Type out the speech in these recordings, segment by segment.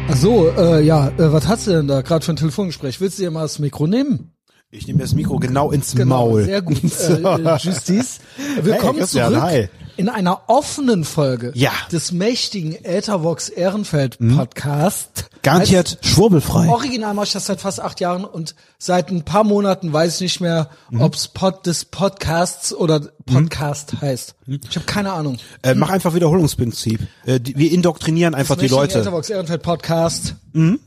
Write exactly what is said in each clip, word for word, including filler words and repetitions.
Ach so, äh, ja, äh, was hast du denn da gerade für ein Telefongespräch? Willst du dir mal das Mikro nehmen? Ich nehme das Mikro genau ins Genau, Maul. sehr gut, äh, Justice. Willkommen Hey, Christian, zurück hi. in einer offenen Folge Ja. des mächtigen Äthervox Ehrenfeld Podcast. Garantiert schwurbelfrei. Original mache ich das seit fast acht Jahren und seit ein paar Monaten weiß ich nicht mehr, Mhm. ob's Pod des Podcasts oder Podcast mhm. heißt. Ich habe keine Ahnung. Äh, mach einfach Wiederholungsprinzip. Äh, die, wir indoktrinieren einfach die Mächtigen Leute. Äthervox Ehrenfeld Podcast. Mhm.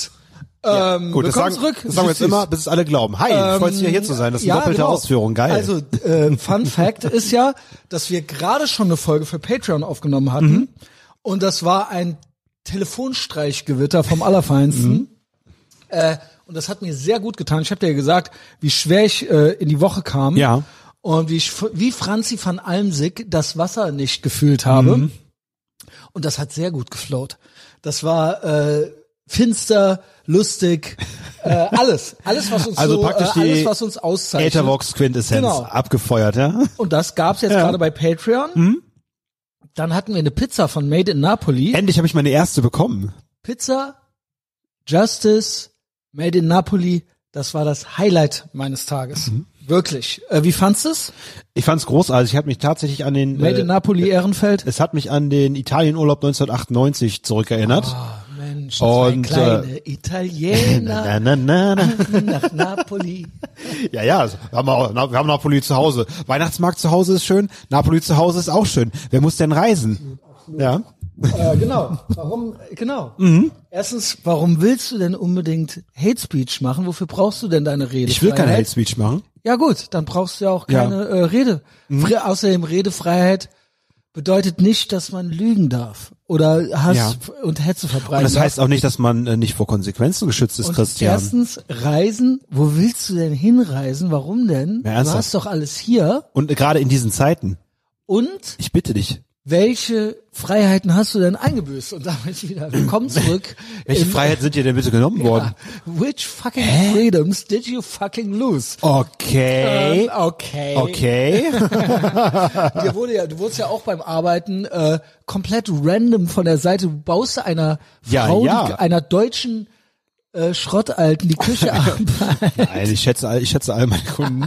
Ja, ähm, Gut, das willkommen sagen, zurück. das sagen wir jetzt Justice. immer, bis es alle glauben. Hi, ähm, freut sich ja hier zu sein. Das ist eine ja, doppelte genau. Ausführung. Geil. Also, äh, Fun Fact ist ja, dass wir gerade schon eine Folge für Patreon aufgenommen hatten. Mhm. Und das war ein Telefonstreichgewitter vom Allerfeinsten. Mhm. Äh, und das hat mir sehr gut getan. Ich habe dir ja gesagt, wie schwer ich äh, in die Woche kam. Ja. Und wie ich, wie Franzi van Almsick das Wasser nicht gefühlt habe. Mhm. Und das hat sehr gut geflowt. Das war äh, finster, lustig, äh, alles, alles was uns also so, praktisch äh, alles die was uns auszeichnet. Äthervox Quintessenz Genau. abgefeuert, ja? Und das gab's jetzt Ja. gerade bei Patreon. Mhm. Dann hatten wir eine Pizza von Made in Napoli. Endlich habe ich meine erste bekommen. Pizza, Justice, Made in Napoli. Das war das Highlight meines Tages. Mhm. Wirklich. Äh, wie fandst du's? Ich fand's großartig. Ich habe mich tatsächlich an den Made äh, in Napoli Ehrenfeld. Es hat mich an den Italienurlaub neunzehnhundertachtundneunzig zurückerinnert. Oh, Mensch, Und, zwei kleine äh, Italiener na, na, na, na. nach Napoli. Ja, ja, also, wir haben, auch, wir haben Napoli zu Hause. Weihnachtsmarkt zu Hause ist schön, Napoli zu Hause ist auch schön. Wer muss denn reisen? Ja. Äh, genau. Warum? Genau. Mhm. Erstens, warum willst du denn unbedingt Hate Speech machen? Wofür brauchst du denn deine Rede? Ich will keine Hate Speech machen. Ja gut, dann brauchst du ja auch Ja. keine äh, Rede. Mhm. Fre- Außerdem Redefreiheit bedeutet nicht, dass man lügen darf oder Hass Ja. und Hetze verbreiten Und das darf. heißt auch nicht, dass man äh, nicht vor Konsequenzen geschützt ist, Und Christian. erstens, Reisen, wo willst du denn hinreisen? Warum denn? Ja, Du ernsthaft? hast doch alles hier. Und äh, gerade in diesen Zeiten. Und Ich bitte dich. welche Freiheiten hast du denn eingebüßt? Und damit wieder, komm zurück. Welche in- Freiheiten sind dir denn bitte genommen worden? Ja. Which fucking freedoms did you fucking lose? Okay. Ähm, okay. Okay. Dir wurde ja, du wurdest ja auch beim Arbeiten äh, komplett random von der Seite. Du baust einer Ja, Frau, ja. Die, einer deutschen äh, Schrottalten die Küche ab. Nein, ich schätze, all- ich schätze all meine Kunden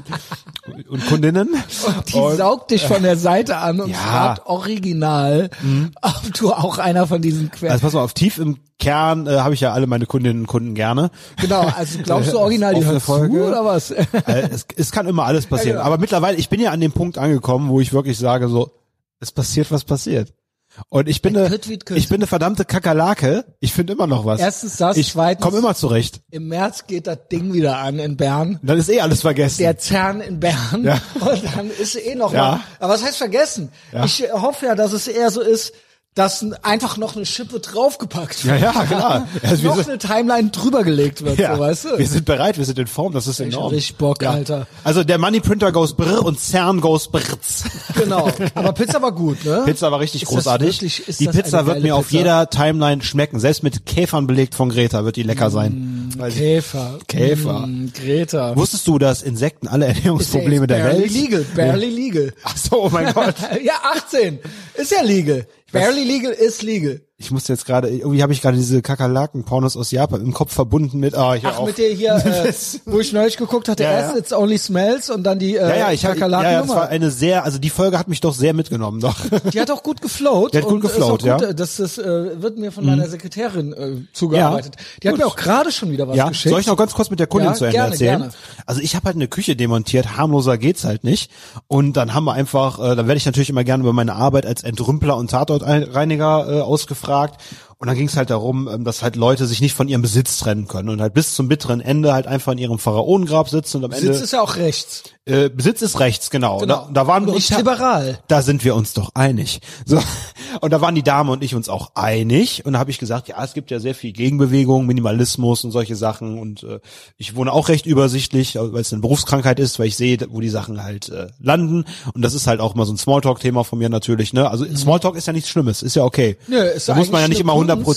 und Kundinnen. Die saugt dich von der Seite an und Ja. fragt original, ob du auch einer von diesen Quer... Also pass mal auf, tief im Kern äh, habe ich ja alle meine Kundinnen und Kunden gerne. genau, also glaubst du original, die Offene hört Folge. zu oder was? Äh, es, es kann immer alles passieren. Ja, genau. Aber mittlerweile, ich bin ja an dem Punkt angekommen, wo ich wirklich sage so, es passiert, was passiert. Und ich bin Ein eine, Kütt wie Kütt. ich bin eine verdammte Kakerlake. Ich finde immer noch was. Erstens das, ich zweitens- komme immer zurecht. Im März geht das Ding wieder an in Bern. Dann ist eh alles vergessen. Der Zern in Bern. Ja. Und dann ist eh noch Ja. mal. Aber was heißt vergessen? Ja. Ich hoffe ja, dass es eher so ist, dass einfach noch eine Schippe draufgepackt wird. Ja, ja, klar. Also wir noch sind- eine Timeline drüber gelegt wird, Ja, so, weißt du? wir sind bereit, wir sind in Form, das ist Ich hab enorm. richtig Bock, ja. Alter. Also der Money Printer goes brr und CERN goes brrz. Genau. Aber Pizza war gut, ne? Pizza war richtig Ist das großartig. wirklich- ist die das Pizza eine wird geile mir auf Pizza? jeder Timeline schmecken. Selbst mit Käfern belegt von Greta wird die lecker sein. Weil sie- Käfer. Käfer. Mm, Greta. Wusstest du, dass Insekten alle Ernährungsprobleme der barely Welt? legal, barely legal. Ach so, oh mein Gott. Ja, achtzehn. Ist ja legal. Barely legal ist legal. Ich musste jetzt gerade, irgendwie habe ich gerade diese Kakerlaken-Pornos aus Japan im Kopf verbunden mit, ah, hier Ach, auf. mit der hier, äh, wo ich neulich geguckt hatte, Ja, ja. erst It's Only Smells und dann die äh, ja, ja, ich hab, ja, ja, das war Kakerlaken-Nummer. eine sehr, also die Folge hat mich doch sehr mitgenommen, doch. Die hat auch gut geflowt. Die hat gut und ist geflowt, auch gut, ja. äh, Das, das äh, wird mir von meiner Sekretärin äh, zugearbeitet. Die hat gut. mir auch gerade schon wieder was Ja, geschickt. soll ich noch ganz kurz mit der Kundin Ja, zu Ende gerne, erzählen? gerne. Also ich habe halt eine Küche demontiert, harmloser geht's halt nicht. Und dann haben wir einfach, äh, dann werde ich natürlich immer gerne über meine Arbeit als Entrümpler und Tatortreiniger äh, ausgefragt. Und dann ging es halt darum, ähm, dass halt Leute sich nicht von ihrem Besitz trennen können und halt bis zum bitteren Ende halt einfach in ihrem Pharaonengrab sitzen und am Besitz Ende ist ja auch rechts. äh, Besitz ist rechts, genau. Genau. Da, da waren wir Nicht uns liberal. Da sind wir uns doch einig. So. Und da waren die Dame und ich uns auch einig. Und da habe ich gesagt, ja, es gibt ja sehr viel Gegenbewegung, Minimalismus und solche Sachen. Und äh, ich wohne auch recht übersichtlich, weil es eine Berufskrankheit ist, weil ich sehe, wo die Sachen halt äh, landen. Und das ist halt auch mal so ein Smalltalk-Thema von mir natürlich. Ne? Also Smalltalk ist ja nichts Schlimmes, ist ja okay. Nö, ist da muss man ja eigentlich nicht eine immer hundert Kunst, Prozent.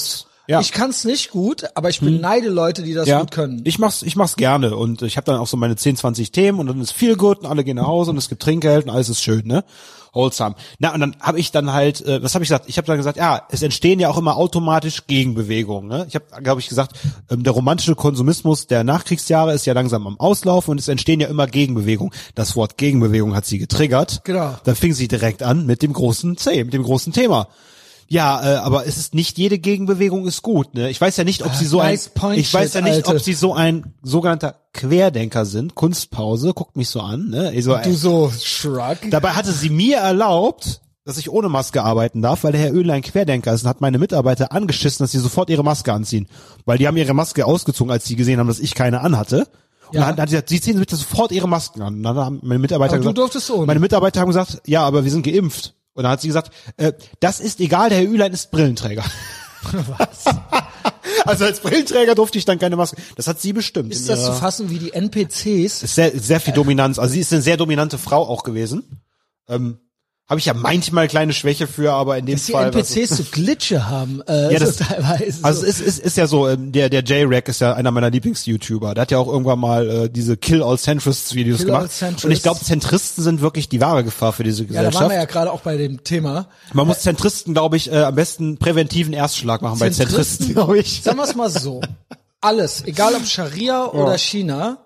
Ja. Ich kann's nicht gut, aber ich beneide Leute, die das Ja, gut können. ich mach's, ich mach's gerne und ich habe dann auch so meine zehn, zwanzig Themen und dann ist viel gut und alle gehen nach Hause und es gibt Trinkgeld und alles ist schön, ne? Wholesome. Na, und dann habe ich dann halt, äh, was habe ich gesagt? Ich habe dann gesagt, ja, es entstehen ja auch immer automatisch Gegenbewegungen, ne? Ich habe, glaube ich, gesagt, ähm, der romantische Konsumismus der Nachkriegsjahre ist ja langsam am Auslaufen und es entstehen ja immer Gegenbewegungen. Das Wort Gegenbewegung hat sie getriggert. Genau. Dann fing sie direkt an mit dem großen C, mit dem großen Thema. Ja, äh, aber es ist nicht jede Gegenbewegung ist gut, ne? Ich weiß ja nicht, ob sie so nice ein point ich weiß shit, ja nicht, Alter. ob sie so ein sogenannter Querdenker sind. Kunstpause, guckt mich so an, ne? Ich so, Du so shrug. dabei hatte sie mir erlaubt, dass ich ohne Maske arbeiten darf, weil der Herr Oehler ein Querdenker ist und hat meine Mitarbeiter angeschissen, dass sie sofort ihre Maske anziehen, weil die haben ihre Maske ausgezogen, als sie gesehen haben, dass ich keine anhatte. Und Ja. dann hat, hat sie gesagt, sie ziehen bitte sofort ihre Masken an. Und dann haben meine Mitarbeiter Aber du gesagt, durftest ohne. meine Mitarbeiter haben gesagt, ja, aber wir sind geimpft. Und dann hat sie gesagt, äh, das ist egal, der Herr Ülein ist Brillenträger. Was? Also als Brillenträger durfte ich dann keine Maske. Das hat sie bestimmt. Ist in das ihrer- zu fassen wie die N P Cs? ist sehr, sehr viel Dominanz. Also sie ist eine sehr dominante Frau auch gewesen. Ähm, Habe ich ja manchmal kleine Schwäche für, aber in dem Dass die Fall. N P Cs so Glitche haben. Äh, Ja, so das- teilweise. Also so. es ist, ist, ist ja so, ähm, der der J-Rack ist ja einer meiner Lieblings-YouTuber. Der hat ja auch irgendwann mal äh, diese Kill All Centrists Videos Kill All gemacht. Centrists. Und ich glaube, Zentristen sind wirklich die wahre Gefahr für diese Ja, da Gesellschaft. waren wir ja gerade auch bei dem Thema. Man muss Zentristen, glaube ich, äh, am besten präventiven Erstschlag machen bei Zentristen, glaube ich. Sagen wir es mal so. Alles, egal ob Scharia oder China,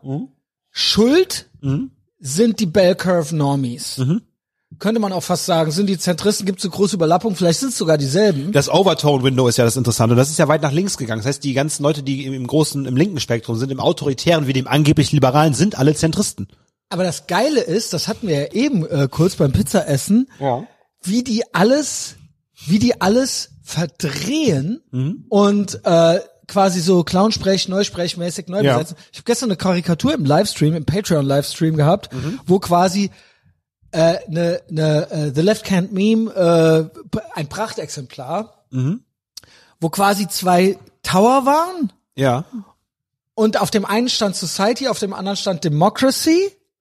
Schuld sind die Bell Curve Normies. Könnte man auch fast sagen, sind die Zentristen, gibt es eine große Überlappung, vielleicht sind es sogar dieselben. Das Overtone-Window ist ja das Interessante. Und das ist ja weit nach links gegangen. Das heißt, die ganzen Leute, die im, im großen, im linken Spektrum sind, im autoritären wie dem angeblich liberalen, sind alle Zentristen. Aber das Geile ist, das hatten wir ja eben äh, kurz beim Pizzaessen, Ja. wie die alles, wie die alles verdrehen Mhm. und äh, quasi so Clownsprech, Neusprechmäßig neu Ja. besetzen. Ich habe gestern eine Karikatur im Livestream, im Patreon-Livestream gehabt, Mhm. wo quasi äh, ne, ne, äh, The Left Hand Meme, äh, ein Prachtexemplar, Mhm. wo quasi zwei Tower waren Ja. und auf dem einen stand Society, auf dem anderen stand Democracy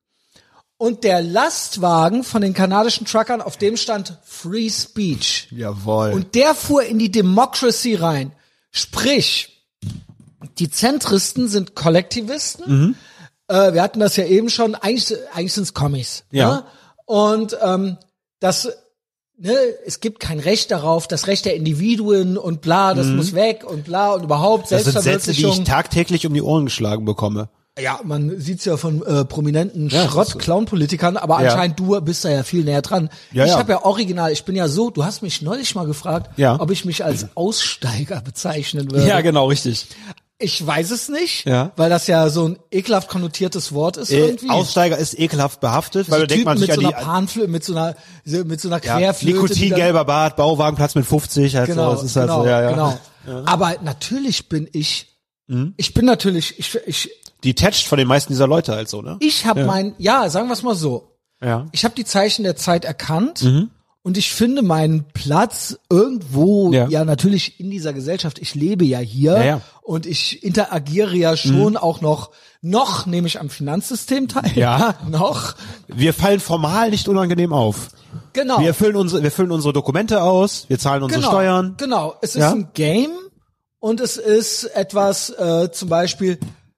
und der Lastwagen von den kanadischen Truckern, auf dem stand Free Speech. Jawohl. Und der fuhr in die Democracy rein. Sprich, die Zentristen sind Kollektivisten. Mhm. Äh, wir hatten das ja eben schon. Eigentlich, eigentlich sind es Kommis. Ja. Ne? Und ähm, das, ne, es gibt kein Recht darauf, das Recht der Individuen und bla, das muss weg und bla und überhaupt das sind Sätze, die Selbstverwirklichung. ich tagtäglich um die Ohren geschlagen bekomme. Ja, man sieht's ja von äh, prominenten Ja, Schrott-Clown-Politikern, aber Ja. anscheinend du bist da ja viel näher dran. Ja, ich ja. habe ja original, ich bin ja so, du hast mich neulich mal gefragt, Ja. ob ich mich als Aussteiger bezeichnen würde. Ja, genau, richtig. Ich weiß es nicht, Ja. weil das ja so ein ekelhaft konnotiertes Wort ist Äh, irgendwie. Aussteiger ist ekelhaft behaftet, weil so da denkt man Typen sich mit an so die einer Panflöte, mit so einer, so- mit so einer ja, Querflöte. die dann- Nikotingelber Bart, Bauwagenplatz mit fünfzig, halt Genau, so, das ist halt genau, so, ja, ja. genau. Aber natürlich bin ich, ich bin natürlich, ich, ich, Detached von den meisten dieser Leute halt so, ne? ich habe mein, ja, sagen wir es mal so. Ja. Ich habe die Zeichen der Zeit erkannt und ich finde meinen Platz irgendwo, ja. Ja. natürlich in dieser Gesellschaft. Ich lebe ja hier Ja, ja. und ich interagiere ja schon auch noch, noch nehme ich am Finanzsystem teil. Ja. Noch. Wir fallen formal nicht unangenehm auf. Genau. Wir füllen unsere, wir füllen unsere Dokumente aus, wir zahlen unsere genau. Steuern. Genau. Es ist Ja. ein Game und es ist etwas, äh, zum Beispiel,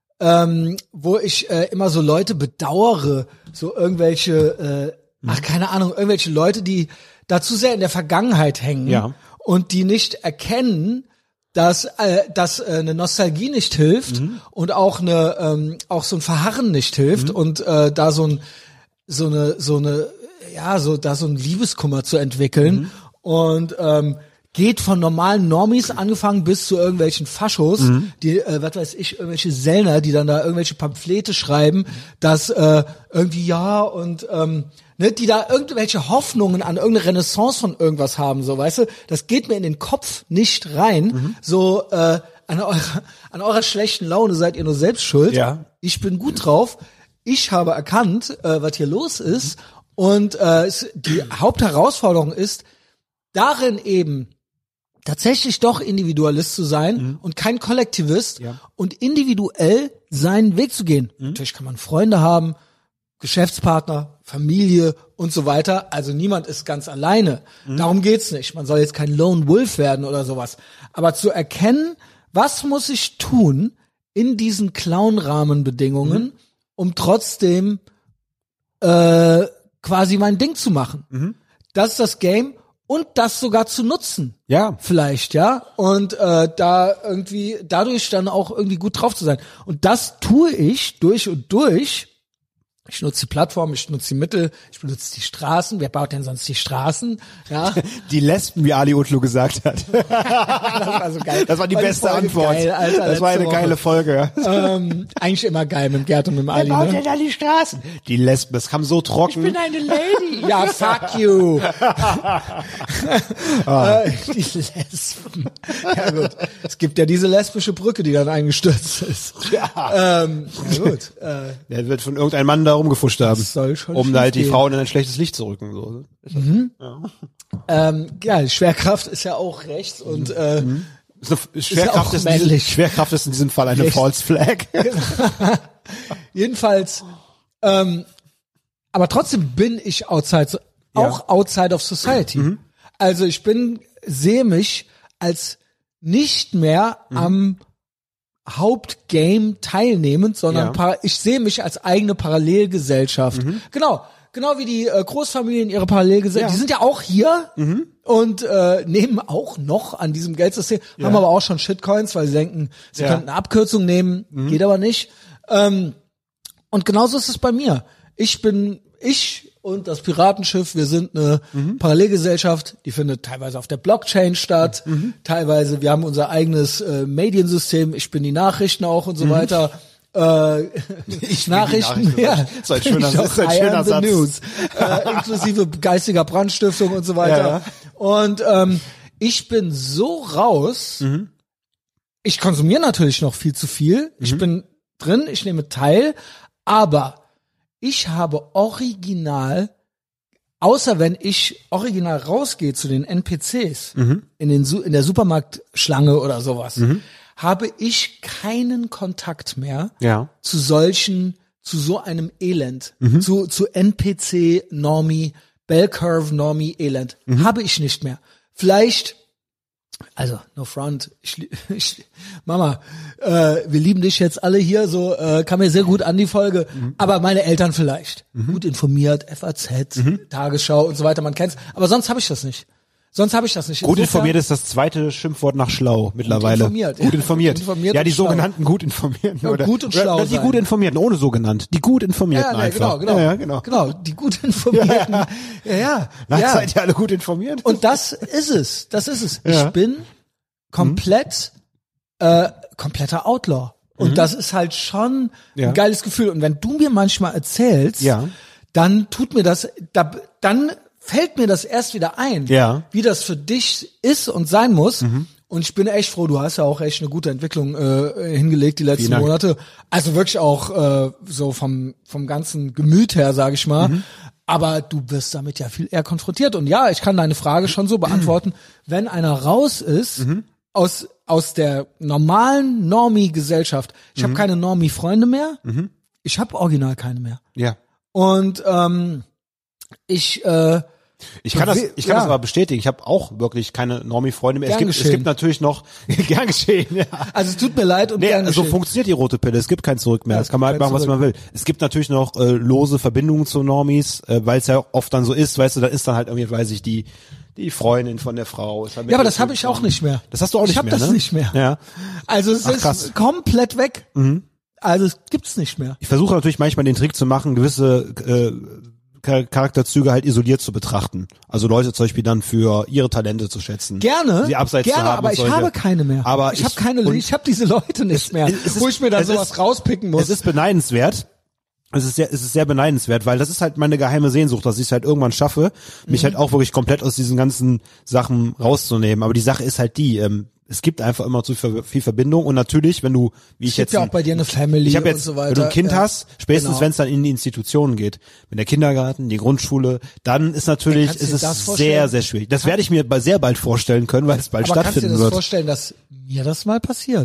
ähm, wo ich äh, immer so Leute bedauere, so irgendwelche, äh, ach keine Ahnung, irgendwelche Leute, die da zu sehr in der Vergangenheit hängen Ja. und die nicht erkennen, dass äh, dass äh, eine Nostalgie nicht hilft und auch eine ähm, auch so ein Verharren nicht hilft und äh, da so ein so eine so eine ja so da so ein Liebeskummer zu entwickeln und ähm, geht von normalen Normis angefangen bis zu irgendwelchen Faschos, die, äh, was weiß ich, irgendwelche Sellner, die dann da irgendwelche Pamphlete schreiben, dass äh, irgendwie ja und ähm, ne, die da irgendwelche Hoffnungen an irgendeine Renaissance von irgendwas haben, so, weißt du, das geht mir in den Kopf nicht rein, so äh, an eurer, an eurer schlechten Laune seid ihr nur selbst schuld. Ja. Ich bin gut drauf, ich habe erkannt, äh, was hier los ist und äh, es, die Hauptherausforderung ist, darin eben tatsächlich doch Individualist zu sein Mhm. und kein Kollektivist Ja. und individuell seinen Weg zu gehen. Mhm. Natürlich kann man Freunde haben, Geschäftspartner, Familie und so weiter. Also niemand ist ganz alleine. Mhm. Darum geht's nicht. Man soll jetzt kein Lone Wolf werden oder sowas. Aber zu erkennen, was muss ich tun in diesen Clown-Rahmenbedingungen, mhm. um trotzdem äh, quasi mein Ding zu machen. Mhm. Das ist das Game und das sogar zu nutzen. Ja. Vielleicht, ja. Und äh, da irgendwie dadurch dann auch irgendwie gut drauf zu sein. Und das tue ich durch und durch. Ich nutze die Plattform, ich nutze die Mittel, ich benutze die Straßen. Wer baut denn sonst die Straßen? Ja. Die Lesben, wie Ali Utlu gesagt hat. Das war so geil. Das war die war beste die Antwort. Geil, Alter, das war eine Woche. geile Folge. Ähm, eigentlich immer geil mit dem Gerd und mit dem Ali. Wer baut Ne? denn da die Straßen? Die Lesben, das kam so trocken. Ich bin eine Lady. Ja, fuck you. ah. äh, die Lesben. Ja gut. Es gibt ja diese lesbische Brücke, die dann eingestürzt ist. Ja. Ähm, ja gut. Äh, Der wird von irgendeinem Mann da rumgefuscht haben, soll schon um halt die gehen. Frauen in ein schlechtes Licht zu rücken. So. Mhm. Ja. Ähm, ja, Schwerkraft ist ja auch rechts und äh, mhm. so, Schwerkraft, ist, ist, ist in diesem, Schwerkraft ist in diesem Fall eine rechts. False Flag. Jedenfalls, ähm, aber trotzdem bin ich outside, auch ja. outside of society. Mhm. Also ich bin, sehe mich als nicht mehr mhm. am Hauptgame teilnehmend, sondern ja. para- ich sehe mich als eigene Parallelgesellschaft. Mhm. Genau, genau wie die äh, Großfamilien ihre Parallelgesellschaft. Ja. Die sind ja auch hier mhm. und äh, nehmen auch noch an diesem Geldsystem, ja. haben aber auch schon Shitcoins, weil sie denken, sie ja. könnten eine Abkürzung nehmen, mhm. geht aber nicht. Ähm, und genauso ist es bei mir. Ich bin, ich und das Piratenschiff, wir sind eine mhm. Parallelgesellschaft, die findet teilweise auf der Blockchain statt, mhm. teilweise, wir haben unser eigenes äh, Mediensystem, ich bin die Nachrichten auch und so mhm. weiter. Äh, ich Nachrichten, Nachrichten, ja. Das ist ein schöner, das ist ein schöner Satz. News, äh, inklusive geistiger Brandstiftung und so weiter. Ja. Und ähm, ich bin so raus, mhm. ich konsumiere natürlich noch viel zu viel, mhm. ich bin drin, ich nehme teil, aber ich habe original, außer wenn ich original rausgehe zu den N P Cs, mhm. in den in der Supermarktschlange oder sowas, mhm. habe ich keinen Kontakt mehr ja. zu solchen, zu so einem Elend, mhm. zu zu N P C Normie, Bell Curve Normie Elend, mhm. habe ich nicht mehr. Vielleicht, also no front, ich, ich, Mama, äh, wir lieben dich jetzt alle hier, so äh, kam mir sehr gut an die Folge, mhm. aber meine Eltern vielleicht, mhm. gut informiert, F A Z, mhm. Tagesschau und so weiter, man kennt's, aber sonst habe ich das nicht. Sonst habe ich das nicht. Gut Insofern, informiert ist das zweite Schimpfwort nach schlau mittlerweile. Gut informiert. Gut informiert. Gut informiert ja, die sogenannten gut informierten. Ja, oder, gut und schlau oder die sein. gut informierten, ohne so genannt. Die gut informierten ja, nee, einfach. Genau, genau. Ja, ja, genau. Genau, die gut informierten. Ja, ja. ja, ja. Na, ja. Seid ihr alle gut informiert? Und das ist es. Das ist es. Ja. Ich bin komplett, mhm. äh, kompletter Outlaw. Und mhm. das ist halt schon ja. ein geiles Gefühl. Und wenn du mir manchmal erzählst, ja. dann tut mir das, da, dann fällt mir das erst wieder ein, ja. wie das für dich ist und sein muss. Mhm. Und ich bin echt froh, du hast ja auch echt eine gute Entwicklung äh, hingelegt die letzten Monate. Also wirklich auch äh, so vom vom ganzen Gemüt her, sage ich mal. Mhm. Aber du wirst damit ja viel eher konfrontiert. Und ja, ich kann deine Frage schon so beantworten, wenn einer raus ist mhm. aus aus der normalen Normie-Gesellschaft. Ich mhm. habe keine Normie-Freunde mehr. Mhm. Ich habe original keine mehr. Ja. Und ähm, ich äh, Ich kann das, ich kann ja. das aber bestätigen. Ich habe auch wirklich keine Normie-Freunde mehr. Es Gern gibt, geschehen. es gibt natürlich noch, gern geschehen, ja. Also es tut mir leid und nee, gern so geschehen. funktioniert die rote Pille. Es gibt kein Zurück mehr. Ja, das kann man halt machen, was zurück. man will. Es gibt natürlich noch äh, lose Verbindungen zu Normies, äh, weil es ja oft dann so ist, weißt du, da ist dann halt irgendwie, weiß ich, die die Freundin von der Frau. Ist halt Ja, aber das habe ich auch nicht mehr. Das hast du auch nicht ich hab mehr, Ich habe das ne? nicht mehr. Ja. Also es Ach, ist krass. komplett weg. Mhm. Also es gibt's nicht mehr. Ich versuche natürlich manchmal den Trick zu machen, gewisse äh, Charakterzüge halt isoliert zu betrachten. Also Leute zum Beispiel dann für ihre Talente zu schätzen. Gerne, sie abseits gerne, zu haben aber und ich solche. habe keine mehr. Aber ich, ich habe keine, ich habe diese Leute nicht es, mehr, es ist, wo ich mir dann sowas ist, rauspicken muss. Es ist beneidenswert. Es ist sehr, es ist sehr beneidenswert, weil das ist halt meine geheime Sehnsucht, dass ich es halt irgendwann schaffe, mich mhm. halt auch wirklich komplett aus diesen ganzen Sachen rauszunehmen. Aber die Sache ist halt die, ähm, es gibt einfach immer zu viel Verbindung und natürlich, wenn du, wie ich es jetzt, gibt ja auch bei dir eine Family ich hab jetzt, und so weiter. Wenn du ein Kind ja. hast, spätestens genau. wenn es dann in die Institutionen geht, wenn der Kindergarten, die Grundschule, dann ist natürlich, ja, ist es sehr, sehr schwierig. Das werde ich mir sehr bald vorstellen können, weil es bald aber stattfinden wird. Kannst du dir das wird. vorstellen, dass mir das mal passiert?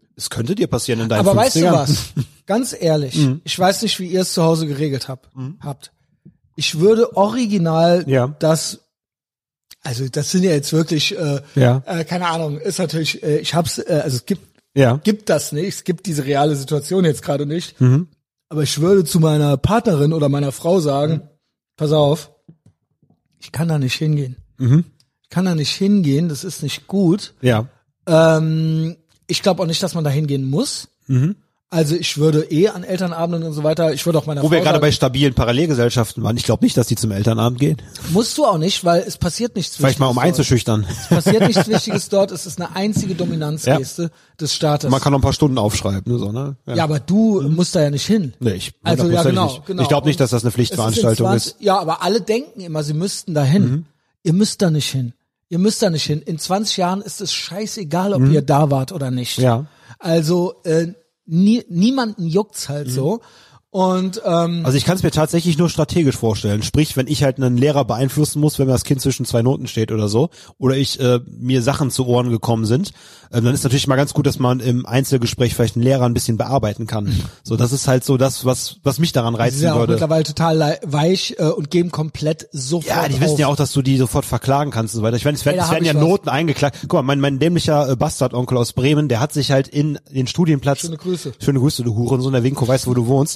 Es könnte dir passieren in deinen Aber weißt du fünfzigern. was? Ganz ehrlich, Mhm. ich weiß nicht, wie ihr es zu Hause geregelt habt. Mhm. habt. Ich würde original Ja. das, also das sind ja jetzt wirklich, äh, Ja. äh, keine Ahnung, ist natürlich, äh, ich hab's, äh, also es gibt, Ja. gibt das nicht, es gibt diese reale Situation jetzt gerade nicht. Mhm. Aber ich würde zu meiner Partnerin oder meiner Frau sagen, mhm. pass auf, ich kann da nicht hingehen. Mhm. Ich kann da nicht hingehen, das ist nicht gut. Ja. Ähm, ich glaube auch nicht, dass man da hingehen muss. Mhm. Also ich würde eh an Elternabenden und so weiter, ich würde auch meiner Wo Frau wir gerade sagen, bei stabilen Parallelgesellschaften waren. Ich glaube nicht, dass die zum Elternabend gehen. musst du auch nicht, weil es passiert nichts Vielleicht mal um Wichtiges dort. einzuschüchtern. Es passiert nichts Wichtiges dort, es ist eine einzige Dominanzgeste ja. des Staates. Man kann noch ein paar Stunden aufschreiben, so, ne? Ja, ja aber du mhm. musst da ja nicht hin. Nee, ich, also ja genau, nicht. genau. Ich glaube nicht, dass das eine Pflichtveranstaltung ist, zwanzig, ist. Ja, aber alle denken immer, sie müssten da hin. Mhm. Ihr müsst da nicht hin. Ihr müsst da nicht hin. In zwanzig Jahren ist es scheißegal, ob mhm. ihr da wart oder nicht. Ja. Also äh, nie, niemanden juckt's halt mhm. so. Und ähm, also ich kann es mir tatsächlich nur strategisch vorstellen. Sprich, wenn ich halt einen Lehrer beeinflussen muss, wenn mir das Kind zwischen zwei Noten steht oder so, oder ich äh, mir Sachen zu Ohren gekommen sind, äh, dann ist natürlich mal ganz gut, dass man im Einzelgespräch vielleicht einen Lehrer ein bisschen bearbeiten kann. So, das ist halt so das, was was mich daran reizen die sind ja würde. auch mittlerweile total weich äh, und geben komplett sofort Ja, die auf. wissen ja auch, dass du die sofort verklagen kannst und so weiter. Ich meine, es werden, Ey, es werden ja was. Noten eingeklagt. Guck mal, mein, mein dämlicher äh, Bastardonkel aus Bremen, der hat sich halt in den Studienplatz. Schöne Grüße. Schöne Grüße, du Hurensohn, der Winko weiß, wo du wohnst.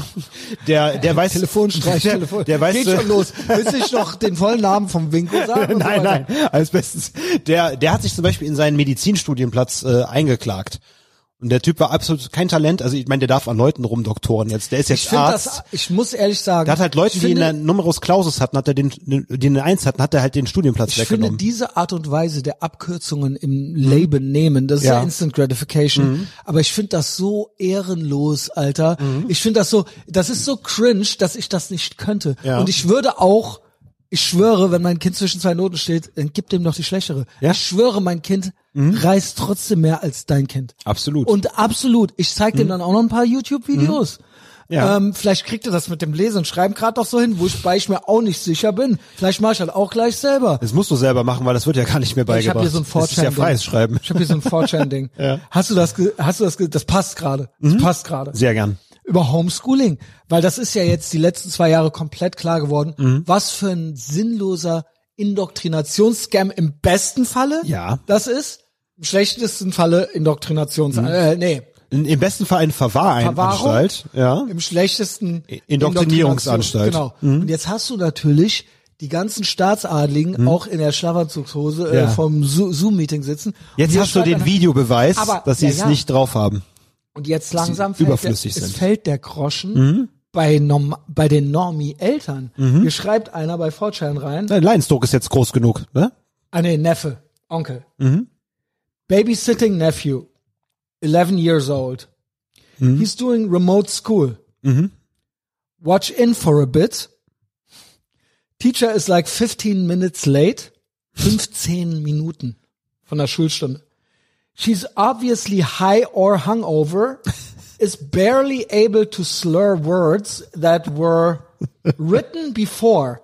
Der, der weiß. Telefonstreich, der, Telefon. Der weiß. Geht schon los. Willst du nicht noch den vollen Namen vom Winko sagen? nein, so nein, alles bestens. Der, der hat sich zum Beispiel in seinen Medizinstudienplatz äh, eingeklagt. Und der Typ war absolut kein Talent. Also ich meine, der darf an Leuten rumdoktoren jetzt. Der ist jetzt ich finde Arzt. das, ich muss ehrlich sagen. Der hat halt Leute, die finde, in der Numerus Clausus hatten, hat er den, die eine Eins hatten, hat er halt den Studienplatz ich weggenommen. finde diese Art und Weise der Abkürzungen im Leben nehmen, das ist Ja. ja Instant Gratification. Mhm. Aber ich finde das so ehrenlos, Alter. Mhm. Ich finde das so, das ist so cringe, dass ich das nicht könnte. Ja. Und ich würde auch, ich schwöre, wenn mein Kind zwischen zwei Noten steht, dann gib dem doch die schlechtere. Ja. Ich schwöre, mein Kind Mhm. reißt trotzdem mehr als dein Kind. Absolut. Und absolut. Ich zeig dem dann auch noch ein paar YouTube-Videos. Ja. Ähm, vielleicht kriegt er das mit dem Lesen und Schreiben gerade doch so hin, wo ich, bei ich mir auch nicht sicher bin. Vielleicht mache ich halt auch gleich selber. Das musst du selber machen, weil das wird ja gar nicht mehr Ich habe beigebracht. hier so ein Das ist ja Fortran-Ding. freies Schreiben. Ich habe hier so ein Fortran-Ding. Ja. Hast du das, ge- hast du das, ge- das passt gerade. Das Mhm. passt gerade. Sehr gern. Über Homeschooling. Weil das ist ja jetzt die letzten zwei Jahre komplett klar geworden. Mhm. Was für ein sinnloser Indoktrinationsscam im besten Falle Ja. das ist. Im schlechtesten Falle Indoktrinations... Mhm. Äh, nee. In, Im besten Fall eine Verwahranstalt. Ja. Im schlechtesten Indoktrinierungsanstalt. Genau. Und jetzt hast du natürlich die ganzen Staatsadligen auch in der Schlafanzugshose Ja. äh, vom Zo- Zoom-Meeting sitzen. Jetzt Und hier hast du schreibt den einer- Videobeweis, Aber- dass sie ja, es ja. nicht drauf haben. Und jetzt langsam sie fällt, überflüssig der, es sind. fällt der Groschen bei, Norm, bei den Normie-Eltern. Hier schreibt einer bei Fortschein rein, Nein, Lionstalk ist jetzt groß genug, ne? ah nee, Neffe, Onkel. Babysitting nephew, eleven years old. He's doing remote school. Watch in for a bit. Teacher is like fifteen minutes late. fünfzehn Minuten von der Schulstunde. She's obviously high or hungover, is barely able to slur words that were written before.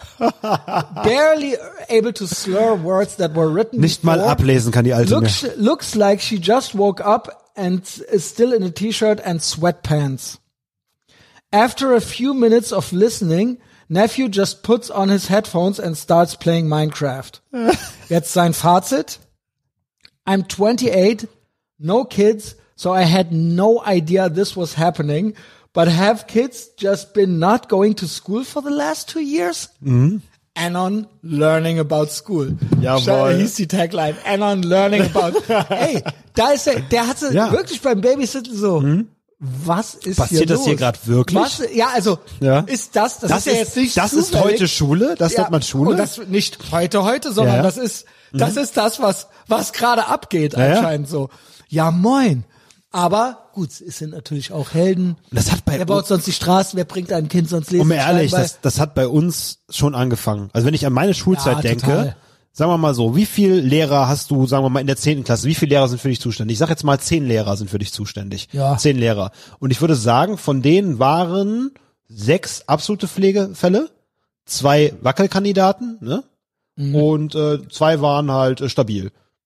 Barely able to slur words that were written Nicht before. mal ablesen kann die Alte Looks, mehr. looks like she just woke up and is still in a t-shirt and sweatpants. After a few minutes of listening, nephew just puts on his headphones and starts playing Minecraft. Jetzt sein Fazit. I'm twenty-eight, no kids, so I had no idea this was happening. But have kids just been not going to school for the last two years? Anon learning about school. Jawohl. Da hieß die Tagline. Anon learning about. Ey, da ist er, der hatte Ja. wirklich beim Babysitten so. Was ist Passiert hier das los? hier gerade wirklich? Was, ja, also Ja. ist das, das, Das ist ja ist- jetzt nicht das ist zufällig. heute Schule? Das nennt man Schule? Und das nicht heute heute, sondern Ja. das ist das ist das, was was gerade abgeht Ja, ja. anscheinend so. Ja, moin. Aber gut, es sind natürlich auch Helden. Das hat bei Wer baut sonst die Straßen? Wer bringt einem Kind sonst Lesen? Um ehrlich, Schreiben bei? das, das hat bei uns schon angefangen. Also wenn ich an meine Schulzeit Ja, denke, total. sagen wir mal so, wie viel Lehrer hast du, sagen wir mal in der zehnten Klasse, wie viele Lehrer sind für dich zuständig? Ich sag jetzt mal, zehn Lehrer sind für dich zuständig. Ja. Zehn Lehrer. Und ich würde sagen, von denen waren sechs absolute Pflegefälle, zwei Wackelkandidaten, ne? Mhm. Und äh, zwei waren halt äh, stabil.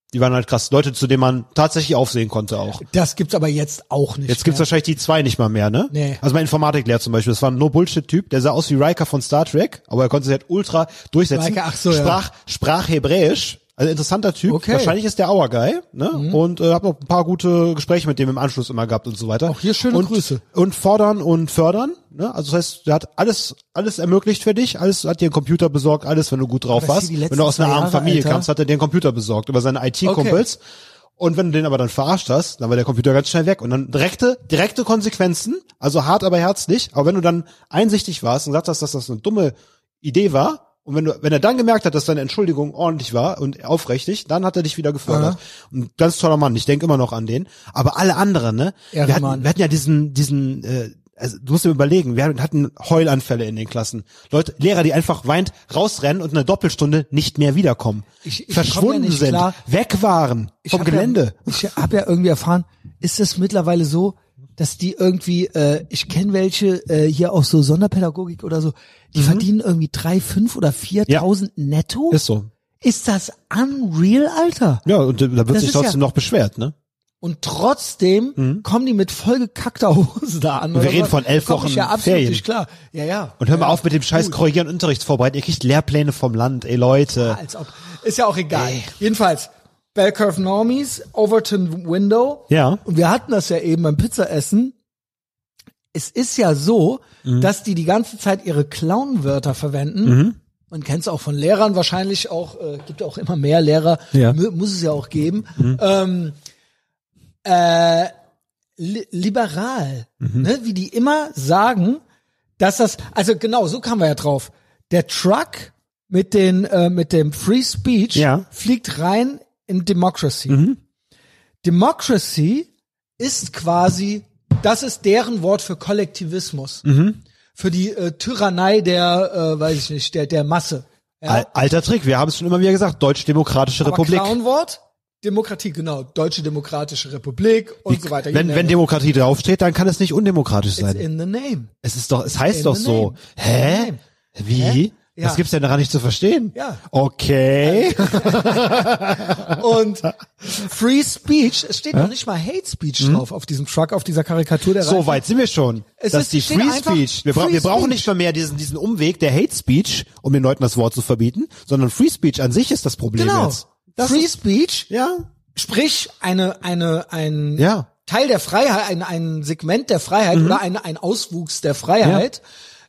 Die waren halt krass. Leute, zu denen man tatsächlich aufsehen konnte auch. Das gibt's aber jetzt auch nicht Jetzt gibt's mehr. wahrscheinlich die zwei nicht mal mehr, ne? Nee. Also mein Informatiklehrer zum Beispiel, das war ein No-Bullshit-Typ, der sah aus wie Riker von Star Trek, aber er konnte sich halt ultra durchsetzen. Riker, ach so, ja. Sprach, sprach Hebräisch. Also interessanter Typ. Okay. Wahrscheinlich ist der Our Guy, ne? Mhm. Und äh, hab noch ein paar gute Gespräche mit dem im Anschluss immer gehabt und so weiter. Auch hier schöne und, Grüße. Und fordern und fördern, ne? Also das heißt, der hat alles alles ermöglicht für dich, alles hat dir einen Computer besorgt, alles, wenn du gut drauf Aber warst. die letzten Wenn du aus einer zwei armen Jahre, Familie Alter. kamst, hat er dir einen Computer besorgt über seine I T-Kumpels. Okay. Und wenn du den aber dann verarscht hast, dann war der Computer ganz schnell weg. Und dann direkte, direkte Konsequenzen, also hart, aber herzlich. Aber wenn du dann einsichtig warst und gesagt hast, dass das eine dumme Idee war, und wenn du, wenn er dann gemerkt hat, dass deine Entschuldigung ordentlich war und aufrichtig, dann hat er dich wieder gefördert. Aha. Ein ganz toller Mann. Ich denke immer noch an den. Aber alle anderen, ne? Wir hatten, wir hatten ja diesen, diesen, äh, also du musst dir überlegen, wir hatten Heulanfälle in den Klassen. Leute, Lehrer, die einfach weint, rausrennen und eine Doppelstunde nicht mehr wiederkommen. Ich, ich Verschwunden ja nicht sind, klar. weg waren Ich vom hab Gelände. Ja, ich habe ja irgendwie erfahren, ist es mittlerweile so, dass die irgendwie, äh, ich kenne welche äh, hier auch so Sonderpädagogik oder so, die mhm. verdienen irgendwie drei, fünf oder viertausend ja. netto. Ist so. Ist das unreal, Alter? Ja, und da wird das sich trotzdem ja, noch beschwert, ne? Und trotzdem mhm. kommen die mit vollgekackter Hose da an. Und wir reden von elf Wochen ja absolut Ferien. Nicht klar. Ja, ja. Und hör mal ja, auf mit dem scheiß korrigieren Unterrichtsvorbereiten. Ihr kriegt Lehrpläne vom Land, ey Leute. Ja, als ob. Ist ja auch egal. Ey. Jedenfalls, Bell Curve Normies, Overton Window. Ja. Und wir hatten das ja eben beim Pizzaessen. Es ist ja so, mhm. dass die die ganze Zeit ihre Clown-Wörter verwenden. Mhm. Man kennt es auch von Lehrern wahrscheinlich auch, äh, gibt auch immer mehr Lehrer, ja. muss es ja auch geben. Mhm. Ähm, äh, li- liberal, mhm. ne? Wie die immer sagen, dass das, also genau, so kamen wir ja drauf. Der Truck mit den äh, mit dem Free Speech ja. fliegt rein in Democracy. Mhm. Democracy ist quasi, das ist deren Wort für Kollektivismus. Mhm. Für die äh, Tyrannei der, äh, weiß ich nicht, der der Masse. Ja? Alter Trick, wir haben es schon immer wieder gesagt, Deutsch-Demokratische Aber Republik. Clownwort? Demokratie, genau. Deutsche Demokratische Republik und Wie, so weiter. Wenn, wenn Demokratie draufsteht, dann kann es nicht undemokratisch It's sein. in the name. Es ist doch, es heißt in doch the so. name. Hä? Wie? Hä? Ja. Das gibt's denn daran nicht zu verstehen? Ja. Okay. Und Free Speech, es steht noch nicht mal Hate Speech hm? drauf auf diesem Truck, auf dieser Karikatur der So Reifen. weit sind wir schon. Es dass ist- die steht Free einfach Speech, wir, bra Free wir brauchen Speech. nicht mal mehr diesen, diesen Umweg der Hate Speech, um den Leuten das Wort zu verbieten, sondern Free Speech an sich ist das Problem Genau. jetzt. Das Free ist, Speech, ja, sprich eine eine ein ja. Teil der Freiheit, ein ein Segment der Freiheit Mhm. oder ein ein Auswuchs der Freiheit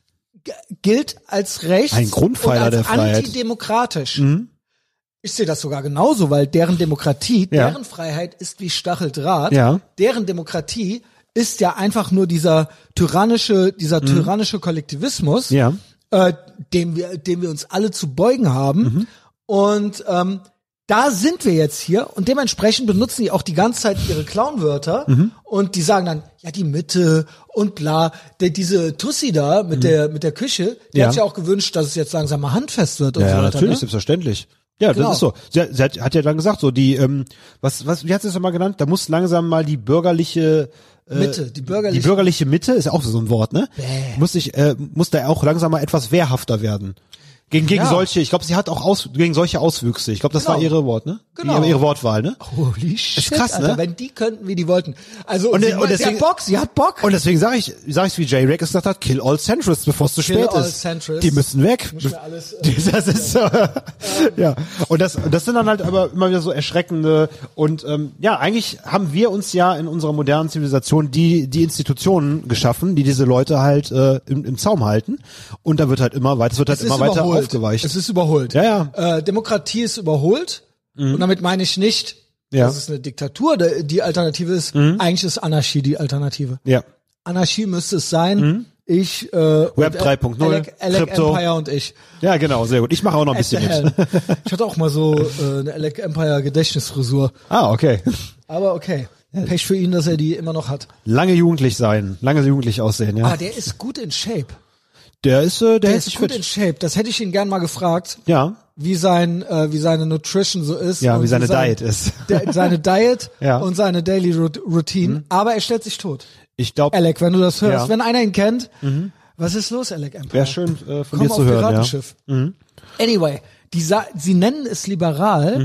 g- gilt als Recht Ein Grundpfeiler und als der Freiheit. antidemokratisch. Mhm. Ich sehe das sogar genauso, weil deren Demokratie, Ja. deren Freiheit ist wie Stacheldraht. Ja. Deren Demokratie ist ja einfach nur dieser tyrannische, dieser tyrannische Kollektivismus, Mhm. Ja. äh, dem wir, dem wir uns alle zu beugen haben. Mhm. Und ähm, da sind wir jetzt hier und dementsprechend benutzen die auch die ganze Zeit ihre Clownwörter Mhm. und die sagen dann, ja, die Mitte und bla. Der, diese Tussi da mit der mit der Küche, die Mhm. Ja. hat sich auch gewünscht, dass es jetzt langsam mal handfest wird und Ja, so ja, weiter. natürlich, Ne? selbstverständlich. Ja, Genau. das ist so. Sie, sie hat, hat ja dann gesagt, so die, ähm, was, was, wie hat sie es nochmal genannt? Da muss langsam mal die bürgerliche äh, Mitte, die bürgerliche- die bürgerliche Mitte ist ja auch so ein Wort, ne? Bäh. Muss sich, äh, muss da auch langsam mal etwas wehrhafter werden. Gegen, gegen Ja. solche, ich glaube, sie hat auch aus, gegen solche Auswüchse. Ich glaube, das Genau. war ihre Wort, ne? Genau. Ihre, ihre Wortwahl, ne? Holy shit, krass, Alter, ne? wenn die könnten, wie die wollten. Also Und- sie, und sie deswegen- hat Bock, sie hat Bock. Und deswegen sage ich, sage ich wie J-Rex gesagt hat, kill all centrists, bevor es zu Kill spät all ist. centrists. Die müssen weg. Muss mir alles, äh, das ist so, ja. Und das, das sind dann halt aber immer wieder so erschreckende und ähm, ja, eigentlich haben wir uns ja in unserer modernen Zivilisation die die Institutionen geschaffen, die diese Leute halt äh, im, im Zaum halten. Und da wird halt immer weiter, es wird halt Es immer ist weiter überholt. aufgeweicht. Es ist überholt. Ja, ja. Äh, Demokratie ist überholt. Und damit meine ich nicht, Ja. dass es eine Diktatur der- die Alternative ist. Eigentlich ist Anarchie die Alternative. Ja. Anarchie müsste es sein. Ich, äh, Web und drei Punkt null, Alec, Alec Krypto. Empire und ich. Ja, genau, sehr gut. Ich mache auch noch ein At the bisschen helm. mit. Ich hatte auch mal so äh, eine Alec Empire Gedächtnisfrisur. Ah, okay. Aber okay. Pech für ihn, dass er die immer noch hat. Lange jugendlich sein, lange jugendlich aussehen, ja. Ah, der ist gut in Shape. Der ist, äh, der, Der hält ist sich gut fit. in Shape. Das hätte ich ihn gern mal gefragt, Ja. wie sein, äh, wie seine Nutrition so ist. Ja, und wie seine sein, Diet ist. Der, seine Diet Ja. und seine Daily Rut- Routine. Aber er stellt sich tot. Ich glaube, Alec, wenn du das hörst, Ja. wenn einer ihn kennt, was ist los, Alec Empire? wäre schön äh, von Komm dir auf zu hören, ja. Piratenschiff. Anyway, die sa- sie nennen es liberal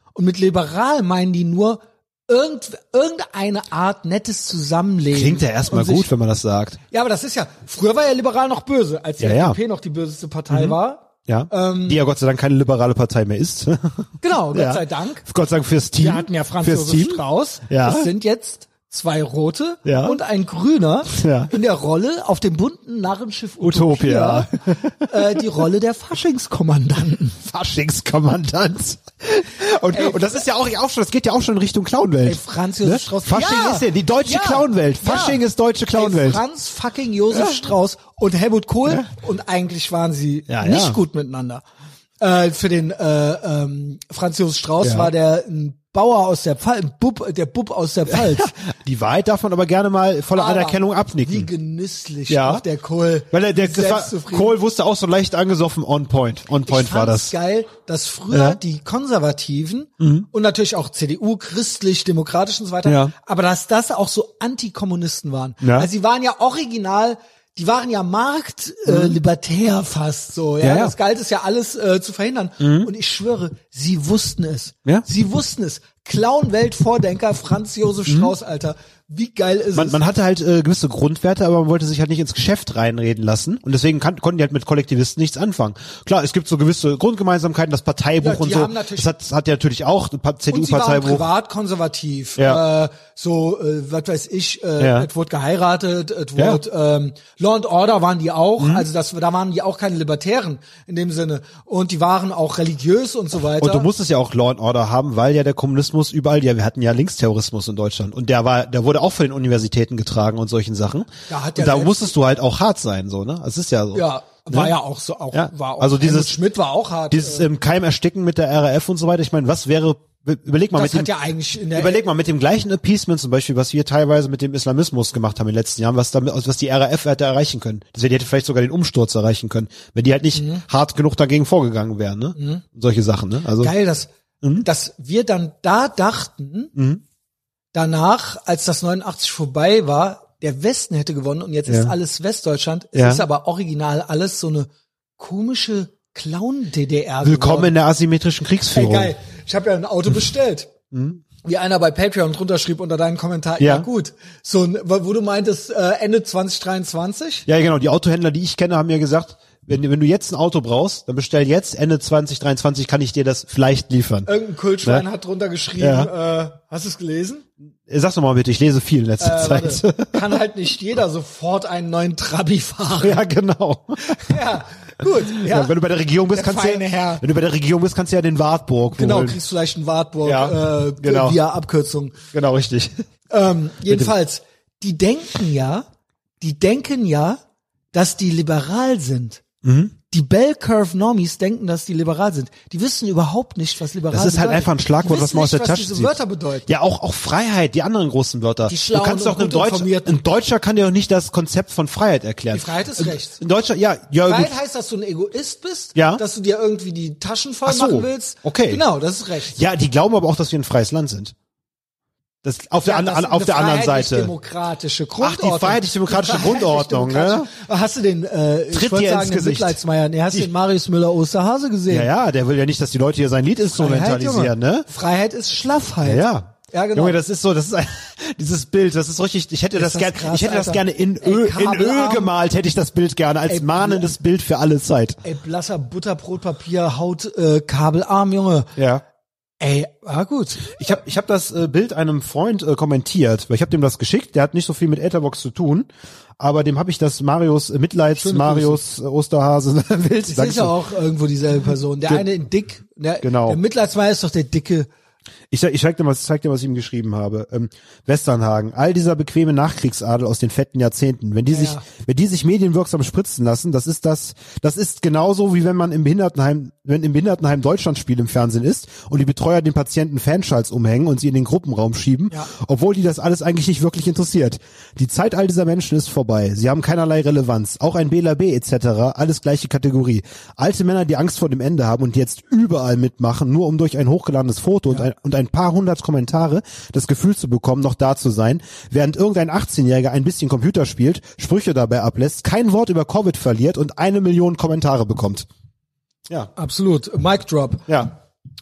Und mit liberal meinen die nur irgend, irgendeine Art nettes Zusammenleben. Klingt ja erstmal und sich- gut, wenn man das sagt. Ja, aber das ist ja, früher war ja liberal noch böse, als die Ja, ja. F D P noch die böseste Partei war. Ja. Ähm, die ja Gott sei Dank keine liberale Partei mehr ist. Genau, Gott Ja. sei Dank. Gott sei Dank fürs Team. Wir hatten ja Franz fürs Josef Team. Strauß. Ja. Es sind jetzt zwei Rote Ja. und ein Grüner Ja. in der Rolle auf dem bunten Narrenschiff Utopia. Utopia, äh, die Rolle der Faschingskommandanten. Faschingskommandant. Und, und das ist ja auch, auch schon, das geht ja auch schon in Richtung Clownwelt. Ey, Franz Josef Ne? Strauß. Fasching Ja. ist ja die deutsche Ja. Clownwelt. Fasching Ja. ist deutsche Clownwelt. Ey, Franz fucking Josef Strauß und Helmut Kohl Ja. und eigentlich waren sie Ja, nicht ja. gut miteinander. Äh, für den äh, ähm, Franz Josef Strauß Ja. war der ein Bauer aus der Pfalz, ein Bub, der Bub aus der Pfalz. Die Wahrheit darf man aber gerne mal voller Aber Anerkennung Wie abnicken. genüsslich Ja. auch der Kohl. Weil der, der das war, selbstzufrieden. Kohl wusste auch so leicht angesoffen, on point. On point Ich war fand's das. geil, dass früher Ja. die Konservativen und natürlich auch C D U, christlich, demokratisch und so weiter, Ja. aber dass das auch so Antikommunisten waren. Ja. Also sie waren ja original, die waren ja markt äh, libertär fast so. Ja, Ja, ja. das galt es ja alles äh, zu verhindern. Und ich schwöre, sie wussten es. Ja. Sie wussten es. Clown-Welt-Vordenker Franz Josef Strauß, Alter. Wie geil ist Man, es? man hatte halt äh, gewisse Grundwerte, aber man wollte sich halt nicht ins Geschäft reinreden lassen. Und deswegen kann, konnten die halt mit Kollektivisten nichts anfangen. Klar, es gibt so gewisse Grundgemeinsamkeiten, das Parteibuch Ja, die und so. haben natürlich- Das hat, das hat ja natürlich auch, Und das sie waren C D U-Parteibuch. privat konservativ. Ja. Äh, so, äh, was weiß ich, äh, Ja. es wurde geheiratet, es Ja. Mhm. wurde, ähm, Law and Order waren die auch, also das, da waren die auch keine Libertären in dem Sinne. Und die waren auch religiös und so weiter. Und du musstest ja auch Law and Order haben, weil ja der Kommunismus überall, ja, wir hatten ja Linksterrorismus in Deutschland. Und der war, der wurde auch von den Universitäten getragen und solchen Sachen. Da hat ja und da selbst- musstest du halt auch hart sein, so, ne? Das ist ja so. ja, war Ne? ja auch so, auch, Ja. war auch, Also dieses- Helmut Schmidt war auch hart. Dieses äh, ähm, Keim ersticken mit der R A F und so weiter. Ich meine, was wäre, überleg mal das mit hat dem, ja eigentlich in der, überleg mal mit dem gleichen Appeasement zum Beispiel, was wir teilweise mit dem Islamismus gemacht haben in den letzten Jahren, was damit, was die R A F hätte erreichen können. Das hätte vielleicht sogar den Umsturz erreichen können, wenn die halt nicht Mhm. hart genug dagegen vorgegangen wären, ne? Mhm. Solche Sachen, ne? Also, geil, dass, Mhm. dass wir dann da dachten, danach, als das neunundachtzig vorbei war, der Westen hätte gewonnen und jetzt Ja. ist alles Westdeutschland. Es Ja. ist aber original alles so eine komische Clown-D D R willkommen geworden. in der asymmetrischen Ey, Kriegsführung. geil. Ich habe ja ein Auto bestellt. Wie einer bei Patreon drunter schrieb unter deinen Kommentar, ja, Ja. gut. So ein, wo du meintest, äh, Ende zwanzig dreiundzwanzig. Ja, genau. Die Autohändler, die ich kenne, haben mir gesagt, wenn, wenn du jetzt ein Auto brauchst, dann bestell jetzt, Ende zwanzig dreiundzwanzig kann ich dir das vielleicht liefern. Irgendein Kultschwein Ne? hat drunter geschrieben, äh, hast du es gelesen? Sag's doch mal bitte, ich lese viel in letzter Äh, Zeit. warte. Kann halt nicht jeder sofort einen neuen Trabi fahren. Ja, genau. Ja, gut. Ja. Ja, wenn du bei der Regierung bist, Der kannst du feine ja, Herr. wenn du bei der Regierung bist, kannst du ja den Wartburg Genau, holen. kriegst vielleicht einen Wartburg Ja, äh, genau. via Abkürzung. Genau, richtig. Ähm, jedenfalls, die denken ja, die denken ja, dass die liberal sind. Mhm. Die Bell Curve Normies denken, dass die liberal sind. Die wissen überhaupt nicht, was liberal Das ist halt bedeutet. einfach ein Schlagwort, Die was man aus wissen der nicht, Tasche was diese zieht. Wörter bedeuten. Ja, auch auch Freiheit, die anderen großen Wörter. Die Schlauen du kannst und doch einem gut Deutscher, Informierten. ein Deutscher kann dir doch nicht das Konzept von Freiheit erklären. Die Freiheit ist Recht. Ein Deutscher, ja, ja Freiheit gut. heißt, dass du ein Egoist bist, Ja. dass du dir irgendwie die Taschen voll Ach so, machen willst. okay. Genau, das ist Recht. Ja, die glauben aber auch, dass wir ein freies Land sind. Das auf der, Ja, an, das an, ist auf eine der anderen Seite. freiheitlich-demokratische Ach, Grundordnung. die freiheitlich-demokratische Grundordnung, ne? Hast du den, äh, ich Tritt wollte dir sagen, ins den Gesicht. Mitleidsmeier, nee, hast du den Marius Müller-Osterhase gesehen? Ja, ja, der will ja nicht, dass die Leute hier sein Lied instrumentalisieren, ne? Freiheit ist Schlaffheit. Ja. Ja, genau. Junge, das ist so, das ist ein, dieses Bild, das ist richtig, ich hätte Ist das, das gerne, krass, ich hätte das Alter. gerne in Ey, Öl, in Kabelarm. Öl gemalt, hätte ich das Bild gerne, als Ey, mahnendes Bild für alle Zeit. Ey, blasser Butterbrotpapier, Haut, äh, Kabelarm, Junge. Ja. Ey, ah gut. Ich habe ich hab das äh, Bild einem Freund äh, kommentiert, weil ich habe dem das geschickt, der hat nicht so viel mit Etherbox zu tun, aber dem habe ich das Marius, äh, Mitleids, Schöne Marius äh, Osterhase Bild. Das ist ja auch irgendwo dieselbe Person. Der eine in dick, der, Genau. der Mitleidsmeier ist doch der dicke. Ich, ich zeig dir mal, zeig dir, was ich ihm geschrieben habe. Ähm, Westernhagen, all dieser bequeme Nachkriegsadel aus den fetten Jahrzehnten, wenn die Ja, sich, ja. wenn die sich medienwirksam spritzen lassen, das ist das, das ist genauso wie wenn man im Behindertenheim, wenn im Behindertenheim Deutschlandspiel im Fernsehen ist und die Betreuer den Patienten Fanschals umhängen und sie in den Gruppenraum schieben, Ja. obwohl die das alles eigentlich nicht wirklich interessiert. Die Zeit all dieser Menschen ist vorbei. Sie haben keinerlei Relevanz. Auch ein B L A B et cetera, alles gleiche Kategorie. Alte Männer, die Angst vor dem Ende haben und jetzt überall mitmachen, nur um durch ein hochgeladenes Foto und, ein, und ein paar hundert Kommentare das Gefühl zu bekommen, noch da zu sein, während irgendein achtzehnjähriger ein bisschen Computer spielt, Sprüche dabei ablässt, kein Wort über Covid verliert und eine Million Kommentare bekommt. Ja. Absolut. Mic drop. Ja.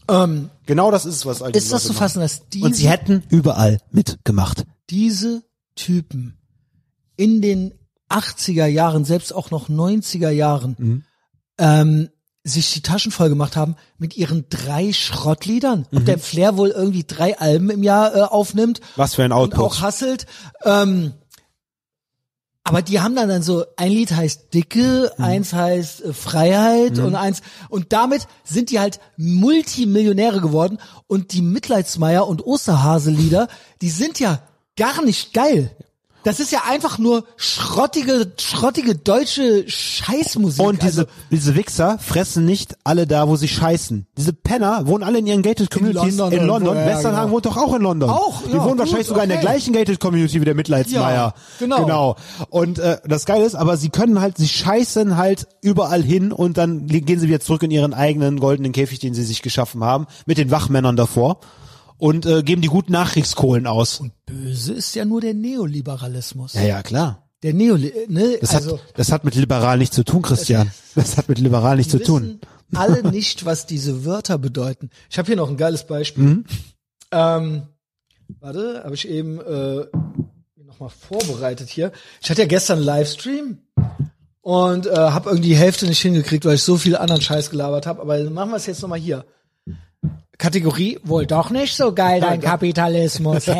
Ähm, Genau das ist es, was all diese ist das Leute zu fassen, dass machen. Und sie diese, hätten überall mitgemacht. diese Typen in den achtziger Jahren, selbst auch noch neunziger Jahren, Mhm. ähm, sich die Taschen voll gemacht haben mit ihren drei Schrottliedern. Ob der Flair wohl irgendwie drei Alben im Jahr äh, aufnimmt Was für ein und Output. auch hasselt. Ähm, aber die haben dann, dann so, ein Lied heißt Dicke, Mhm. eins heißt äh, Freiheit und eins, und damit sind die halt Multimillionäre geworden, und die Mitleidsmeier und Osterhase-Lieder, die sind ja gar nicht geil. Das ist ja einfach nur schrottige, schrottige deutsche Scheißmusik. Und diese, also, diese Wichser fressen nicht alle da, wo sie scheißen. Diese Penner wohnen alle in ihren Gated Communities in London London. irgendwo, ja, Westernhagen genau. wohnt doch auch in London. Auch, Die ja, wohnen gut, wahrscheinlich sogar in der okay. gleichen Gated Community wie der Mitleidsmeier. Ja, genau. Genau. Und äh, das Geile ist, aber sie können halt, sie scheißen halt überall hin und dann gehen sie wieder zurück in ihren eigenen goldenen Käfig, den sie sich geschaffen haben, mit den Wachmännern davor. Und äh, geben die guten Nachkriegskohlen aus. böse ist ja nur der Neoliberalismus. Ja, ja, klar. Der Neoli, ne, Das, also, hat, das hat mit liberal nichts zu tun, Christian. Das hat mit liberal nichts zu die tun. wissen alle nicht, was diese Wörter bedeuten. Ich habe hier noch ein geiles Beispiel. Mhm. Ähm, warte, habe ich eben äh, nochmal vorbereitet hier. Ich hatte ja gestern einen Livestream und äh, habe irgendwie die Hälfte nicht hingekriegt, weil ich so viel anderen Scheiß gelabert habe. Aber machen wir es jetzt nochmal hier. Kategorie, wohl doch nicht so geil, dein Kapitalismus.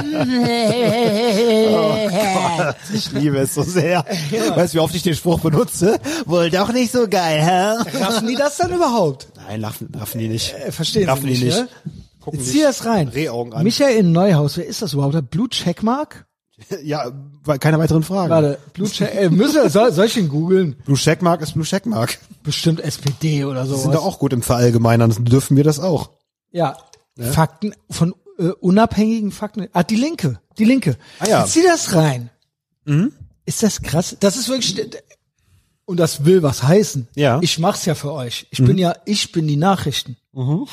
Hä? Ich liebe es so sehr. Weißt du, wie oft ich den Spruch benutze? Wohl doch nicht so geil, hä? Raffen die das dann überhaupt? Nein, raffen, raffen die nicht. Äh, verstehen Raffen sie nicht, die nicht. ne? Gucken Jetzt sich zieh das rein. Rehaugen an. Michael Neuhaus, wer ist das überhaupt? Hat Blue Checkmark? Ja, weil keine weiteren Fragen. Warte, Blue Check, äh, müssen, soll, soll ich ihn googeln? Blue Checkmark ist Blue Checkmark. Bestimmt S P D oder Die sind sowas. doch auch gut im Verallgemeinern. Dann dürfen wir das auch. Ja, Fakten von äh, unabhängigen Fakten. Ah, die Linke, die Linke. Ah, ja. Jetzt zieh das rein. Mhm. Ist das krass? Das ist wirklich, und das will was heißen. Ja. Ich mach's ja für euch. Ich bin ja, ich bin die Nachrichten. Mhm.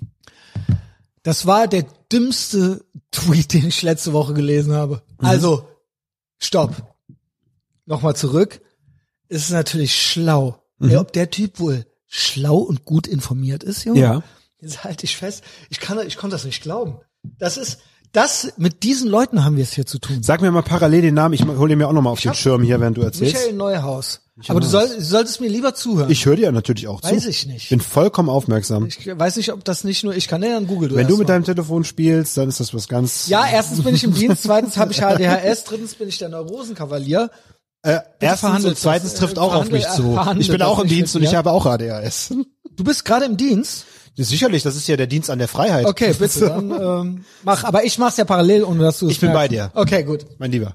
Das war der dümmste Tweet, den ich letzte Woche gelesen habe. Mhm. Also, stopp. Nochmal zurück. Es ist natürlich schlau. Mhm. Ey, ob der Typ wohl schlau und gut informiert ist, Junge? Ja. Jetzt halte ich fest. Ich kann, ich konnte das nicht glauben. Das ist, das, mit diesen Leuten haben wir es hier zu tun. Sag mir mal parallel den Namen. Ich hole den mir auch nochmal auf den hab- Schirm hier, während du erzählst. Michael Neuhaus. Aber du, soll, du solltest mir lieber zuhören. Ich höre dir natürlich auch zu. Weiß ich nicht. Ich bin vollkommen aufmerksam. Ich weiß nicht, ob das nicht nur ich kann. Nee, dann google du Wenn erst du mit mal. deinem Telefon spielst, dann ist das was ganz... Ja, erstens bin ich im Dienst, zweitens habe ich H D H S, drittens bin ich der Neurosenkavalier. Äh, erstens verhandelt und zweitens das, trifft äh, auch auf mich verhandelt- zu. verhandelt Ich bin das auch im nicht Dienst mit und ich mir. habe auch A D H S. Du bist gerade im Dienst? Ja, sicherlich, das ist ja der Dienst an der Freiheit. Okay, bitte, dann ähm, mach. Aber ich mach's ja parallel, ohne dass du es Ich bin merkst. bei dir. Okay, gut. Mein Lieber.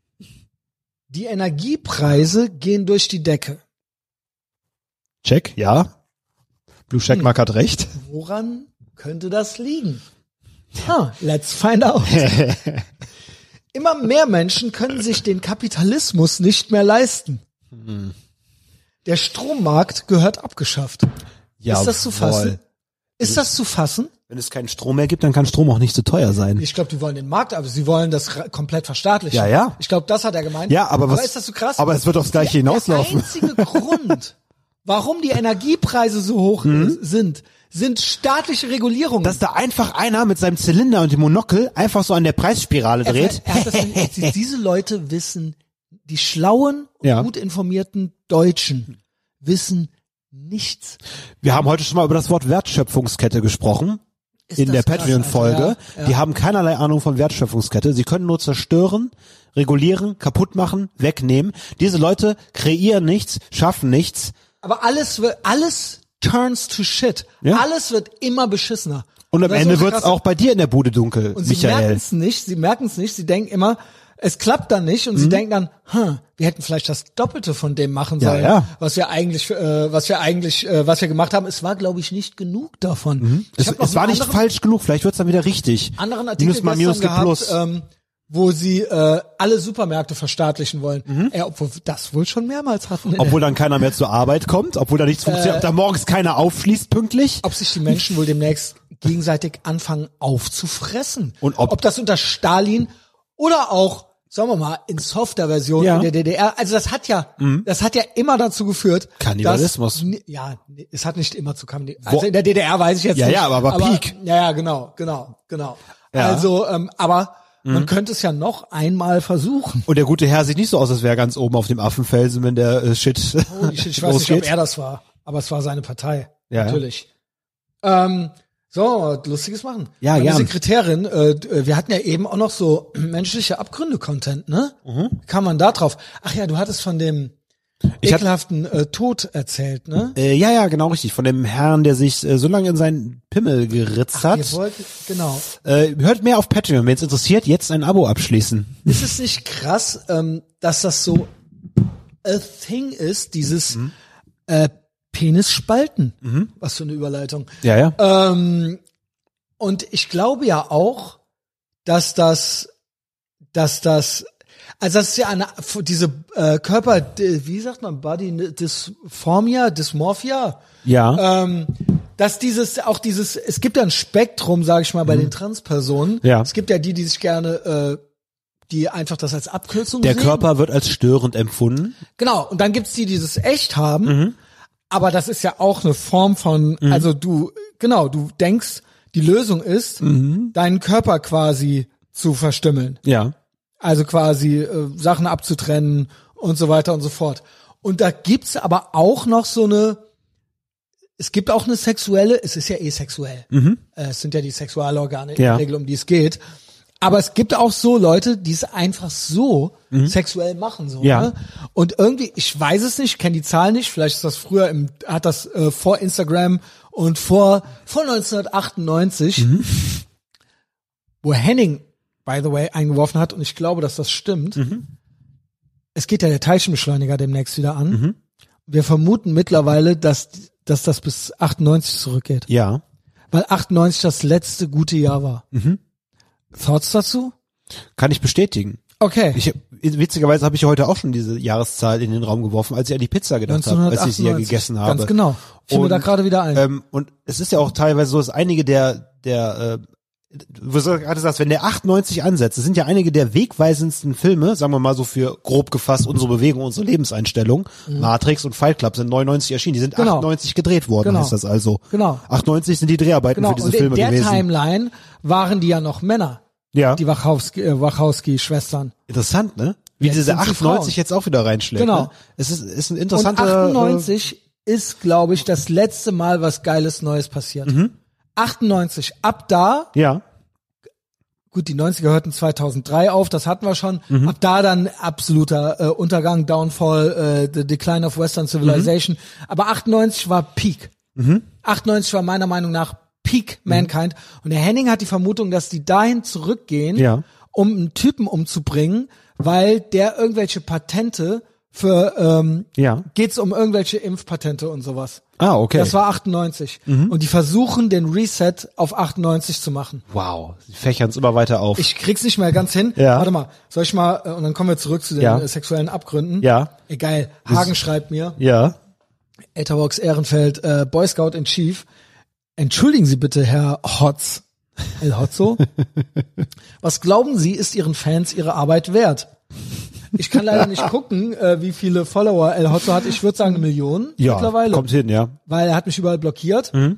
Die Energiepreise gehen durch die Decke. Check, ja. Blue Checkmark hat recht. Woran könnte das liegen? Ah, let's find out. Immer mehr Menschen können sich den Kapitalismus nicht mehr leisten. Der Strommarkt gehört abgeschafft. Ist das zu fassen? Ist das zu fassen? Wenn es keinen Strom mehr gibt, dann kann Strom auch nicht so teuer sein. Ich glaube, die wollen den Markt, aber sie wollen das ra- komplett verstaatlichen. Ja, ja. Ich glaube, das hat er gemeint. Ja, aber was- ist das so krass? aber es wird aufs Gleiche hinauslaufen. Der einzige Grund, warum die Energiepreise so hoch Mhm. äh, sind, sind staatliche Regulierungen. Dass da einfach einer mit seinem Zylinder und dem Monokel einfach so an der Preisspirale Er- dreht. er hat das nicht- die- diese Leute wissen, die schlauen und Ja. gut informierten Deutschen wissen nichts. Wir haben heute schon mal über das Wort Wertschöpfungskette gesprochen. Ist in das der krass, Patreon-Folge. Alter, ja, ja. Die haben keinerlei Ahnung von Wertschöpfungskette. Sie können nur zerstören, regulieren, kaputt machen, wegnehmen. Diese Leute kreieren nichts, schaffen nichts. Aber alles wird, alles turns to shit. Ja. Alles wird immer beschissener. Und am das ist Ende so wird's krass. auch bei dir in der Bude dunkel, Und sie merken Michael. es nicht, sie merken es nicht, sie denken immer, es klappt dann nicht und sie denken dann, hm, wir hätten vielleicht das Doppelte von dem machen Ja, sollen, ja. was wir eigentlich, äh, was wir eigentlich, äh, was wir gemacht haben. Es war, glaube ich, nicht genug davon. Ich Es, hab noch es war einen nicht anderen, falsch genug, vielleicht wird's dann wieder richtig. anderen Artikel Minus mal Minus gestern gibt Plus. gehabt, ähm, wo sie äh, alle Supermärkte verstaatlichen wollen. Mhm. Äh, obwohl wir das wohl schon mehrmals hatten. Obwohl dann keiner mehr zur Arbeit kommt, obwohl da nichts funktioniert, ob da morgens keiner aufschließt pünktlich. Ob sich die Menschen wohl demnächst gegenseitig anfangen aufzufressen. Und ob- ob das unter Stalin oder auch sagen wir mal, in softer Version Ja. in der D D R. Also das hat ja, mhm. das hat ja immer dazu geführt, Kannibalismus. Dass, ja, es hat nicht immer zu Kannibalismus. Also in der D D R weiß ich jetzt ja, nicht. Ja, ja, aber, aber Peak. Ja, ja, genau, genau, genau. Ja. Also, ähm, aber mhm. man könnte es ja noch einmal versuchen. Und der gute Herr sieht nicht so aus, als wäre er ganz oben auf dem Affenfelsen, wenn der äh, Shit Oh, die Shit. Ich weiß nicht, ob er das war, aber es war seine Partei. Ja, natürlich. Ja. Ähm, so, Lustiges machen. Ja, Meine gern. Sekretärin, äh, wir hatten ja eben auch noch so menschliche Abgründe-Content, ne? Mhm. Wie kam man da drauf? Ach ja, du hattest von dem ich ekelhaften äh, Tod erzählt, ne? Äh, ja, ja, genau richtig. Von dem Herrn, der sich äh, so lange in seinen Pimmel geritzt Ach, hat. ihr wollt, genau. Äh, hört mehr auf Patreon, wenn es interessiert, jetzt ein Abo abschließen. Ist es nicht krass, ähm, dass das so a thing ist, dieses mhm. äh, Penis spalten? Mhm. Was für eine Überleitung. Ja, ja. Ähm, und ich glaube ja auch, dass das, dass das, also das ist ja eine, diese äh, Körper, wie sagt man, Body Dysmorphia, Dysmorphia. Ja. Ähm, dass dieses, auch dieses, es gibt ja ein Spektrum, sage ich mal, bei mhm. den Transpersonen. Ja. Es gibt ja die, die sich gerne, äh, die einfach das als Abkürzung Der sehen. Körper wird als störend empfunden. Genau. Und dann gibt's die, die das echt haben. Mhm. Aber das ist ja auch eine Form von, mhm. also du, genau, du denkst, die Lösung ist, mhm. deinen Körper quasi zu verstümmeln. Ja. Also quasi äh, Sachen abzutrennen und so weiter und so fort. Und da gibt's aber auch noch so eine, es gibt auch eine sexuelle, es ist ja eh sexuell. Mhm. Äh, es sind ja die Sexualorgane in ja. der Regel, um die es geht. Aber es gibt auch so Leute, die es einfach so mhm. sexuell machen, so. Ja. Ne? Und irgendwie, ich weiß es nicht, kenne die Zahl nicht. Vielleicht ist das früher im, hat das äh, vor Instagram und vor vor neunzehnhundertachtundneunzig, mhm. wo Henning, by the way, eingeworfen hat. Und ich glaube, dass das stimmt. Mhm. Es geht ja der Teilchenbeschleuniger demnächst wieder an. Mhm. Wir vermuten mittlerweile, dass dass das bis achtundneunzig zurückgeht. Ja. Weil achtundneunzig das letzte gute Jahr war. Mhm. Thoughts dazu? Kann ich bestätigen. Okay. Ich, witzigerweise habe ich heute auch schon diese Jahreszahl in den Raum geworfen, als ich an die Pizza gedacht habe, als ich sie ja gegessen habe. Ganz genau. Ich mir da gerade wieder ein. Ähm, und es ist ja auch teilweise so, dass einige der, der, äh, du gerade sagst, wenn der achtundneunzig ansetzt, das sind ja einige der wegweisendsten Filme, sagen wir mal so für grob gefasst unsere Bewegung, unsere Lebenseinstellung. Mhm. Matrix und Fight Club sind neunundneunzig erschienen, die sind genau. achtundneunzig gedreht worden, genau. heißt das also. Genau. achtundneunzig sind die Dreharbeiten genau. für diese und Filme gewesen. gewesen. In der Timeline waren die ja noch Männer. Ja. Die Wachowski, äh, Wachowski-Schwestern. Interessant, ne? Wie jetzt diese achtundneunzig jetzt auch wieder reinschlägt. Genau. Ne? Es ist, ist ein interessanter. Und achtundneunzig äh, ist, glaube ich, das letzte Mal, was Geiles Neues passiert. Mhm. achtundneunzig, ab da. Ja. Gut, die neunziger hörten zweitausenddrei auf, das hatten wir schon. Mhm. Ab da dann absoluter äh, Untergang, Downfall, äh, the Decline of Western Civilization. Mhm. Aber achtundneunzig war Peak. Mhm. achtundneunzig war meiner Meinung nach Peak Mankind. Mhm. Und der Henning hat die Vermutung, dass die dahin zurückgehen, ja. um einen Typen umzubringen, weil der irgendwelche Patente für, ähm, ja. geht's um irgendwelche Impfpatente und sowas. Ah, okay. Das war achtundneunzig. Mhm. Und die versuchen, den Reset auf achtundneunzig zu machen. Wow, sie fächern's immer weiter auf. Ich krieg's nicht mehr ganz hin. Ja. Warte mal, soll ich mal, und dann kommen wir zurück zu den ja. äh, sexuellen Abgründen. Ja. Egal, Hagen das, schreibt mir. Ja. Etherbox Ehrenfeld, äh, Boy Scout in Chief. Entschuldigen Sie bitte, Herr Hotz, El Hotzo. Was glauben Sie, ist Ihren Fans Ihre Arbeit wert? Ich kann leider nicht gucken, äh, wie viele Follower El Hotzo hat. Ich würde sagen, eine Million ja, mittlerweile. Kommt hin, ja. Weil er hat mich überall blockiert. Mhm.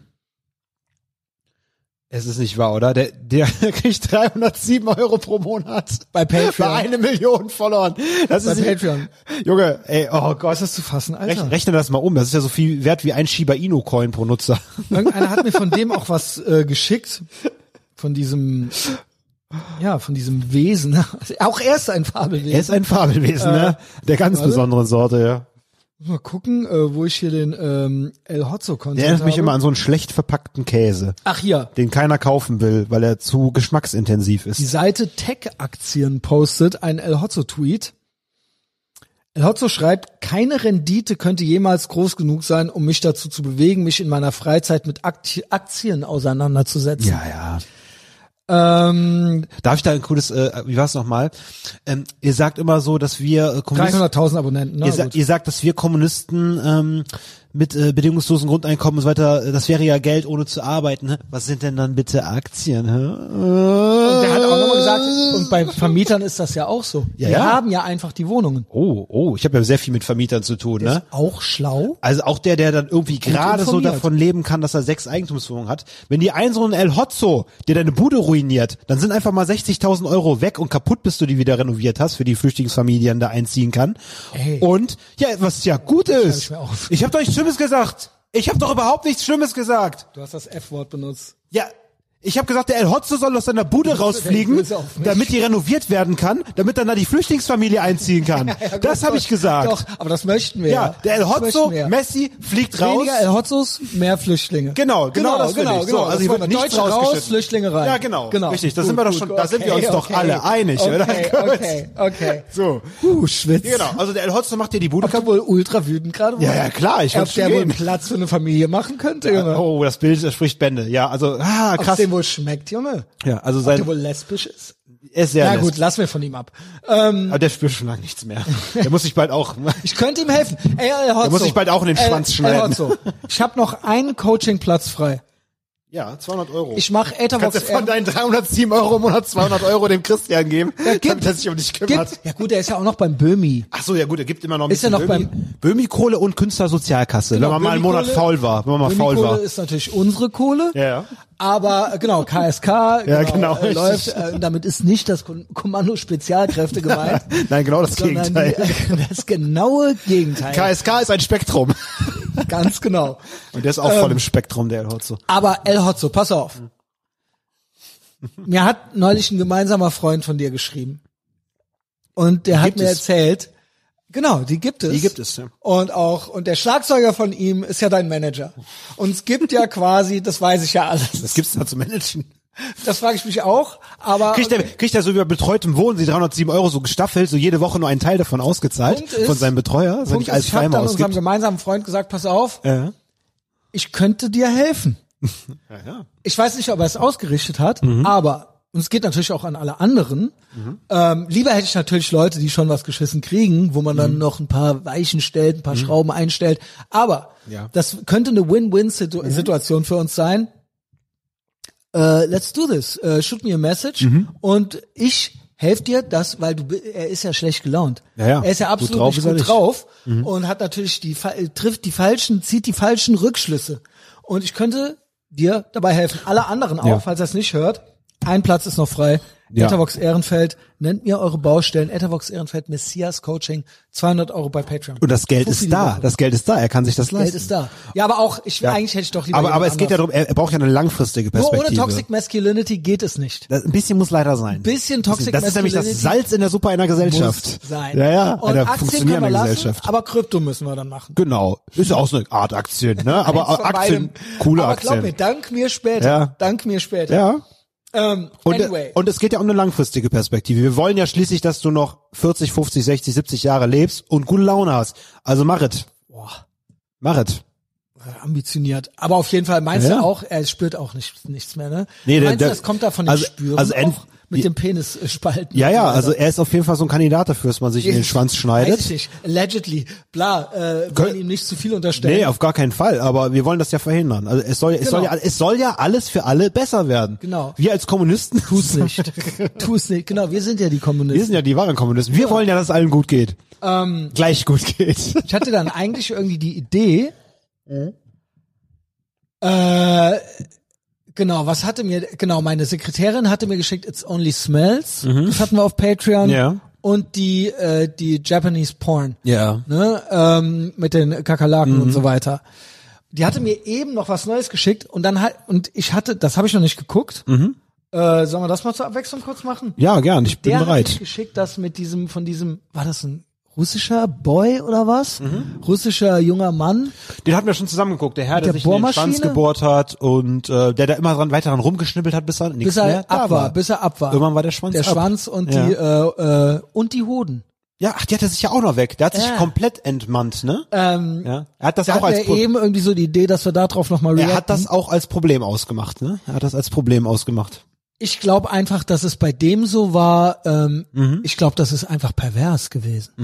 Es ist nicht wahr, oder? Der, der kriegt dreihundertsieben Euro pro Monat. Bei Patreon. Bei eine Million Followern. Das Bei ist Patreon. Junge, ey, oh Gott. Was ist das zu fassen, Alter? Rechne, rechne das mal um. Das ist ja so viel wert wie ein Shiba Inu Coin pro Nutzer. Irgendeiner hat mir von dem auch was äh, geschickt. Von diesem, ja, von diesem Wesen. Auch er ist ein Fabelwesen. Er ist ein Fabelwesen, äh, ne? Der ganz warte. besonderen Sorte, ja. Mal gucken, äh, wo ich hier den ähm, El Hotzo-Content Der erinnert mich habe. immer an so einen schlecht verpackten Käse. Ach hier. Den keiner kaufen will, weil er zu geschmacksintensiv ist. Die Seite Tech-Aktien postet einen El Hotzo-Tweet. El Hotzo schreibt, keine Rendite könnte jemals groß genug sein, um mich dazu zu bewegen, mich in meiner Freizeit mit Aktien auseinanderzusetzen. Ja, ja. Ähm, Darf ich da ein cooles, äh, wie war's nochmal? Ähm, ihr sagt immer so, dass wir äh, Kommunisten... dreihunderttausend Abonnenten, ne? Ihr, sa- ihr sagt, dass wir Kommunisten ähm, mit äh, bedingungslosen Grundeinkommen und so weiter, das wäre ja Geld ohne zu arbeiten. Ne? Was sind denn dann bitte Aktien? Hä? Und der hat auch nochmal gesagt, und bei Vermietern ist das ja auch so. Ja, die ja. haben ja einfach die Wohnungen. Oh, oh, ich habe ja sehr viel mit Vermietern zu tun, Der ne? ist auch schlau. Also auch der, der dann irgendwie gerade so informiert. davon leben kann, dass er sechs Eigentumswohnungen hat. Wenn die ein so ein El Hotzo, der deine Bude ruiniert, dann sind einfach mal sechzigtausend Euro weg und kaputt, bis du die wieder renoviert hast, für die Flüchtlingsfamilien da einziehen kann. Ey. Und ja, was ja gut ist. ich mir auf. Ich habe doch nichts Schlimmes gesagt. Ich habe doch überhaupt nichts Schlimmes gesagt. Du hast das F-Wort benutzt. Ja, ich habe gesagt, der El Hotzo soll aus seiner Bude rausfliegen, böse auf mich. damit die renoviert werden kann, damit dann da die Flüchtlingsfamilie einziehen kann. Ja, gut, das habe ich gesagt. Doch, aber das möchten wir. Ja, der El Das Hotzo, möchten wir. Messi fliegt raus. Weniger El Hotzos, mehr Flüchtlinge. Genau, genau, das will genau, ich. genau. So, also Das hier wird wollen wir. nichts Deutsche raus, rausgeschnitten. Flüchtlinge rein. Ja, genau, genau. richtig. Da Gut, sind wir doch gut, schon, gut. da sind wir Okay, uns doch okay. alle einig, okay, oder? Okay, okay. So. Uh, schwitzt. Genau, also der El Hotzo macht dir die Bude Ich war wohl ultra wütend gerade. Ja, ja, klar, ich Ob wollte der schon wohl gehen. Platz für eine Familie machen könnte, Junge. Oh, das Bild, das spricht Bände. Ja, also, ah, Ob es krass. dem wohl schmeckt, Junge. Ja, also Ob der sein, wohl lesbisch ist. er ist sehr Na lesbisch. gut, lassen wir von ihm ab. Ähm, Aber der spürt schon lange nichts mehr. Der muss sich bald auch, ich könnte ihm helfen. Ey, El Hotzo. der muss sich bald auch in den El- Schwanz El schneiden. Hotzo. Ich habe noch einen Coachingplatz frei. Ja, zweihundert Euro. Ich mache Etherbox. Kannst du von deinen dreihundertsieben Euro im Monat zweihundert Euro dem Christian geben, gibt- damit er sich um dich kümmert? Gibt, ja gut, der ist ja auch noch beim Böhmi. Ach so, ja gut, er gibt immer noch ein Ist ja bisschen noch Böhmi, Böhmi-Kohle und Künstlersozialkasse, Genau, wenn man mal einen Monat Böhmi-Kohle- faul war, wenn man mal faul Böhmi-Kohle war. ist natürlich unsere Kohle. Ja, ja. Aber äh, genau, K S K Ja, genau, genau, äh, richtig. läuft. Äh, damit ist nicht das Kom- Kommando Spezialkräfte gemeint, Nein, genau das sondern Gegenteil. die, das genaue Gegenteil. K S K ist ein Spektrum. Ganz genau. Und der ist auch voll im Spektrum, der El Hotzo. Aber El Hotzo, pass auf. Mir hat neulich ein gemeinsamer Freund von dir geschrieben. Und der hat Gibt mir es. erzählt, genau, die gibt es. Die gibt es, ja. Und auch, und der Schlagzeuger von ihm ist ja dein Manager. Und es gibt ja quasi, das weiß ich ja alles. Was gibt's da zu managen? Das frage ich mich auch, aber Kriegt er, kriegt er so über betreutem Wohnen die dreihundertsieben Euro so gestaffelt, so jede Woche nur einen Teil davon ausgezahlt Punkt ist- von seinem Betreuer, dass er Punkt nicht ist, alles ich habe zweimal dann unserem ausgibt. gemeinsamen Freund gesagt, pass auf, Ja. ich könnte dir helfen. Ja, ja. Ich weiß nicht, ob er es ausgerichtet hat, Mhm. aber, und es geht natürlich auch an alle anderen, ähm, lieber hätte ich natürlich Leute, die schon was geschissen kriegen, wo man Mhm. dann noch ein paar Weichen stellt, ein paar Schrauben einstellt, aber Ja. das könnte eine Win-Win-Situation für uns sein. Äh, let's do this. Äh, shoot me a message Mhm. und ich helfe dir das, weil du, bi- er ist ja schlecht gelaunt. Ja, ja. Er ist ja Gut absolut drauf nicht ist er gut nicht. drauf und hat natürlich die, fa- trifft die falschen, zieht die falschen Rückschlüsse. Und ich könnte dir dabei helfen. Alle anderen auch, Ja. falls er es nicht hört. Ein Platz ist noch frei. Ja. Ethervox Ehrenfeld, nennt mir eure Baustellen. Ethervox Ehrenfeld, Messias Coaching, zweihundert Euro bei Patreon. Und das Geld So ist viel da. Woche. Das Geld ist da. Er kann sich das leisten. Geld ist da. Ja, aber auch, ich, eigentlich hätte ich doch lieber Aber, aber es jemand geht ja anders. darum, er, er braucht ja eine langfristige Nur Perspektive. ohne Toxic Masculinity geht es nicht. Das, ein bisschen muss leider sein. Bisschen Toxic Das ist nämlich das Masculinity Salz in der Suppe einer Gesellschaft. Muss sein. Ja, ja, Und einer Aktien können wir funktionierenden lassen, Gesellschaft. aber Krypto müssen wir dann machen. Genau. Ist ja auch so eine Art Aktien, ne? Aber Eins von Aktien, beidem. coole aber Aktien. glaub mir, dank mir später. Ja. Dank mir später. Ja. Ähm, Und, anyway. und es geht ja um eine langfristige Perspektive. Wir wollen ja schließlich, dass du noch vierzig, fünfzig, sechzig, siebzig Jahre lebst und gute Laune hast. Also mach es. Boah, Mach es. ambitioniert. Aber auf jeden Fall meinst Ja. du auch, er spürt auch nicht, nichts mehr, ne? Nee, der- meinst der- du, das kommt da von dem also- Spüren also ent- auch mit dem Penis äh, spalten? Ja, ja, und so also weiter? er ist auf jeden Fall so ein Kandidat dafür, dass man sich in den Schwanz schneidet. Weiß ich nicht. Allegedly. Bla, äh, Kön- wollen ihm nicht zu viel unterstellen. Nee, auf gar keinen Fall, aber wir wollen das ja verhindern. Also es soll, es Genau. soll ja, es soll ja alles für alle besser werden. Genau. Wir als Kommunisten, Tu's nicht. Tu's nicht. Genau, wir sind ja die wir Kommunisten. sind ja die wahren Kommunisten. Wir wollen ja, dass es allen gut geht. Ähm, Gleich gut geht. ich hatte dann eigentlich irgendwie die Idee, äh, genau, was hatte mir, genau, meine Sekretärin hatte mir geschickt, It's Only Smells. Das hatten wir auf Patreon. Ja. Und die, äh, die Japanese Porn. Ja. Ne, ähm, mit den Kakerlaken Mhm. und so weiter. Die hatte mir eben noch was Neues geschickt und dann halt, und ich hatte, das habe ich noch nicht geguckt. Mhm. Äh, sollen wir das mal zur Abwechslung kurz machen? Ja, gern, ich bin Der hat bereit. mich geschickt, das mit diesem, von diesem, war das ein russischer Boy oder was? Mhm. Russischer junger Mann. Den hatten wir schon zusammengeguckt. Der Herr, der, der sich in den Bohrmaschine? Schwanz gebohrt hat und äh, der da immer dran, weiter dran rumgeschnippelt hat, bis er nichts Bis er mehr da ab war, bis er ab war. Irgendwann war der Schwanz Der ab. Schwanz und Ja. die, äh, äh, und die Hoden. Ja, ach, die hat er sich ja auch noch weg. Der hat sich Ja. komplett entmannt, ne? Ähm, Ja. Er hat das da auch hatten als wir Pro- eben irgendwie so die Idee, dass wir da drauf nochmal reacten. er hat das auch als Problem ausgemacht, ne? Er hat das als Problem ausgemacht. Ich glaube einfach, dass es bei dem so war, ähm, Mhm. ich glaube, das ist einfach pervers gewesen. Mhm.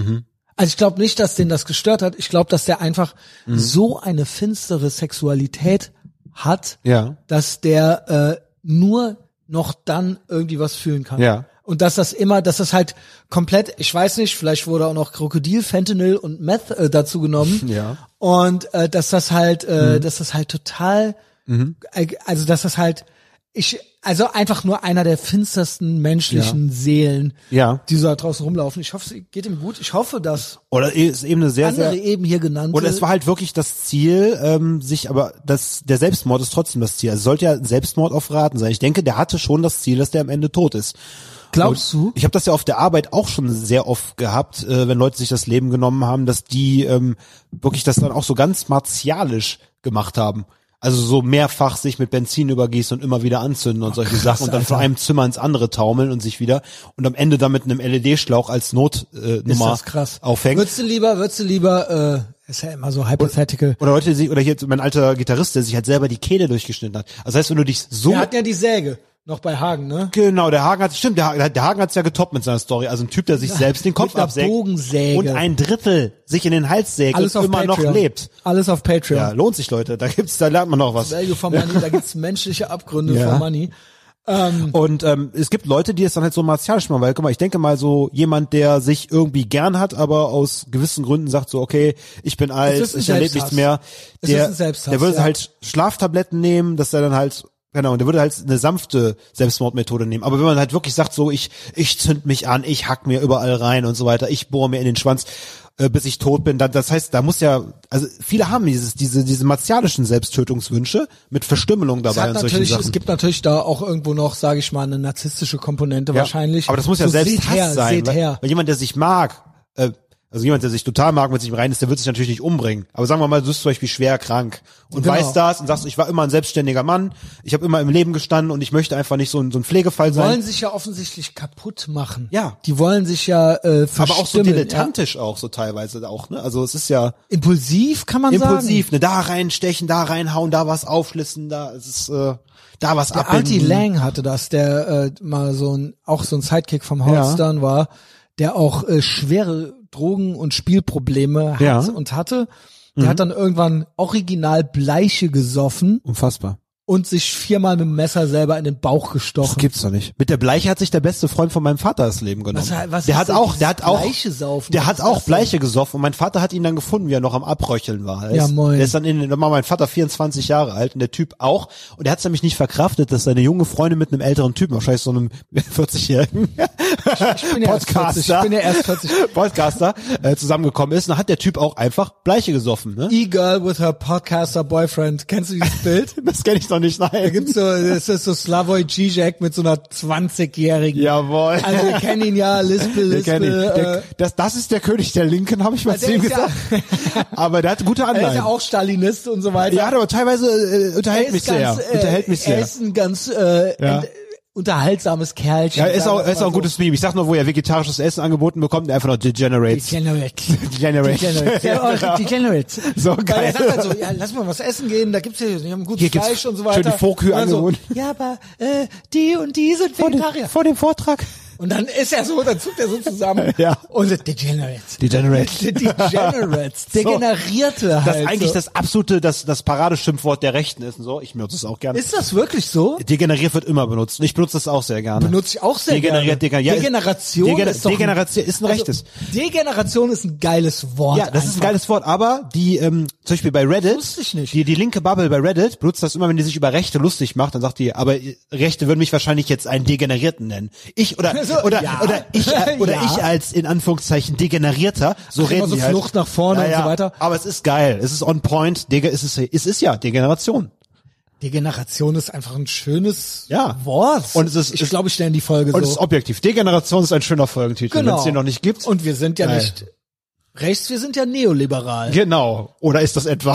Also ich glaube nicht, dass den das gestört hat. Ich glaube, dass der einfach mhm. so eine finstere Sexualität hat, ja. dass der äh, nur noch dann irgendwie was fühlen kann. Ja. Und dass das immer, dass das halt komplett, ich weiß nicht, vielleicht wurde auch noch Krokodil, Fentanyl und Meth äh, dazu genommen. Ja. Und äh, dass das halt, äh, mhm. dass das halt total, mhm. also dass das halt, ich, also einfach nur einer der finstersten menschlichen ja. Seelen, ja. die so da draußen rumlaufen. Ich hoffe, es geht ihm gut. Ich hoffe, dass oder ist eben eine sehr, andere sehr, eben hier genannte. oder es war halt wirklich das Ziel, ähm, sich, aber das, der Selbstmord ist trotzdem das Ziel. Also es sollte ja ein Selbstmord auf Raten sein. Ich denke, der hatte schon das Ziel, dass der am Ende tot ist. Glaubst du? Ich habe das ja auf der Arbeit auch schon sehr oft gehabt, äh, wenn Leute sich das Leben genommen haben, dass die ähm, wirklich das dann auch so ganz martialisch gemacht haben. Also so mehrfach sich mit Benzin übergießen und immer wieder anzünden und oh, solche krass, Sachen und dann Alter. Von einem Zimmer ins andere taumeln und sich wieder und am Ende dann mit einem L E D-Schlauch als Notnummer äh, aufhängen. Würdest du lieber, würdest du lieber, äh, ist ja immer so hypothetical. Oder, oder Leute, die, oder hier mein alter Gitarrist, der sich halt selber die Kehle durchgeschnitten hat. Also das heißt, wenn du dich so... Wir hatten ja die Säge. Noch bei Hagen, ne? Genau, der Hagen hat, stimmt, der Hagen, der Hagen hat's ja getoppt mit seiner Story. Also ein Typ, der sich selbst den Kopf absägt Bogensäge. und ein Drittel sich in den Hals sägt Alles und immer Patreon. noch lebt. Alles auf Patreon. Ja, lohnt sich, Leute. Da gibt's, da lernt man noch was. Value for Money, da gibt's menschliche Abgründe ja. for Money. Ähm, und ähm, es gibt Leute, die es dann halt so martialisch machen, weil guck mal, ich denke mal so jemand, der sich irgendwie gern hat, aber aus gewissen Gründen sagt so, okay, ich bin alt, ich erlebe nichts mehr, der, der würde ja. halt Schlaftabletten nehmen, dass er dann halt Genau, und der würde halt eine sanfte Selbstmordmethode nehmen. Aber wenn man halt wirklich sagt, so ich ich zünd mich an, ich hack mir überall rein und so weiter, ich bohre mir in den Schwanz, äh, bis ich tot bin, dann, das heißt, da muss ja, also viele haben dieses diese diese martialischen Selbsttötungswünsche mit Verstümmelung dabei und solchen Sachen. Es gibt natürlich da auch irgendwo noch, sage ich mal, eine narzisstische Komponente ja, wahrscheinlich. Aber das muss ja so selbst Hass her, sein, weil, her. weil jemand, der sich mag, äh, also jemand, der sich total mag, mit sich rein ist, der wird sich natürlich nicht umbringen. Aber sagen wir mal, du bist zum Beispiel schwer krank und genau. weißt das und sagst, ich war immer ein selbstständiger Mann, ich habe immer im Leben gestanden und ich möchte einfach nicht so ein, so ein Pflegefall sein. Die wollen sich ja offensichtlich kaputt machen. Ja. Die wollen sich ja äh, verstümmeln. Aber auch so dilettantisch ja. auch so teilweise auch, ne? Also es ist ja impulsiv, kann man impulsiv, sagen. Impulsiv, ne? Da reinstechen, da reinhauen, da was aufschlitzen, da es ist äh, da was der Artie Lang hatte das, der äh, mal so ein auch so ein Sidekick vom Howard ja. Stern war, der auch äh, schwere Drogen- und Spielprobleme hat ja. und hatte. Der mhm. hat dann irgendwann original Bleiche gesoffen. Unfassbar. Und sich viermal mit dem Messer selber in den Bauch gestochen. Das gibt's doch nicht. Mit der Bleiche hat sich der beste Freund von meinem Vater das Leben genommen. Was, was der hat auch, der hat auch, Bleiche saufen? der hat auch Bleiche gesoffen und mein Vater hat ihn dann gefunden, wie er noch am Abröcheln war. Der ja, ist, moin. Der ist dann in, da war mein Vater vierundzwanzig Jahre alt und der Typ auch. Und der hat es nämlich nicht verkraftet, dass seine junge Freundin mit einem älteren Typen, wahrscheinlich so einem vierzigjährigen ich, ich bin ja Podcaster, vierzig, ich bin ja erst vierzig. Podcaster, äh, zusammengekommen ist. Und dann hat der Typ auch einfach Bleiche gesoffen, ne? E-Girl with her Podcaster Boyfriend. Kennst du dieses Bild? Das kenne ich noch nicht, nein. Da gibt's so, das ist so Slavoj Žižek mit so einer zwanzigjährigen. Jawohl. Also wir kennen ihn ja, Lispel, Lispel. Der, äh, das, das ist der König der Linken, habe ich mal zu ihm gesagt. Ja, aber der hat gute Anleihen. Er ist ja auch Stalinist und so weiter. Ja, aber teilweise äh, unterhält mich ganz, sehr. Äh, unterhält mich sehr. Er ist ein ganz äh, ja. ent, unterhaltsames Kerlchen. Ja, er ist auch, er ist auch ein gutes Meme. Ich sag nur, wo er vegetarisches Essen angeboten bekommt, einfach noch Degenerates. Degenerates. Degenerates. Degenerates. Ja, Degenerates. So geil. Weil er sagt halt so, ja, lass mal was essen gehen, da gibt's ja, die haben gutes Hier Fleisch und so weiter. Schön die Vorkühe angeboten. So, ja, aber äh, die und die sind Vegetarier. Vor dem Vortrag. Und dann ist er so, dann zuckt er so zusammen. Ja. Und Degenerates. Degenerates. Degenerates. Degenerierte halt. Das ist eigentlich so. das absolute, das, das Paradeschimpfwort der Rechten ist und so. Ich benutze es auch gerne. Ist das wirklich so? Degeneriert wird immer benutzt. Ich benutze das auch sehr gerne. Benutze ich auch sehr Degeneriert, gerne. Degener- Degeneration Degener- ist doch Degeneration ist ein also, rechtes. Degeneration ist ein geiles Wort. Ja, das einfach. ist ein geiles Wort, aber die, ähm, zum Beispiel bei Reddit, wusste ich nicht. Die, die linke Bubble bei Reddit benutzt das immer, wenn die sich über Rechte lustig macht, dann sagt die, aber Rechte würden mich wahrscheinlich jetzt einen Degenerierten nennen. Ich oder, Also, oder, ja. oder ich, oder Ja. ich als, in Anführungszeichen, Degenerierter, so Ach, reden immer so die halt. Flucht nach vorne ja, und ja, so weiter. Aber es ist geil, es ist on point, Dege, es ist, es ist ja Degeneration. Degeneration ist einfach ein schönes Ja. Wort. Und es ist, ich glaube, ich nenne die Folge und so. es ist objektiv. Degeneration ist ein schöner Folgentitel, Genau. wenn es den noch nicht gibt. Und wir sind ja Geil. nicht rechts, wir sind ja neoliberal. Genau. Oder ist das etwa?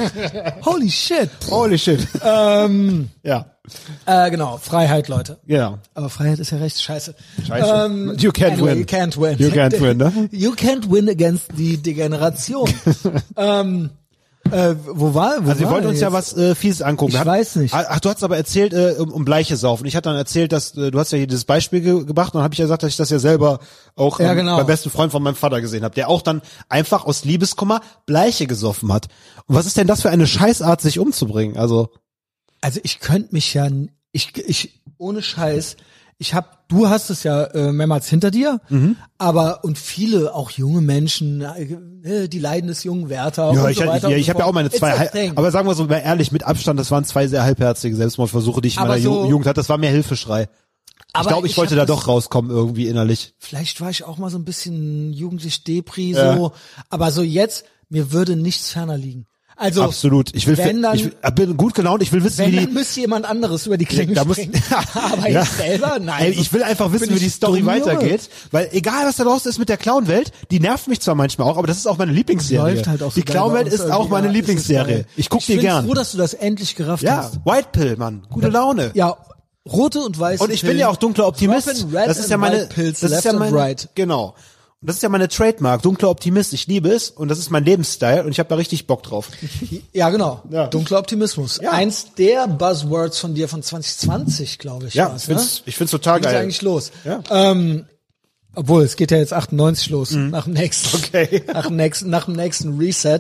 Holy shit. Holy shit. ähm, Ja. äh, genau, Freiheit, Leute. Genau. Aber Freiheit ist ja rechts, scheiße. Scheiße. Ähm, You can't anyway, win. You can't win. You can't win, ne? You can't win against die Degeneration. ähm, Äh, wo war? Wo Also wir war wollten uns jetzt? ja was äh, Fieses angucken. Ich Wir hatten, weiß nicht. Ach, du hast aber erzählt äh, um, um Bleiche saufen. Ich hatte dann erzählt, dass äh, du hast ja hier dieses Beispiel ge gebracht und dann habe ich ja gesagt, dass ich das ja selber auch ähm, Ja, genau. beim besten Freund von meinem Vater gesehen habe, der auch dann einfach aus Liebeskummer Bleiche gesoffen hat. Und was ist denn das für eine Scheißart, sich umzubringen? Also Also ich könnte mich ja, n- ich, ich, ohne Scheiß, ich hab, du hast es ja äh, mehrmals hinter dir, Mhm. aber und viele, auch junge Menschen, äh, die Leiden des jungen Werther ja, und ich, so ja, weiter. ich, und ich so habe ja auch fort. meine It's zwei, a halb- thing. aber sagen wir so mal ehrlich, mit Abstand, das waren zwei sehr halbherzige Selbstmordversuche, die ich in Aber meiner so- Ju Jugend hatte. Das war mehr Hilfeschrei. Ich Aber glaube, ich, ich wollte hab da das- doch rauskommen irgendwie innerlich. Vielleicht war ich auch mal so ein bisschen jugendlich Depri, Ja. so, aber so jetzt, mir würde nichts ferner liegen. Also, Absolut. Ich will, wenn dann, ich will, bin gut gelaunt. Ich will wissen, wenn wie die. dann müsste jemand anderes über die Klänge Da muss- springen. Aber Ja. ich selber, nein. Ey, ich will einfach wissen, Bin wie die ich Story dumm, weitergeht, weil egal was da draußen ist mit der Clown-Welt, die nervt mich zwar manchmal auch, aber das ist auch meine Lieblingsserie. Läuft halt auch so die geil bei Clown-Welt uns ist irgendwie, auch meine ja, es ist Lieblingsserie. geil. Ich guck ich die bin gern. froh, dass du das endlich gerafft Ja, hast. White Pill, Mann, gute Laune. Ja, rote und weiße Und ich bin Pillen. ja auch dunkler Optimist. Dropping red Das ist ja and meine, white pills, das ist left ja and meine, right. genau. Und das ist ja meine Trademark, dunkler Optimist. Ich liebe es und das ist mein Lebensstyle und ich habe da richtig Bock drauf. Ja, genau. Ja. Dunkler Optimismus. Ja. Eins der Buzzwords von dir von zwanzig zwanzig, glaube ich. Ja, war's, ich find's, ne? ich find's total Ging's geil. eigentlich los. Ja. Ähm, obwohl, es geht ja jetzt achtundneunzig los, nach dem nächsten, Okay. nach dem nächsten, nach dem nächsten Reset.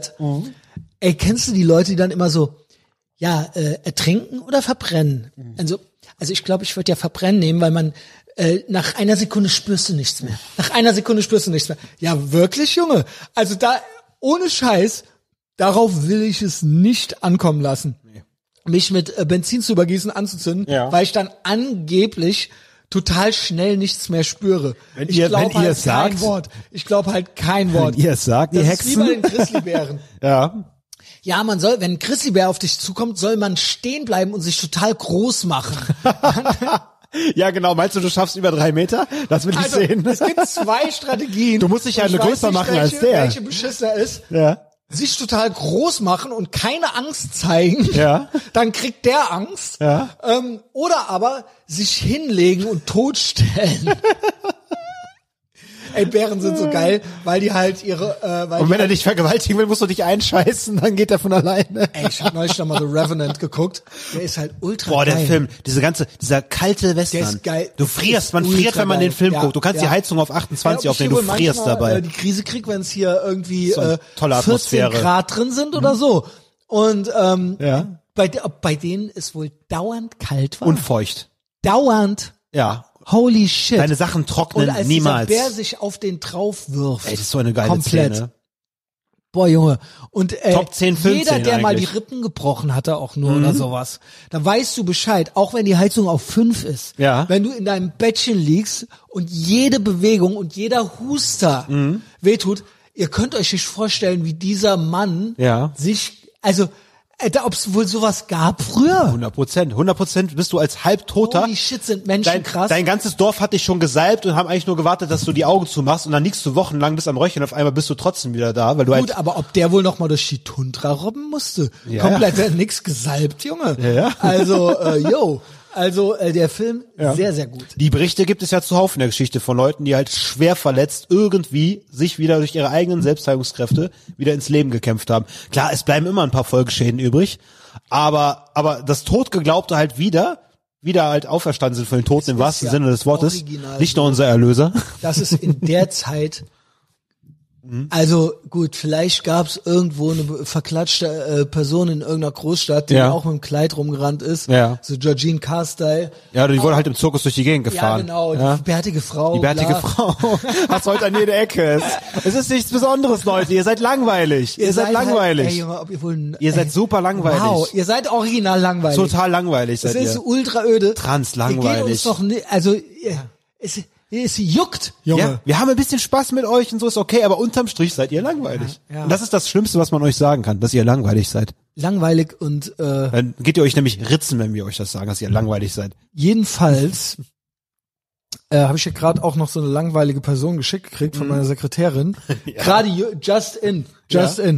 Ey, kennst du die Leute, die dann immer so, ja, äh, ertrinken oder verbrennen? Also, also ich glaube, ich würde ja verbrennen nehmen, weil man äh, nach einer Sekunde spürst du nichts mehr. Nach einer Sekunde spürst du nichts mehr. Ja, wirklich, Junge. Also da, ohne Scheiß, darauf will ich es nicht ankommen lassen. Mich mit äh, Benzin zu übergießen, anzuzünden, Ja. weil ich dann angeblich total schnell nichts mehr spüre. Wenn ich ihr- glaube wenn ihr halt es kein sagt- Wort. Ich glaube halt kein Wort. ihr es sagt, das ihr ist wie bei Hexen. den Grizzlybären. Ja. Ja, man soll, wenn ein Grizzlybär auf dich zukommt, soll man stehen bleiben und sich total groß machen. Ja, genau. Meinst du, du schaffst über drei Meter? Das will ich Also, sehen. es gibt zwei Strategien. Du musst dich ja Und ich eine weiß größer nicht, machen welche, als der. Welche beschissener ist. Ja. Sich total groß machen und keine Angst zeigen, Ja. dann kriegt der Angst. Ja. Ähm, oder aber sich hinlegen und totstellen. Ey, Bären sind so geil, weil die halt ihre, äh, weil Und die wenn er halt, dich vergewaltigen will, musst du dich einscheißen, dann geht er von alleine. ey, ich hab neulich noch mal The Revenant geguckt. Der ist halt ultra Boah, der geil. Film, diese ganze, dieser kalte Western. Der ist geil. Du Das frierst, ist man ultra friert, wenn man geil. den Film Ja, guckt. Du kannst ja. die Heizung auf achtundzwanzig Ja, aufdrehen, ob du ich hier wohl frierst manchmal, dabei. Äh, die Krise krieg, wenn es hier irgendwie So eine äh, tolle vierzehn Atmosphäre. Grad drin sind oder so. Und ähm, Ja. bei, de- bei denen es wohl dauernd kalt war. Und feucht. dauernd. Ja. Holy shit. Deine Sachen trocknen Und als niemals. dieser Bär sich auf den drauf wirft. Ey, das ist so eine geile komplett. Szene. Boah, Junge. Und äh, Top zehn jeder, Filmszenen der mal die eigentlich. Mhm. Rippen gebrochen hatte, auch nur oder sowas, dann weißt du Bescheid, auch wenn die Heizung auf fünf ist. Ja. Wenn du in deinem Bettchen liegst und jede Bewegung und jeder Huster Mhm. wehtut, ihr könnt euch nicht vorstellen, wie dieser Mann Ja. sich, also, ob es wohl sowas gab früher. hundert Prozent. hundert Prozent bist du als Halbtoter. Holy shit, sind Menschen Dein, krass. dein ganzes Dorf hat dich schon gesalbt und haben eigentlich nur gewartet, dass du die Augen zumachst und dann liegst du wochenlang bis am Röcheln und auf einmal bist du trotzdem wieder da, weil du Gut, halt, aber ob der wohl noch mal durch die Tundra robben musste? Ja, Komplett ja. nix gesalbt, Junge. Ja, ja. Also, äh, yo. Also, äh, der Film, Ja. sehr, sehr gut. die Berichte gibt es ja zuhauf in der Geschichte von Leuten, die halt schwer verletzt irgendwie sich wieder durch ihre eigenen Selbstheilungskräfte wieder ins Leben gekämpft haben. Klar, es bleiben immer ein paar Folgeschäden übrig, aber, aber das Totgeglaubte halt wieder, wieder halt auferstanden sind von den Toten im ist wahrsten ja Sinne des Wortes. original Nicht nur unser Erlöser. Das ist in der Zeit, also gut, vielleicht gab's irgendwo eine verklatschte äh, Person in irgendeiner Großstadt, die Ja. auch mit dem Kleid rumgerannt ist. Ja. So Georgine Carr-Style. Ja, die wurde halt im Zirkus durch die Gegend Ja, gefahren. genau, Ja. die bärtige Frau. Die bärtige bla. Frau. Hast heute an jeder Ecke. Es, es ist nichts Besonderes, Leute. Ihr seid langweilig. Ihr, seid, langweilig. Halt, ey, Junge, ob ihr wohl, Ihr ey, seid super langweilig. Wow, ihr seid original langweilig. Total langweilig Es seid ist ihr. ultra öde. Translangweilig. Ihr geht uns doch nicht, also, ja, es, es juckt, Junge. Ja, wir haben ein bisschen Spaß mit euch und so ist okay, aber unterm Strich seid ihr langweilig. Ja, ja. Und das ist das Schlimmste, was man euch sagen kann, dass ihr langweilig seid. Langweilig und, äh, Dann geht ihr euch nämlich ritzen, wenn wir euch das sagen, dass ihr langweilig seid. jedenfalls, äh, habe ich ja gerade auch noch so eine langweilige Person geschickt gekriegt von meiner Sekretärin. Gerade ju- just in, just Ja. in.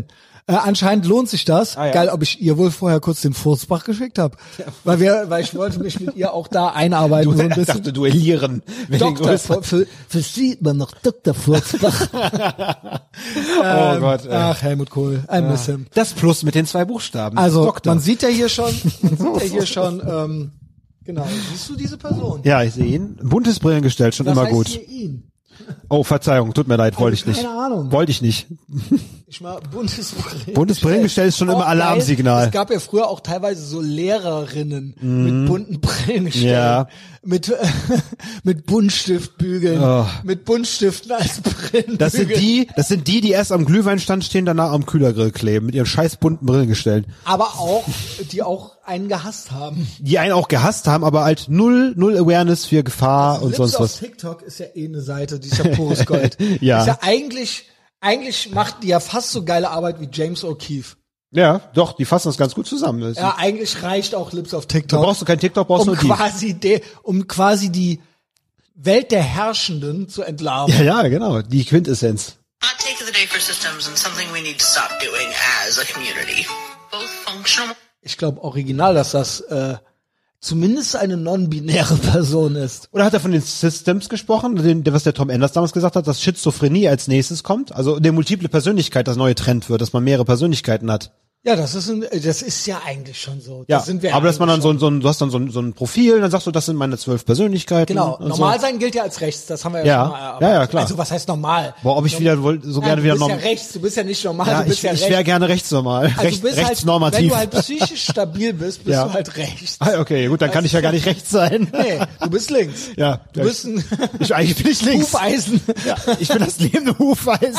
Äh, anscheinend lohnt sich das. Ah, ja. Geil, ob ich ihr wohl vorher kurz den Furzbach geschickt habe. Ja. Weil wir, weil ich wollte mich mit ihr auch da einarbeiten. Du, so ein ich bisschen. dachte, duellieren. Mit den Doktor, größten- für, für sie man noch Doktor Furzbach. Oh Gott. Ey. Ach, Helmut Kohl, ein bisschen. Das Plus mit den zwei Buchstaben. Also, Doktor. man sieht ja hier schon, man sieht ja hier schon, ähm, genau, siehst du diese Person? Ja, ich sehe ihn. Buntes Brillengestell, schon Was immer heißt gut. hier ihn? Oh, Verzeihung, tut mir leid, wollte ich nicht. keine Ahnung. Wollte ich nicht. Ich mal buntes Brillengestell. Buntes Brillengestell ist schon Auch immer geil. Alarmsignal. Es gab ja früher auch teilweise so Lehrerinnen mit bunten Brillengestellen. Ja. Mit, äh, mit Buntstiftbügeln. Oh. Mit Buntstiften als Brillenbügel. Das sind die, das sind die, die erst am Glühweinstand stehen, danach am Kühlergrill kleben, mit ihren scheiß bunten Brillengestellen. Aber auch, die auch einen gehasst haben. Die einen auch gehasst haben, aber halt null, null Awareness für Gefahr und Lips sonst auf was. TikTok ist ja eh eine Seite, die ist ja pures Gold. Ja. Ist ja eigentlich, eigentlich macht die ja fast so geile Arbeit wie James O'Keefe. Ja, doch, die fassen das ganz gut zusammen. Das Ja, eigentlich reicht auch Lips auf Da TikTok. brauchst du kein TikTok, brauchst um nur die. quasi de, um quasi die Welt der Herrschenden zu entlarven. Ja, ja, genau, die Quintessenz. Hot take of the day for systems and something we need to stop doing as a community. Both functional. Ich glaube original, dass das äh, zumindest eine non-binäre Person ist. Oder hat er von den Systems gesprochen, den, der, was der Tom Enders damals gesagt hat, dass Schizophrenie als nächstes kommt? Also der multiple Persönlichkeit, das neue Trend wird, dass man mehrere Persönlichkeiten hat. Ja, das ist ein, das ist ja eigentlich schon so. Ja, das sind wir aber dass man dann eigentlich so, schon. ein- so ein, du hast dann so ein, so ein Profil, dann sagst du, das sind meine zwölf Persönlichkeiten. Genau, und normal so. sein gilt ja als rechts, das haben wir ja, Ja. schon mal erarbeitet. Ja, ja, klar. Also was heißt normal? Boah, ob ich wieder wohl, so Ja, gerne du wieder bist norm- ja rechts, du bist ja nicht normal, Ja, du bist ich, ja ich rechts. wäre gerne rechtsnormal, Also recht, du bist halt, rechtsnormativ. wenn du halt psychisch stabil bist, bist Ja. du halt rechts. Ah, okay, gut, dann kann ich ja gar nicht rechts sein. Nee, du bist links. Ja, Du bist ein ich, eigentlich bin ich links. Hufeisen. Ja, ich bin das lebende Hufeisen.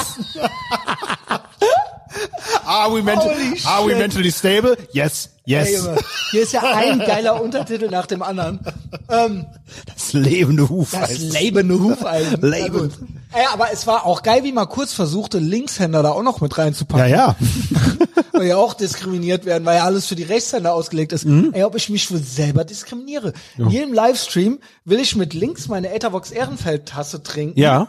Are we, mental, Holy are we shit. mentally stable? Yes, yes. Ey, Junge, hier ist ja ein geiler Untertitel nach dem anderen. Ähm, Das lebende das Hufeisen. lebende Hufeisen. Leben. Ja, gut. Ey, aber es war auch geil, wie man kurz versuchte, Linkshänder da auch noch mit reinzupacken. Ja, ja. Weil ja auch diskriminiert werden, weil ja alles für die Rechtshänder ausgelegt ist. Mhm. Ey, ob ich mich wohl selber diskriminiere. In jedem Livestream will ich mit links meine Ethervox Ehrenfeld-Tasse trinken. Ja.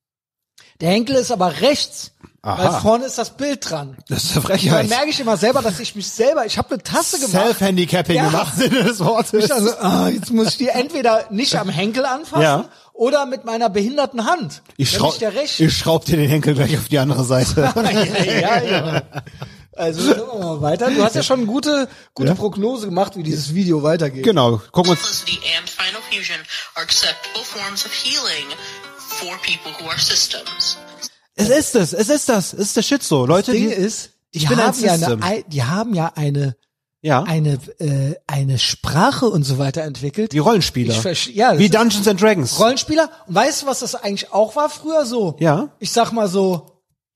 Der Henkel ist aber rechts. Aha. Weil vorne ist das Bild dran. Das ist eine Dann Frechheit. merke ich immer selber, dass ich mich selber, ich habe eine Tasse gemacht. Self-Handicapping Ja. gemacht, Sinne des Wortes. Ich also, ah, jetzt muss ich die entweder nicht am Henkel anfassen Ja. oder mit meiner behinderten Hand. Ich, Wenn schraub, ich der Recht. ich schraub dir den Henkel gleich auf die andere Seite. ja, ja, ja. Also machen wir mal weiter. Du hast ja schon eine gute, gute Ja. Prognose gemacht, wie dieses Video weitergeht. Genau, gucken wir uns. Simplicity and Final Fusion are acceptable forms of healing for people who are systems. Es ist es, es ist das, es ist der Shit so. Leute, Das Ding die, ist, die ich bin ein haben ja System. eine, die haben ja eine, ja, eine, äh, eine Sprache und so weiter entwickelt. die Rollenspieler. Ich versch- ja, das Wie ist- Dungeons and Dragons. Rollenspieler. Und weißt du, was das eigentlich auch war früher so? Ja. Ich sag mal so,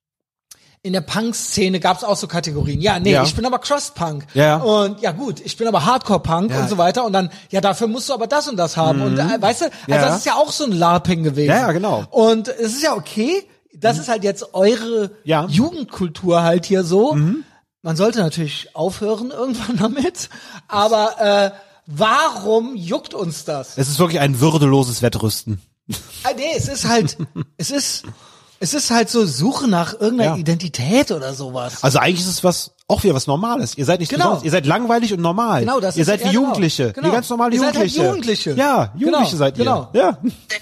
in der Punk-Szene gab's auch so Kategorien. Ja, nee, Ja. ich bin aber Cross-Punk. Ja. Und ja gut, ich bin aber Hardcore-Punk Ja. und so weiter. Und dann, ja, dafür musst du aber das und das haben. Und äh, weißt du, also Ja. das ist ja auch so ein LARPing gewesen. Ja, ja, genau. Und es ist ja okay. Das ist halt jetzt eure Ja. Jugendkultur halt hier so. Man sollte natürlich aufhören irgendwann damit. Aber äh, warum juckt uns das? Es ist wirklich ein würdeloses Wettrüsten. Ah, nee, es ist halt, es ist, es ist halt so Suche nach irgendeiner Ja. Identität oder sowas. Also eigentlich ist es was, auch wieder was Normales. Ihr seid nicht Genau. besonders, ihr seid langweilig und normal. Genau, das ihr ist- seid wie ja, genau. Jugendliche. Genau. Wie ganz normale Ihr seid halt Jugendliche. Jugendliche. Ja, Jugendliche Genau, seid ihr. genau. Ja.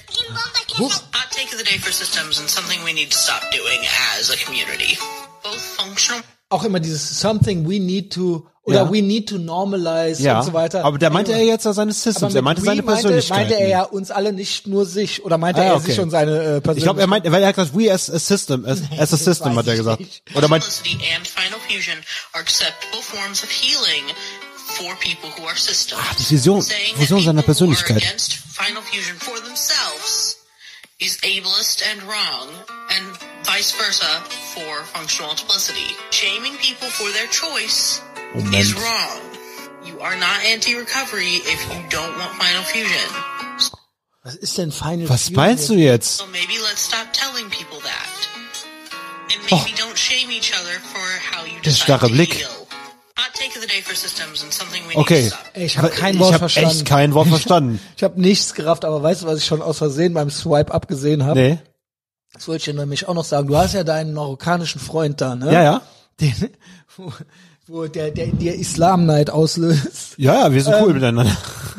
Hot take of the day for systems and something we need to stop doing as a community. Both functional. Auch immer dieses something we need to oder Ja. we need to normalize Ja. und so weiter. Aber da meinte Ey, er jetzt seine aber Systems, mit er meinte we seine Persönlichkeit. Meinte er ja uns alle nicht nur sich oder meinte Ah, er okay. sich und seine äh, Persönlichkeit? Ich glaube, er meint, weil er hat gesagt, we as a system, as, as a system, weiß hat er ich gesagt. nicht. Oder meint, Simplicity and Final Fusion are acceptable forms of healing for people who are systems. Ah, die Vision- Saying that Vision seiner people who are Persönlichkeit. against Final Fusion for themselves is ableist and wrong, and vice versa for functional multiplicity. Shaming people for their choice Moment. is wrong. You are not anti-recovery if you don't want Final Fusion. Was ist denn Final was Fusion? meinst du jetzt? So maybe let's stop telling people that. And maybe don't shame each other for how you Oh. Der decide starre to Blick. heal. Hot take of the day for systems and something we Okay. need to stop. Ey, ich habe kein ich Wort hab verstanden. echt kein Wort verstanden. Ich habe nichts gerafft, aber weißt du, was ich schon aus Versehen beim Swipe abgesehen habe? Nee. Das wollte ich dir nämlich auch noch sagen. Du hast ja deinen marokkanischen Freund da, ne? Ja, ja. den, wo, wo der, der in dir Islamneid auslöst. Ja, ja, wir sind cool Ähm, miteinander.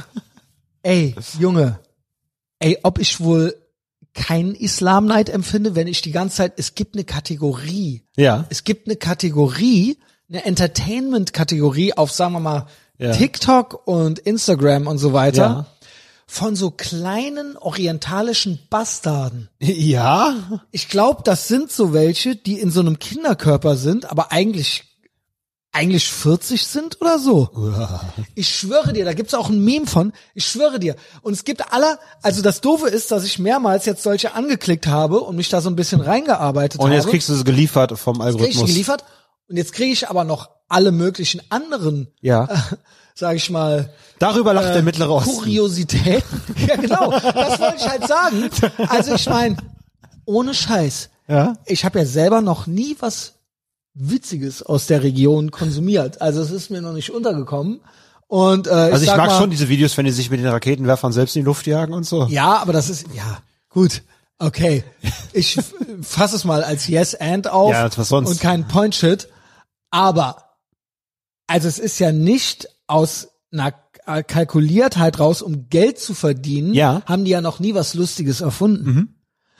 Ey, Junge, ey, ob ich wohl keinen Islamneid empfinde, wenn ich die ganze Zeit, es gibt eine Kategorie. Ja. Es gibt eine Kategorie, eine Entertainment-Kategorie auf, sagen wir mal, Ja. TikTok und Instagram und so weiter, Ja. von so kleinen orientalischen Bastarden. Ja. Ich glaube, das sind so welche, die in so einem Kinderkörper sind, aber eigentlich eigentlich vierzig sind oder so. Ich schwöre dir, da gibt's auch ein Meme von, ich schwöre dir. Und es gibt aller, also das Doofe ist, dass ich mehrmals jetzt solche angeklickt habe und mich da so ein bisschen reingearbeitet Und habe. jetzt kriegst du es geliefert vom Krieg ich Algorithmus. geliefert und jetzt kriege ich aber noch alle möglichen anderen, Ja. äh, sag ich mal, Darüber lacht der mittlere Osten. Kuriositäten. Ja, genau. Das wollte ich halt sagen. Also ich meine, ohne Scheiß. Ja. Ich habe ja selber noch nie was Witziges aus der Region konsumiert. Also es ist mir noch nicht untergekommen. Und äh, Also ich sag mag mal, schon diese Videos, wenn die sich mit den Raketenwerfern selbst in die Luft jagen und so. Ja, aber das ist ja gut. Okay, ich fasse es mal als Yes and auf Ja, was sonst? und kein Point Shit. Aber also es ist ja nicht aus einer Kalkuliertheit raus, um Geld zu verdienen. Ja. Haben die ja noch nie was Lustiges erfunden. Mhm.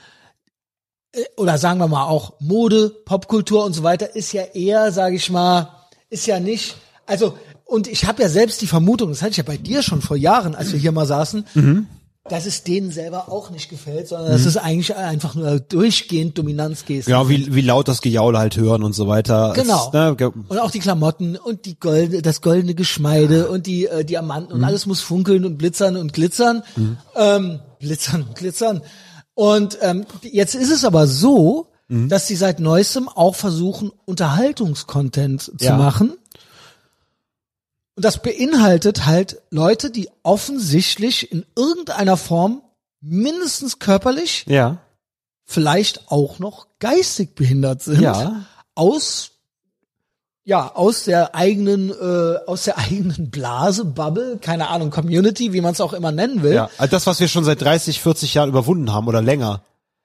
Oder sagen wir mal auch Mode, Popkultur und so weiter ist ja eher, sage ich mal, ist ja nicht, also und ich habe ja selbst die Vermutung, das hatte ich ja bei dir schon vor Jahren, als wir hier mal saßen, Mhm. dass es denen selber auch nicht gefällt, sondern dass es eigentlich einfach nur durchgehend Dominanzgesten Genau, sind. wie, wie laut das Gejaule halt hören und so weiter. Genau. Es, ne, ge- Und auch die Klamotten und die Golde, das goldene Geschmeide und die äh, Diamanten und alles muss funkeln und blitzern und glitzern. Ähm, blitzern und glitzern. Und ähm, jetzt ist es aber so, dass sie seit neuestem auch versuchen, Unterhaltungskontent zu Ja. machen. Und das beinhaltet halt Leute, die offensichtlich in irgendeiner Form mindestens körperlich, ja. vielleicht auch noch geistig behindert sind. Ja. Aus ja, aus der eigenen äh, aus der eigenen Blase, Bubble, keine Ahnung, Community, wie man es auch immer nennen will. Ja. Also das, was wir schon seit dreißig, vierzig Jahren überwunden haben oder länger.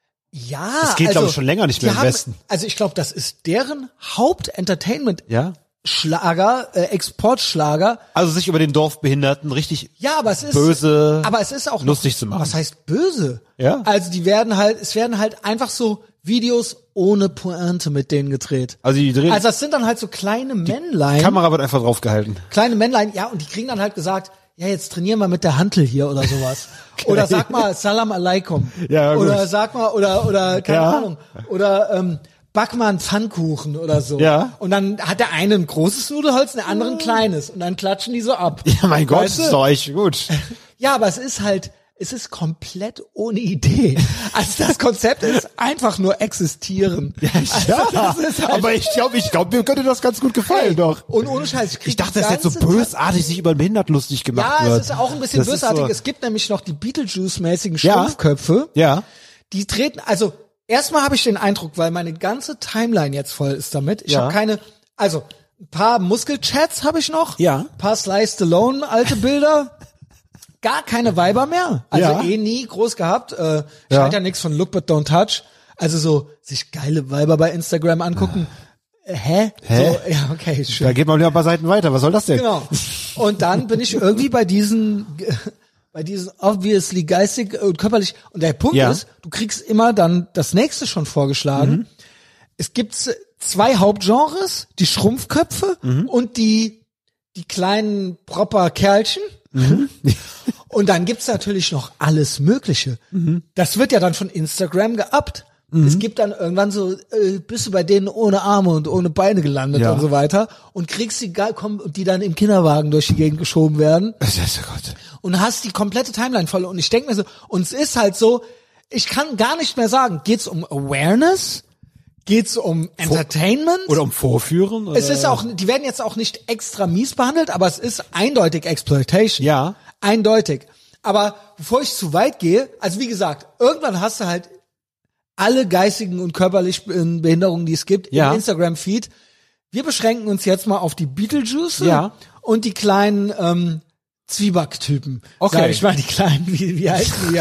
Ja, Das geht, also, glaube ich, schon länger nicht mehr die im haben, Westen. Also ich glaube, das ist deren Hauptentertainment Ja. Schlager, äh, Exportschlager. Also sich über den Dorfbehinderten richtig Ja, aber es ist böse aber es ist auch noch, lustig zu machen. Was heißt böse? Ja. Also die werden halt, es werden halt einfach so Videos ohne Pointe mit denen gedreht. Also die drehen, Also das sind dann halt so kleine Männlein, Kamera wird einfach draufgehalten. kleine Männlein, ja, und die kriegen dann halt gesagt, ja, jetzt trainieren wir mit der Hantel hier oder sowas. Oder sag mal Salam Alaikum. Ja, gut. Oder sag mal, oder, oder, keine Ja. Ahnung. Oder, ähm, back mal einen Pfannkuchen oder so. Ja. Und dann hat der eine ein großes Nudelholz, der andere ein kleines. Und dann klatschen die so ab. Ja, mein Gott, Weißt das ist du? doch echt gut. Ja, aber es ist halt, es ist komplett ohne Idee. Also das Konzept ist einfach nur existieren. Also das ist halt, aber ich glaube, ich glaube, mir könnte das ganz gut gefallen, ey, doch. Und ohne Scheiß. Ich, krieg Ich dachte, die das ist jetzt so ganze Zeit- bösartig sich über den Behindert lustig gemacht Ja, wird. es ist auch ein bisschen Das ist bösartig. so- Es gibt nämlich noch die Beetlejuice-mäßigen Ja. Schrumpfköpfe. Ja. Die treten, also erstmal habe ich den Eindruck, weil meine ganze Timeline jetzt voll ist damit. Ich Ja. habe keine, also ein paar Muskelchats habe ich noch. Ja. Ein paar Sly Stallone alte Bilder. Gar keine Weiber mehr. Also Ja. eh nie groß gehabt. Äh, ich Ja. halte ja nichts von Look But Don't Touch. Also so sich geile Weiber bei Instagram angucken. Äh, Hä? Hä? So, ja, okay, schön. Da geht man wieder ein paar Seiten weiter. Was soll das denn? Genau. Und dann bin ich irgendwie bei diesen, bei diesen obviously geistig und körperlich. Und der Punkt Ja. ist, du kriegst immer dann das nächste schon vorgeschlagen. Mhm. Es gibt zwei Hauptgenres, die Schrumpfköpfe Mhm. und die, die kleinen proper Kerlchen. Mhm. Und dann gibt's natürlich noch alles Mögliche. Mhm. Das wird ja dann von Instagram geuppt. Es gibt dann irgendwann so, äh, bist du bei denen ohne Arme und ohne Beine gelandet Ja. und so weiter und kriegst die geil, kommen und die dann im Kinderwagen durch die Gegend geschoben werden Das ist oh Gott. und hast die komplette Timeline voll. Und ich denke mir so, und es ist halt so, ich kann gar nicht mehr sagen, geht's um Awareness? Geht's um Entertainment? Oder um Vorführen? Oder? Es ist auch, die werden jetzt auch nicht extra mies behandelt, aber es ist eindeutig Exploitation. Ja. Eindeutig. Aber bevor ich zu weit gehe, also wie gesagt, irgendwann hast du halt alle geistigen und körperlichen Behinderungen, die es gibt, Ja. im Instagram-Feed. Wir beschränken uns jetzt mal auf die Beetlejuice Ja. und die kleinen ähm, Zwieback-Typen. Okay. Sag ich mal, die kleinen, wie, wie heißen die ja?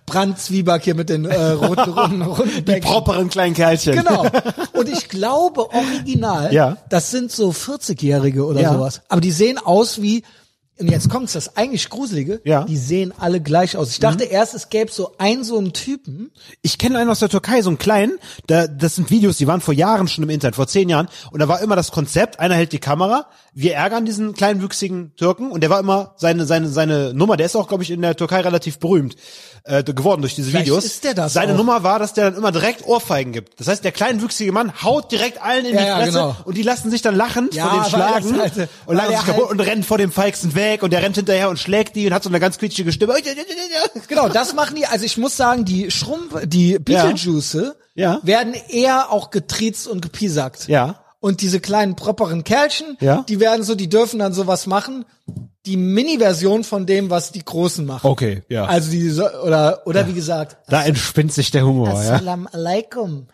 Brand Zwieback hier mit den äh, roten, runden, runden Die Becken. properen kleinen Kerlchen. Genau. Und ich glaube, original, Ja. das sind so vierzig-Jährige oder Ja. sowas. Aber die sehen aus wie, und jetzt kommt's, das eigentlich Gruselige, Ja. die sehen alle gleich aus. Ich dachte erst, es gäbe so einen so einen Typen. Ich kenne einen aus der Türkei, so einen kleinen, da, das sind Videos, die waren vor Jahren schon im Internet, vor zehn Jahren, und da war immer das Konzept, einer hält die Kamera, wir ärgern diesen kleinwüchsigen Türken, und der war immer, seine, seine, seine Nummer, der ist auch, glaube ich, in der Türkei relativ berühmt äh, geworden durch diese Vielleicht Videos. ist der das Seine auch. Nummer war, dass der dann immer direkt Ohrfeigen gibt. Das heißt, der kleinwüchsige Mann haut direkt allen in Ja, die ja, Fresse, genau. und die lassen sich dann lachend Ja, vor den weil schlagen das halt- und lachen weil sich er kaputt halt- und rennen vor dem Feigsten weg, und der rennt hinterher und schlägt die und hat so eine ganz quietschige Stimme. Genau, das machen die. Also ich muss sagen, die Schrumpf, die Beetlejuice Ja. werden eher auch getriezt und gepiesackt. Ja. Und diese kleinen properen Kerlchen, Ja. die werden so, die dürfen dann sowas machen. Die Mini-Version von dem, was die Großen machen. Okay, ja. Also die so, oder oder wie gesagt. Da entspinnt sich der Humor, ja. Assalamu alaikum.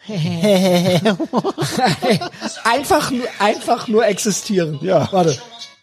einfach nur einfach nur existieren. Ja. Warte.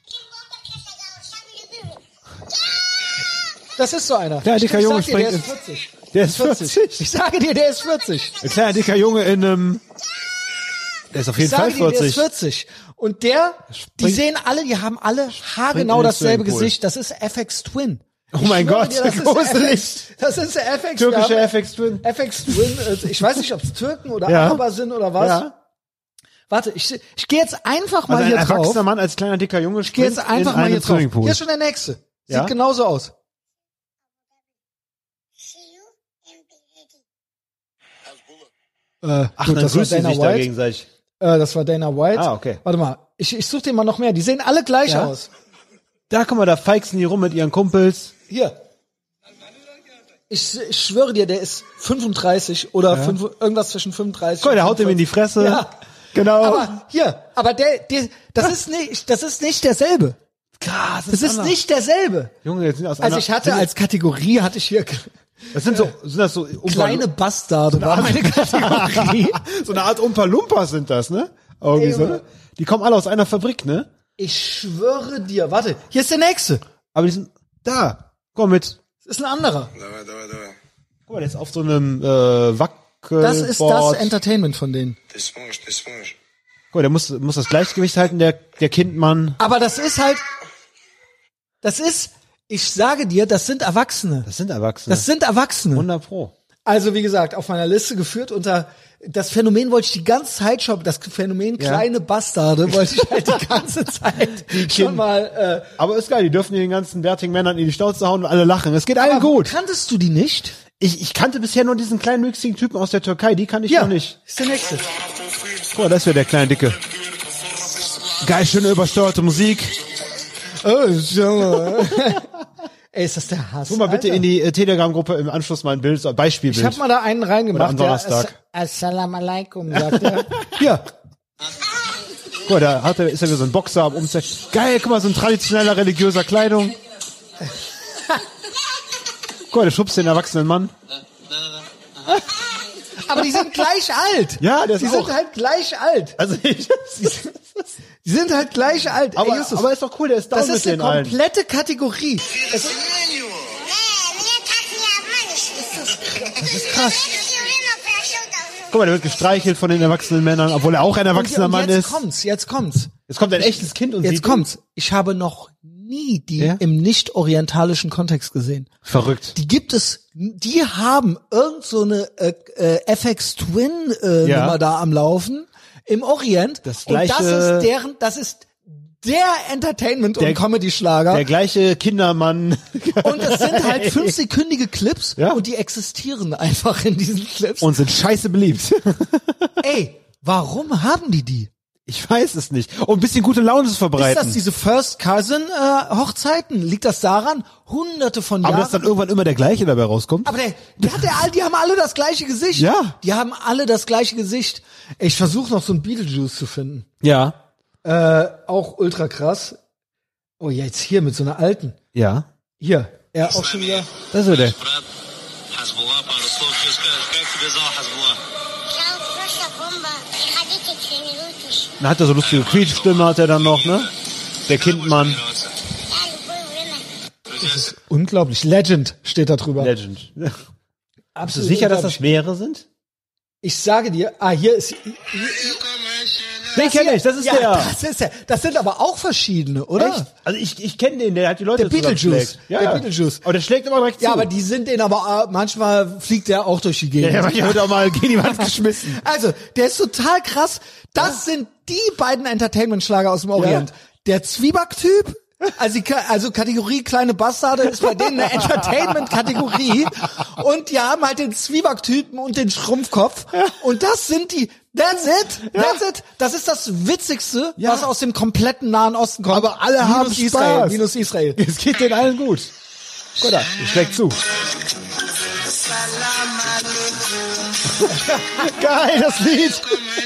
Das ist so einer. Kleiner, dicker Ich Junge sag dir, der springt ist vierzig. Der ist vierzig. Ich sage dir, der ist vierzig. Ein kleiner dicker Junge in einem. Der ist auf Ich jeden Fall sage dir, der ist vierzig. vierzig. Und der, die Springt- sehen alle, die haben alle haargenau in den dasselbe Swimmingpool. Gesicht. Das ist F X Twin. Oh mein schwöre Gott, dir, das ist gruselig. F X, das ist F X. Türkische wir haben- F X Twin. F X Twin. äh, Ich weiß nicht, ob es Türken oder Ja. Araber sind oder was. Ja. Warte, ich, ich gehe jetzt einfach mal Also ein hier erwachsener drauf. Mann als kleiner dicker Junge Ich gehe jetzt springt einfach in mal einen hier drauf. Swimmingpool. Hier ist schon der nächste. Sieht Ja? genauso aus. Äh, Ach, gut, dann das war grüßen die Dana sich da White. gegenseitig. Äh, das war Dana White. Ah, okay. Warte mal, ich, ich suche dir mal noch mehr. Die sehen alle gleich Ja? aus. Da, guck mal, da feixen die rum mit ihren Kumpels. Hier. Ich, ich schwöre dir, der ist fünfunddreißig oder fünf, irgendwas zwischen fünfunddreißig. Guck mal, der und haut ihm in die Fresse. Ja. Genau. Aber hier, aber der, der, das ist nicht, das ist nicht derselbe. krass. Das ist nicht derselbe. Junge, jetzt sind aus Also einer, ich hatte sind, als Kategorie hatte ich hier das sind so, sind das so kleine Bastarde war meine Kategorie. so eine Art Umpa Lumpas sind das, ne? Irgendwie Ey, so, Junge. ne? Die kommen alle aus einer Fabrik, ne? Ich schwöre dir, warte, hier ist der nächste. Aber die sind da. Komm mit. Das ist ein anderer. Guck mal, der ist auf so einem äh, Wackelboard. Das ist das Entertainment von denen. Guck mal, der muss, muss das Gleichgewicht halten, der, der Kindmann. Aber das ist halt, das ist, ich sage dir, das sind Erwachsene. Das sind Erwachsene. Das sind Erwachsene. hundert Pro. Also wie gesagt, auf meiner Liste geführt unter das Phänomen wollte ich die ganze Zeit schon, das Phänomen Ja. kleine Bastarde wollte ich halt die ganze Zeit schon mal. Äh, Aber ist geil, die dürfen den ganzen bärtigen Männern in die Schnauze hauen und alle lachen. Es geht allen aber gut. Kanntest du die nicht? Ich, ich kannte bisher nur diesen kleinen wüchsigen Typen aus der Türkei, die kannte ich noch nicht. ist der nächste. Guck mal, das wäre der kleine Dicke. Geil, schöne übersteuerte Musik. Oh, so. Ey, ist das der Hass? Guck mal bitte Alter. in die äh, Telegram-Gruppe im Anschluss mal ein Bild, so ein Beispielbild. Ich hab mal da einen Oder reingemacht. am der Donnerstag. Ass- Assalamu alaikum, sagt er. Hier. Guck mal, da hat er, ist er wieder so ein Boxer am Umzeigen. Geil, guck mal, so ein traditioneller religiöser Kleidung. Guck mal, der schubst den erwachsenen Mann. Aber die sind gleich alt. Ja, der ist Die auch. sind halt gleich alt. Also ich, Die sind halt gleich alt. aber, Ey, Justus, aber ist doch cool, der ist down das mit ist eine den allen. komplette Kategorie. Es, Das ist krass. Guck mal, der wird gestreichelt von den erwachsenen Männern, obwohl er auch ein erwachsener und Mann jetzt ist. kommt's, jetzt kommt's. Jetzt kommt ein echtes Kind und Jetzt sieht kommt's. Ich habe noch nie die Ja? im nicht-orientalischen Kontext gesehen. ihn. Verrückt. Die gibt es, die haben irgend so eine äh, äh, F X Twin äh, Ja. Nummer da am Laufen im Orient. Das und das gleiche- ist deren, das ist der Entertainment- und Der- Comedy-Schlager. Der gleiche Kindermann. Und das sind halt fünfsekündige Clips Ja. und die existieren einfach in diesen Clips. Und sind scheiße beliebt. Ey, warum haben die die? Ich weiß es nicht. Um ein bisschen gute Laune zu Ist verbreiten. das diese First Cousin äh, Hochzeiten? Liegt das daran? Hunderte von aber Jahren. dass dann irgendwann immer der gleiche dabei rauskommt? Aber der, der hat der, die haben alle das gleiche Gesicht. Ja. Die haben alle das gleiche Gesicht. Ich versuche noch so ein Beetlejuice zu finden. Ja. Äh, auch ultra krass. Oh, ja, jetzt hier mit so einer alten. Ja. Hier. Er auch schon wieder. Das ist so der. حسب الله بقى الاسلوب كيف كيف بيزا حسب الله Dann hat er so lustige Quietschstimme, hat er dann noch, ne? Der Kindmann. Unglaublich. Legend steht da drüber. Legend. Bist du Absolut sicher, dass das unglaublich. mehrere sind? Ich sage dir, ah, hier ist, Den kenne ich, das ist ja, der. das ist der. Das sind aber auch verschiedene, oder? Echt? Also ich, ich kenne den, der hat die Leute Der Beetlejuice. zusammenschlägt. Ja, Der ja. Beetlejuice. Aber der schlägt immer direkt Ja, zu. aber die sind den aber, äh, manchmal fliegt der auch durch die Gegend. Ja, manchmal wird auch mal gegen die Wand geschmissen. Also, der ist total krass. Das sind die beiden Entertainment-Schlager aus dem Orient. Ja. Der Zwieback-Typ, also, die, also Kategorie kleine Bastarde ist bei denen eine Entertainment-Kategorie. Und die haben halt den Zwieback-Typen und den Schrumpfkopf. Und das sind die, that's it, that's it. Das ist das Witzigste, Ja. was aus dem kompletten Nahen Osten kommt. Aber alle minus haben Israel, Spaß. minus Israel. Es geht denen allen gut. Guck da, ich schlägt zu. Geil, das Lied.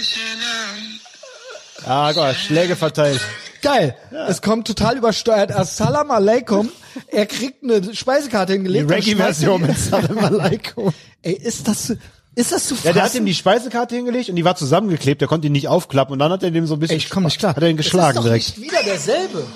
Ah, Gott, Schläge verteilt. Geil. Es kommt total übersteuert. Assalamu alaikum. Er kriegt eine Speisekarte Die hingelegt. und Reggae-Version mit schmeißt Salam Alaikum. die- Ey, ist das, ist das zu Ja, der hat fassen? ihm die Speisekarte hingelegt und die war zusammengeklebt, der konnte ihn nicht aufklappen und dann hat er dem so ein bisschen, Ey, ich komm nicht klar. hat er ihn geschlagen das ist doch direkt. nicht wieder derselbe.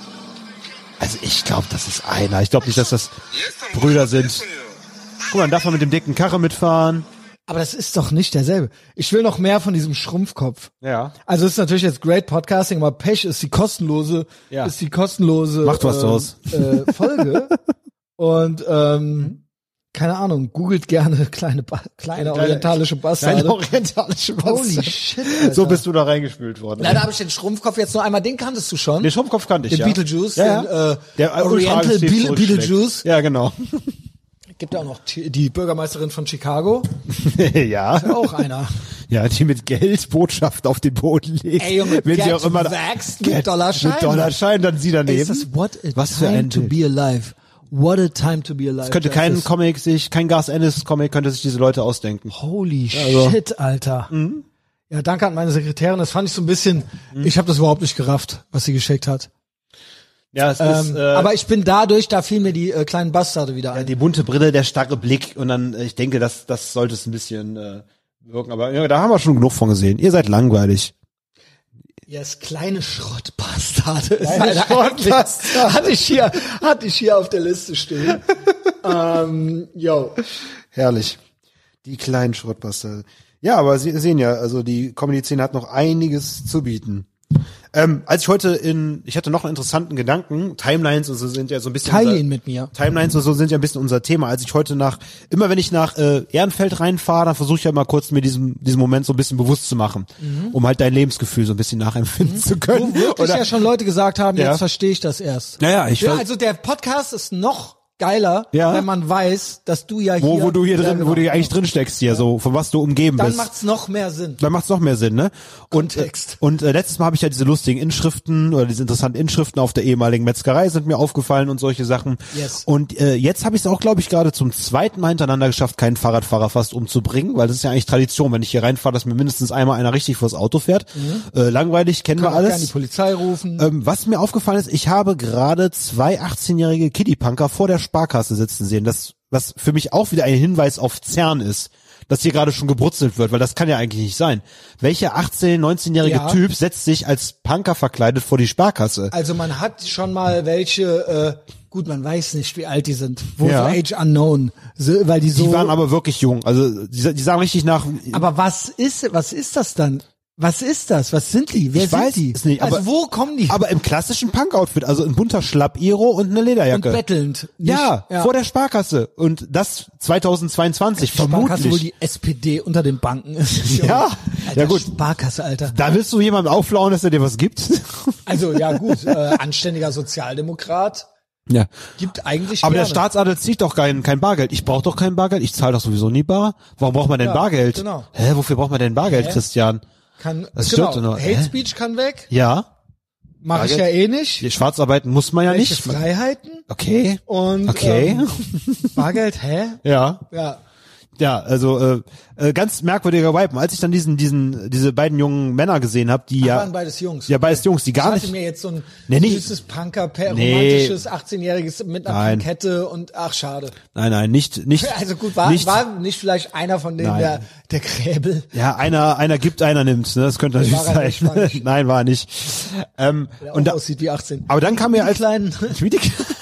Also ich glaube, das ist einer. Ich glaube nicht, dass das Brüder sind. Guck mal, dann darf man mit dem dicken Karre mitfahren. Aber das ist doch nicht derselbe. Ich will noch mehr von diesem Schrumpfkopf. Ja. Also es ist natürlich jetzt great Podcasting, aber Pech ist die kostenlose, Ja. ist die kostenlose Macht was ähm, draus. äh, Folge. Und ähm, keine Ahnung, googelt gerne kleine ba kleine orientalische Bastarde. Kleine orientalische Holy Bastarde. shit, Alter. So bist du da reingespült worden. Na, da habe ich den Schrumpfkopf jetzt nur einmal, den kanntest du schon. Den Schrumpfkopf kannte ich, Den ja. Beetlejuice, ja, den, ja. äh, Der Oriental ultra aggressiv Beetle- zurückschlägt. Beetlejuice. Ja, genau. Gibt ja auch noch die, die Bürgermeisterin von Chicago. ja. Auch einer. Ja, die mit Geld Botschaft auf den Boden legt. Ey, Junge, wenn sie get auch immer waxed mit Dollarschein. Mit Dollarschein, dann sie daneben. Ey, ist das what a Was für time ein to Bild. be alive. What a time to be alive. Das könnte Das kein ist- Comic sich, kein Garth Ennis Comic könnte sich diese Leute ausdenken. Holy Also. shit, Alter. Ja, danke an meine Sekretärin. Das fand ich so ein bisschen, ich habe das überhaupt nicht gerafft, was sie geschickt hat. Ja, es Ähm, ist, äh, aber ich bin dadurch, da fielen mir die äh, kleinen Bastarde wieder ja, ein. die bunte Brille, der starre Blick und dann, äh, ich denke, das, das sollte es ein bisschen äh, wirken. Aber ja, da haben wir schon genug von gesehen. Ihr seid langweilig. Yes, kleine Schrottbastarde. Ist Kleine halt eigentlich- Schrottbastarde. Hatte ich hier, hatte ich hier auf der Liste stehen. ähm, yo. Herrlich. Die kleinen Schrottbastarde. Ja, aber Sie sehen ja, also die Comedy-Szene hat noch einiges zu bieten. Ähm, als ich heute in, ich hatte noch einen interessanten Gedanken, Timelines und so sind ja so ein bisschen Teile unser- ihn mit mir. Timelines und so sind ja ein bisschen unser Thema. Als ich heute nach, immer wenn ich nach äh, Ehrenfeld reinfahre, dann versuche ich ja mal kurz mir diesen diesen Moment so ein bisschen bewusst zu machen, um halt dein Lebensgefühl so ein bisschen nachempfinden zu können. Wo wirklich Oder- ja schon Leute gesagt haben, Ja. jetzt verstehe ich das erst. Naja, ich Ja, weiß- also der Podcast ist noch geiler, Ja. wenn man weiß, dass du ja hier... wo, wo du hier Ja, drin, genau. wo du hier eigentlich drin steckst hier, so von was du umgeben Dann bist. macht's noch mehr Sinn. Dann macht's noch mehr Sinn, ne? Und, äh, Kontext. und äh, letztes Mal habe ich ja diese lustigen Inschriften oder diese interessanten Inschriften auf der ehemaligen Metzgerei sind mir aufgefallen und solche Sachen. Yes. Und äh, jetzt habe ich es auch, glaube ich, gerade zum zweiten Mal hintereinander geschafft, keinen Fahrradfahrer fast umzubringen, weil das ist ja eigentlich Tradition, wenn ich hier reinfahre, dass mir mindestens einmal einer richtig vors Auto fährt. Äh, langweilig, kennen Kann wir auch gerne die alles. Polizei rufen. Ähm, was mir aufgefallen ist, ich habe gerade zwei achtzehnjährige Kiddie-Punker vor der Sparkasse sitzen sehen, das was für mich auch wieder ein Hinweis auf CERN ist, dass hier gerade schon gebrutzelt wird, weil das kann ja eigentlich nicht sein. Welcher achtzehn-, neunzehnjährige Ja. Typ setzt sich als Punker verkleidet vor die Sparkasse? Also man hat schon mal welche, äh, gut, man weiß nicht, wie alt die sind. Wo Ja. so age unknown, so, weil die so... Die waren aber wirklich jung, also die, die sahen richtig nach... aber was ist, was ist das dann? Was ist das? Was sind die? Wer Ich sind weiß die? es nicht, also aber- wo kommen die? Aber im klassischen Punk-Outfit, also ein bunter Schlapp-Iro und eine Und Lederjacke. bettelnd. Nicht- Ja, vor der Sparkasse. Und das zweitaudzweiundzwanzig, Sparkasse, vermutlich. wo die S P D unter den Banken ist. Ja, Alter, ja gut. Sparkasse, Alter. Da willst du jemandem auflauen, dass er dir was gibt? Also ja gut, äh, anständiger Sozialdemokrat Ja. gibt eigentlich Aber der gerne. Staatsadel zieht doch kein, kein Bargeld. Ich brauche doch kein Bargeld. Ich zahle doch sowieso nie bar. Warum braucht man denn Ja, Bargeld? genau. Hä, wofür braucht man denn Bargeld, Hä? Christian? kann, Das genau, stimmt doch noch. Hate Hä? Speech kann weg. Ja. Mache ich ja Bargeld? eh nicht. Die Schwarzarbeiten muss man ja Welche nicht. Freiheiten? Okay. Und Okay. ähm, Bargeld, hä? Ja. Ja. Ja, also äh, äh, ganz merkwürdiger Vibe. Und als ich dann diesen, diesen, diese beiden jungen Männer gesehen habe, die Ja. ja, Waren beides Jungs. ja beides Jungs, die gar ich hatte nicht. mir jetzt so ein Nee, nee. süßes Punker, per Nee. romantisches achtzehnjähriges mit einer Nein. Pinkette und ach schade. Nein, nein, nicht, nicht. Also gut, war nicht, war nicht vielleicht einer von denen Nein. der der Gräbel. Ja, einer, einer gibt, einer nimmt. Ne? Das könnte natürlich War er nicht, sein. war nicht. Nein, war nicht. Ähm, Der und auch da, aussieht wie achtzehn. aber dann kam mir Die als kleinen Wie die-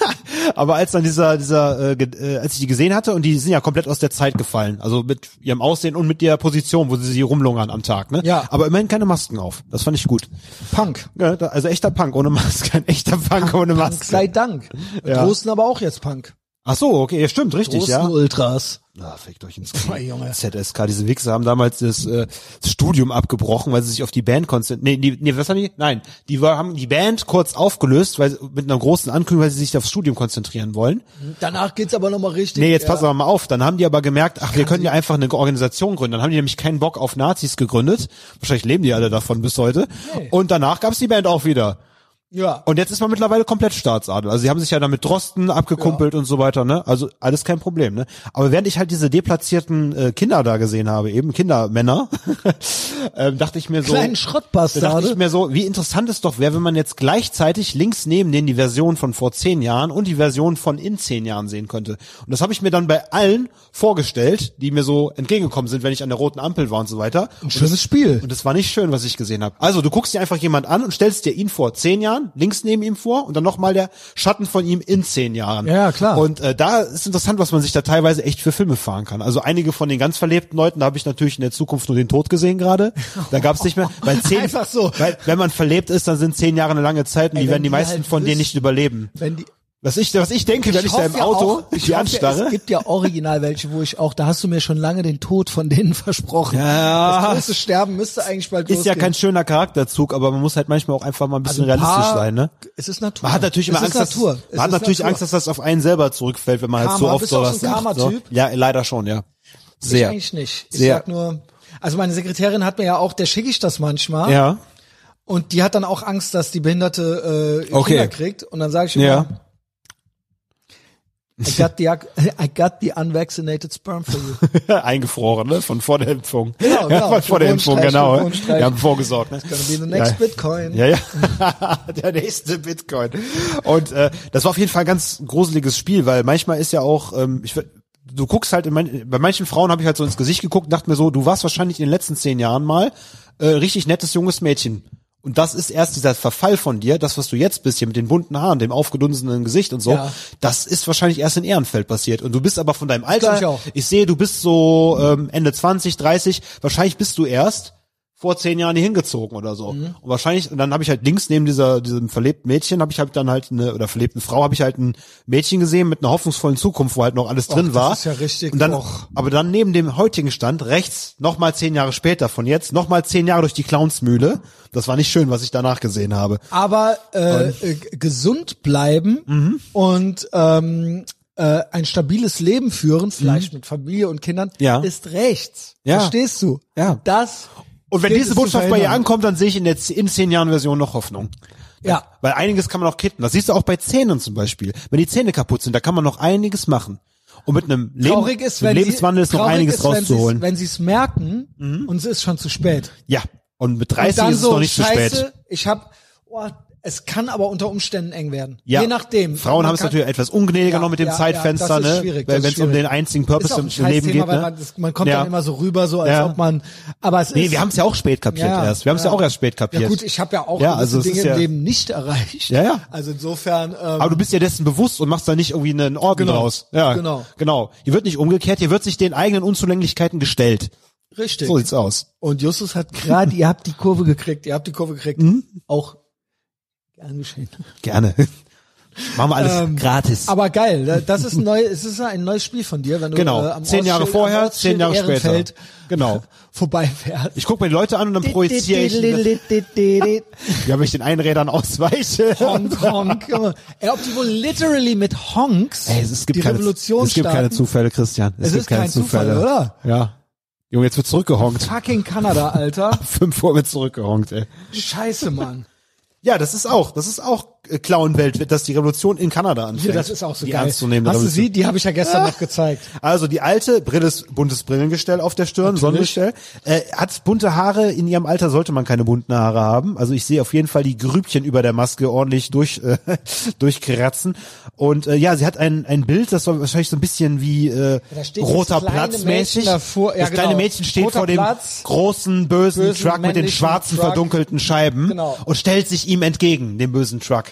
Aber als dann dieser, dieser, äh, ge- äh, als ich die gesehen hatte, und die sind ja komplett aus der Zeit gefallen, also mit ihrem Aussehen und mit der Position, wo sie sie rumlungern am Tag, ne? Ja. Aber immerhin keine Masken auf. Das fand ich gut. Punk. Ja, da, also echter Punk ohne Maske, ein echter Punk ohne Punk Maske. sei Dank. Ja. Drosten aber auch jetzt Punk. Ach so, okay, ja, stimmt, richtig, Drosten ja. Ultras. Na, fickt euch ins Boah, Knie. Junge. Z S K, diese Wichser haben damals das, äh, das Studium abgebrochen, weil sie sich auf die Band konzentrieren. Nee, nee, nee, was haben die? Nein, die war, haben die Band kurz aufgelöst, weil mit einer großen Ankündigung, weil sie sich aufs Studium konzentrieren wollen. Danach geht's aber nochmal richtig. Nee, jetzt ja. pass aber mal auf. Dann haben die aber gemerkt, ach, wir können ja einfach eine Organisation gründen. Dann haben die nämlich keinen Bock auf Nazis gegründet. Wahrscheinlich leben die alle davon bis heute. Nee. Und danach gab's die Band auch wieder. Ja. Und jetzt ist man mittlerweile komplett Staatsadel. Also sie haben sich ja dann mit Drosten abgekumpelt und so weiter, ne? Also alles kein Problem, ne? Aber während ich halt diese deplatzierten äh, Kinder da gesehen habe, eben Kindermänner, ähm, dachte ich mir so, Kleinen da dachte Schrottbastarde. ich mir so, wie interessant es doch wäre, wenn man jetzt gleichzeitig links neben denen die Version von vor zehn Jahren und die Version von in zehn Jahren sehen könnte. Und das habe ich mir dann bei allen vorgestellt, die mir so entgegengekommen sind, wenn ich an der roten Ampel war und so weiter. Ein schönes Spiel. Und es war nicht schön, was ich gesehen habe. Also du guckst dir einfach jemand an und stellst dir ihn vor zehn Jahren, links neben ihm vor und dann nochmal der Schatten von ihm in zehn Jahren. Ja, klar. Und äh, da ist interessant, was man sich da teilweise echt für Filme fahren kann. Also einige von den ganz verlebten Leuten, da habe ich natürlich in der Zukunft nur den Tod gesehen gerade. Da gab's nicht mehr, weil zehn, Einfach so. weil wenn man verlebt ist, dann sind zehn Jahre eine lange Zeit und Ey, die wenn werden die die meisten halt von denen wüssten- nicht überleben. Wenn die, Was ich, was ich denke, wenn ich, da im hoffe ja Auto auch, ich die hoffe, anstarre. Es gibt ja original welche, wo ich auch, da hast du mir schon lange den Tod von denen versprochen. Ja. Das große Sterben müsste eigentlich bald Ist ja losgehen. kein schöner Charakterzug, aber man muss halt manchmal auch einfach mal ein bisschen Also ein realistisch paar- sein, ne? Es ist Natur. Man hat natürlich immer es Angst, ist dass, Natur. Es man hat ist natürlich Natur. Angst, dass das auf einen selber zurückfällt, wenn man halt Karma. so oft Bist du auch sowas so ein sagt. So. Karma-Typ? Ja, leider schon, ja. Sehr. Ich eigentlich nicht. Ich Sehr. sag nur, also meine Sekretärin hat mir ja auch, der schicke ich das manchmal. Ja. Und die hat dann auch Angst, dass die Behinderte äh, Okay. Kinder kriegt. Und dann sage ich immer, Ja. I got the I got the unvaccinated sperm for you. Eingefroren, ne? Von vor der Impfung. Genau, ja, genau. von vor der Impfung, Glückwunschstreich, genau. Glückwunschstreich. Wir haben vorgesorgt, ne? Gonna be the next Ja. Bitcoin. Ja, ja. Der nächste Bitcoin. Und äh, das war auf jeden Fall ein ganz gruseliges Spiel, weil manchmal ist ja auch, ähm, ich du guckst halt in mein, bei manchen Frauen habe ich halt so ins Gesicht geguckt und dachte mir so, du warst wahrscheinlich in den letzten zehn Jahren mal äh, richtig nettes junges Mädchen. Und das ist erst dieser Verfall von dir, das, was du jetzt bist, hier mit den bunten Haaren, dem aufgedunsenen Gesicht und so, Ja. das ist wahrscheinlich erst in Ehrenfeld passiert. Und du bist aber von deinem Alter, Glaub ich auch. ich sehe, du bist so ähm, Ende zwanzig, dreißig, wahrscheinlich bist du erst vor zehn Jahren hier hingezogen oder so. Mhm. Und wahrscheinlich, und dann habe ich halt links neben dieser diesem verlebten Mädchen, habe ich halt dann halt eine, oder verlebten Frau, habe ich halt ein Mädchen gesehen mit einer hoffnungsvollen Zukunft, wo halt noch alles drin das war. ist ja richtig, Und dann, och. aber dann neben dem heutigen Stand, rechts, nochmal zehn Jahre später von jetzt, nochmal zehn Jahre durch die Clownsmühle. Das war nicht schön, was ich danach gesehen habe. Aber äh, äh, gesund bleiben Mhm. und ähm, äh, ein stabiles Leben führen, vielleicht mit Familie und Kindern, Mhm. Ja. ist rechts. Ja. Verstehst du? Ja. Das Und wenn gilt diese es zu Botschaft bei ihr verhindern. ankommt, dann sehe ich in der in zehn Jahren Version noch Hoffnung. Ja. Weil einiges kann man auch kitten. Das siehst du auch bei Zähnen zum Beispiel. Wenn die Zähne kaputt sind, da kann man noch einiges machen. Und mit einem Leben, Traurig ist, mit wenn Lebenswandel sie, ist noch traurig einiges ist, wenn sie's- rauszuholen. Wenn sie es merken und es ist schon zu spät. Ja. Und mit Und dreißig dann ist es so, noch nicht zu scheiße, spät. ich hab, oh, es kann aber unter Umständen eng werden. Ja. Je nachdem. Frauen Man haben es kann- natürlich etwas ungnädiger Ja, noch mit dem ja, Zeitfenster, ja, das ist ne? schwierig, Weil das wenn ist es um schwierig. den einzigen Ist auch Purpose ein im Leben Scheißthema, geht, weil ne? man, das, man kommt Ja. dann immer so rüber, so als Ja. ob man, aber es Nee, ist, wir haben es ja auch spät kapiert Ja, erst. Wir haben es ja. ja. auch erst spät kapiert. ja gut, ich habe ja auch Ja, gewisse also es Dinge ist ja- im Leben nicht erreicht. Ja, ja. Also insofern, ähm, Aber du bist ja dessen bewusst und machst da nicht irgendwie einen Orden Genau. draus. Ja, Genau. Genau. Hier wird nicht umgekehrt, hier wird sich den eigenen Unzulänglichkeiten gestellt. richtig. So sieht's aus. Und Justus hat gerade, ihr habt die Kurve gekriegt, ihr habt die Kurve gekriegt. Mhm. Auch gern geschehen. Gerne. Machen wir alles Ähm, gratis. Aber geil, das ist ein neues, es ist ein neues Spiel von dir, wenn du Genau. äh, am Zehn Jahre Ortsschild- vorher, am Ortsschild zehn Jahre später. Ehrenfeld Genau. vorbeifährst. Ich gucke mir die Leute an und dann projiziere ich, wie habe ich den Einrädern ausweiche. Honk, honk. Ey, ob die wohl literally mit Honks Ey, es, es gibt die keine, Revolution es gibt keine starten? Zufälle, Christian. Es, Es gibt ist keine kein Zufall, Zufälle, oder? Ja. Junge, jetzt wird zurückgehonkt. Fucking Kanada, Alter. Fünf Uhr wird zurückgehonkt, ey. Scheiße, Mann. Ja, das ist auch, das ist auch äh, Clownwelt, dass die Revolution in Kanada anfängt. Ja, das ist auch so die geil. ernstzunehmende Hast du Revolution. sie? Die habe ich ja gestern noch gezeigt. Also die alte, brilles, buntes Brillengestell auf der Stirn, Natürlich. Sonnengestell. Äh, hat bunte Haare, in ihrem Alter sollte man keine bunten Haare haben. Also ich sehe auf jeden Fall die Grübchen über der Maske ordentlich durch äh, durchkratzen. Und äh, ja, sie hat ein ein Bild, das war wahrscheinlich so ein bisschen wie äh, Da steht roter das kleine Platz Mädchen mäßig. davor. Ja, das kleine genau. Mädchen steht Roter vor dem Platz. großen, bösen, Bösen, Truck mit den männlichen schwarzen, Truck. verdunkelten Scheiben Genau. und stellt sich ihm entgegen, dem bösen Truck.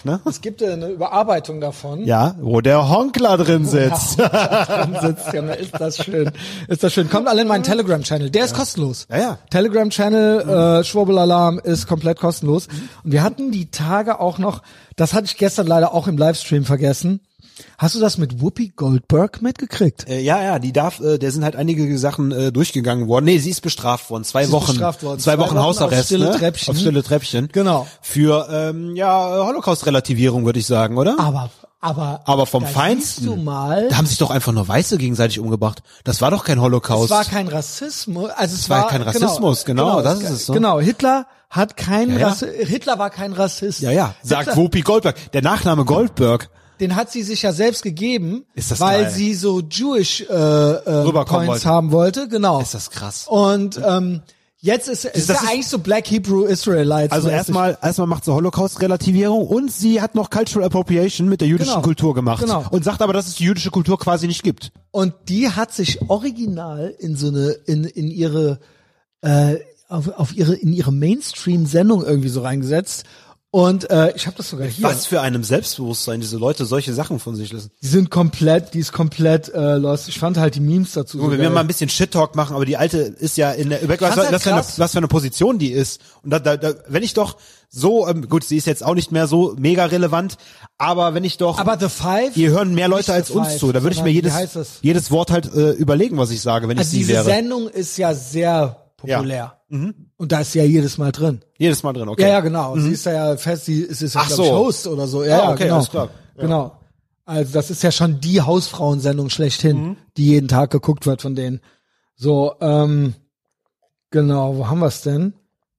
ne? Es gibt äh, eine Überarbeitung davon. Ja, wo der Honkler drin sitzt. drin sitzt. Ja, ist das schön. Ist das schön. Kommt alle in meinen Telegram-Channel. Der ist kostenlos. Ja, ja. Telegram-Channel, äh, Schwurbelalarm ist komplett kostenlos. Und wir hatten die Tage auch noch, das hatte ich gestern leider auch im Livestream vergessen. Hast du das mit Whoopi Goldberg mitgekriegt? Äh, ja, ja, die darf, äh, der sind halt einige Sachen äh, durchgegangen worden. Nee, sie ist bestraft worden. Zwei Sie ist Wochen. bestraft worden. Zwei, Zwei Wochen, Wochen Hausarrest, auf stille ne? Treppchen. Auf stille Treppchen. Genau. Für, ähm, ja, Holocaust-Relativierung, würde ich sagen, oder? Aber, aber, Aber vom da Feinsten. siehst du mal, Da haben sich doch einfach nur Weiße gegenseitig umgebracht. Das war doch kein Holocaust. es war kein Rassismus, also es, Es war kein Rassismus, genau, das ist es so. Genau, Hitler hat kein Ja, ja. Rassi- Hitler war kein Rassist. Ja, ja, sagt Hitler, Whoopi Goldberg. Der Nachname Goldberg. den hat sie sich ja selbst gegeben, Ist das weil geil. sie so Jewish äh, äh, Rüberkommen Points wollte. haben wollte, genau. Ist das krass. Und ähm, jetzt ist es ist das ja ist- eigentlich so Black Hebrew Israelites. Also mäßig. erstmal, erstmal macht sie Holocaust-Relativierung und sie hat noch Cultural Appropriation mit der jüdischen Genau. Kultur gemacht. Genau. Und sagt aber, dass es die jüdische Kultur quasi nicht gibt. Und die hat sich original in so eine in in ihre äh, auf, auf ihre in ihre Mainstream-Sendung irgendwie so reingesetzt. Und äh, ich habe das sogar hier. Was für einem Selbstbewusstsein diese Leute solche Sachen von sich lassen. Die sind komplett, die ist komplett äh, lost. Ich fand halt die Memes dazu so Wenn wir geil. mal ein bisschen Shit-Talk machen, aber die alte ist ja in der, was, fand's was, halt was, für eine, krass. was für eine Position die ist. Und da, da, da, wenn ich doch so, ähm, gut, sie ist jetzt auch nicht mehr so mega relevant, aber wenn ich doch, Aber The Five, hier hören mehr Leute nicht als The uns Five, zu, da würde ich mir sondern, jedes, wie heißt das? jedes Wort halt äh, überlegen, was ich sage, wenn also ich sie diese wäre. Sendung ist ja sehr populär. Und da ist sie ja jedes Mal drin. Jedes Mal drin, okay. Ja, ja, genau. Sie ist da ja fest, sie ist, ist ja, Ach glaub ich, so. Host oder so. Ja, Ah, ja, okay, genau. alles klar. Ja. Genau. Also das ist ja schon die Hausfrauensendung schlechthin, die jeden Tag geguckt wird von denen. So, ähm, genau, wo haben wir's denn?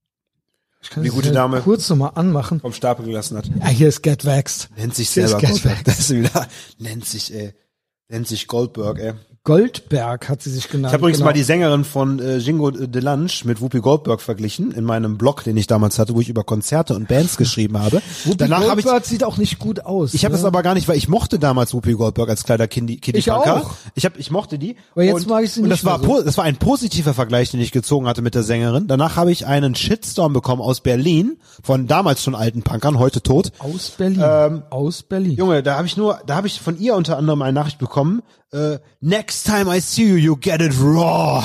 Ich kann Die das gute hier Dame. kurz nochmal anmachen. Vom Stapel gelassen hat. Ah, hier ist Get Waxed. Nennt sich Hier ist selber Get Goldberg. Waxed. Das ist wieder, nennt sich, ey, nennt sich Goldberg, ey. Goldberg hat sie sich genannt. Ich habe übrigens genau. mal die Sängerin von äh, Jingo Delange mit Whoopi Goldberg verglichen in meinem Blog, den ich damals hatte, wo ich über Konzerte und Bands geschrieben habe. Whoopi Danach habe ich Goldberg sieht auch nicht gut aus. ich habe ne? das aber gar nicht, weil ich mochte damals Whoopi Goldberg als kleiner Kindi, Kiddie Ich Punker. auch. Ich habe ich mochte die. Aber jetzt und, mag ich sie und nicht das war mehr so. po- das war ein positiver Vergleich, den ich gezogen hatte mit der Sängerin. Danach habe ich einen Shitstorm bekommen aus Berlin von damals schon alten Punkern, heute tot. Aus Berlin. Ähm, aus Berlin. Junge, da habe ich nur, da habe ich von ihr unter anderem eine Nachricht bekommen. Äh, Next time I see you, you get it raw.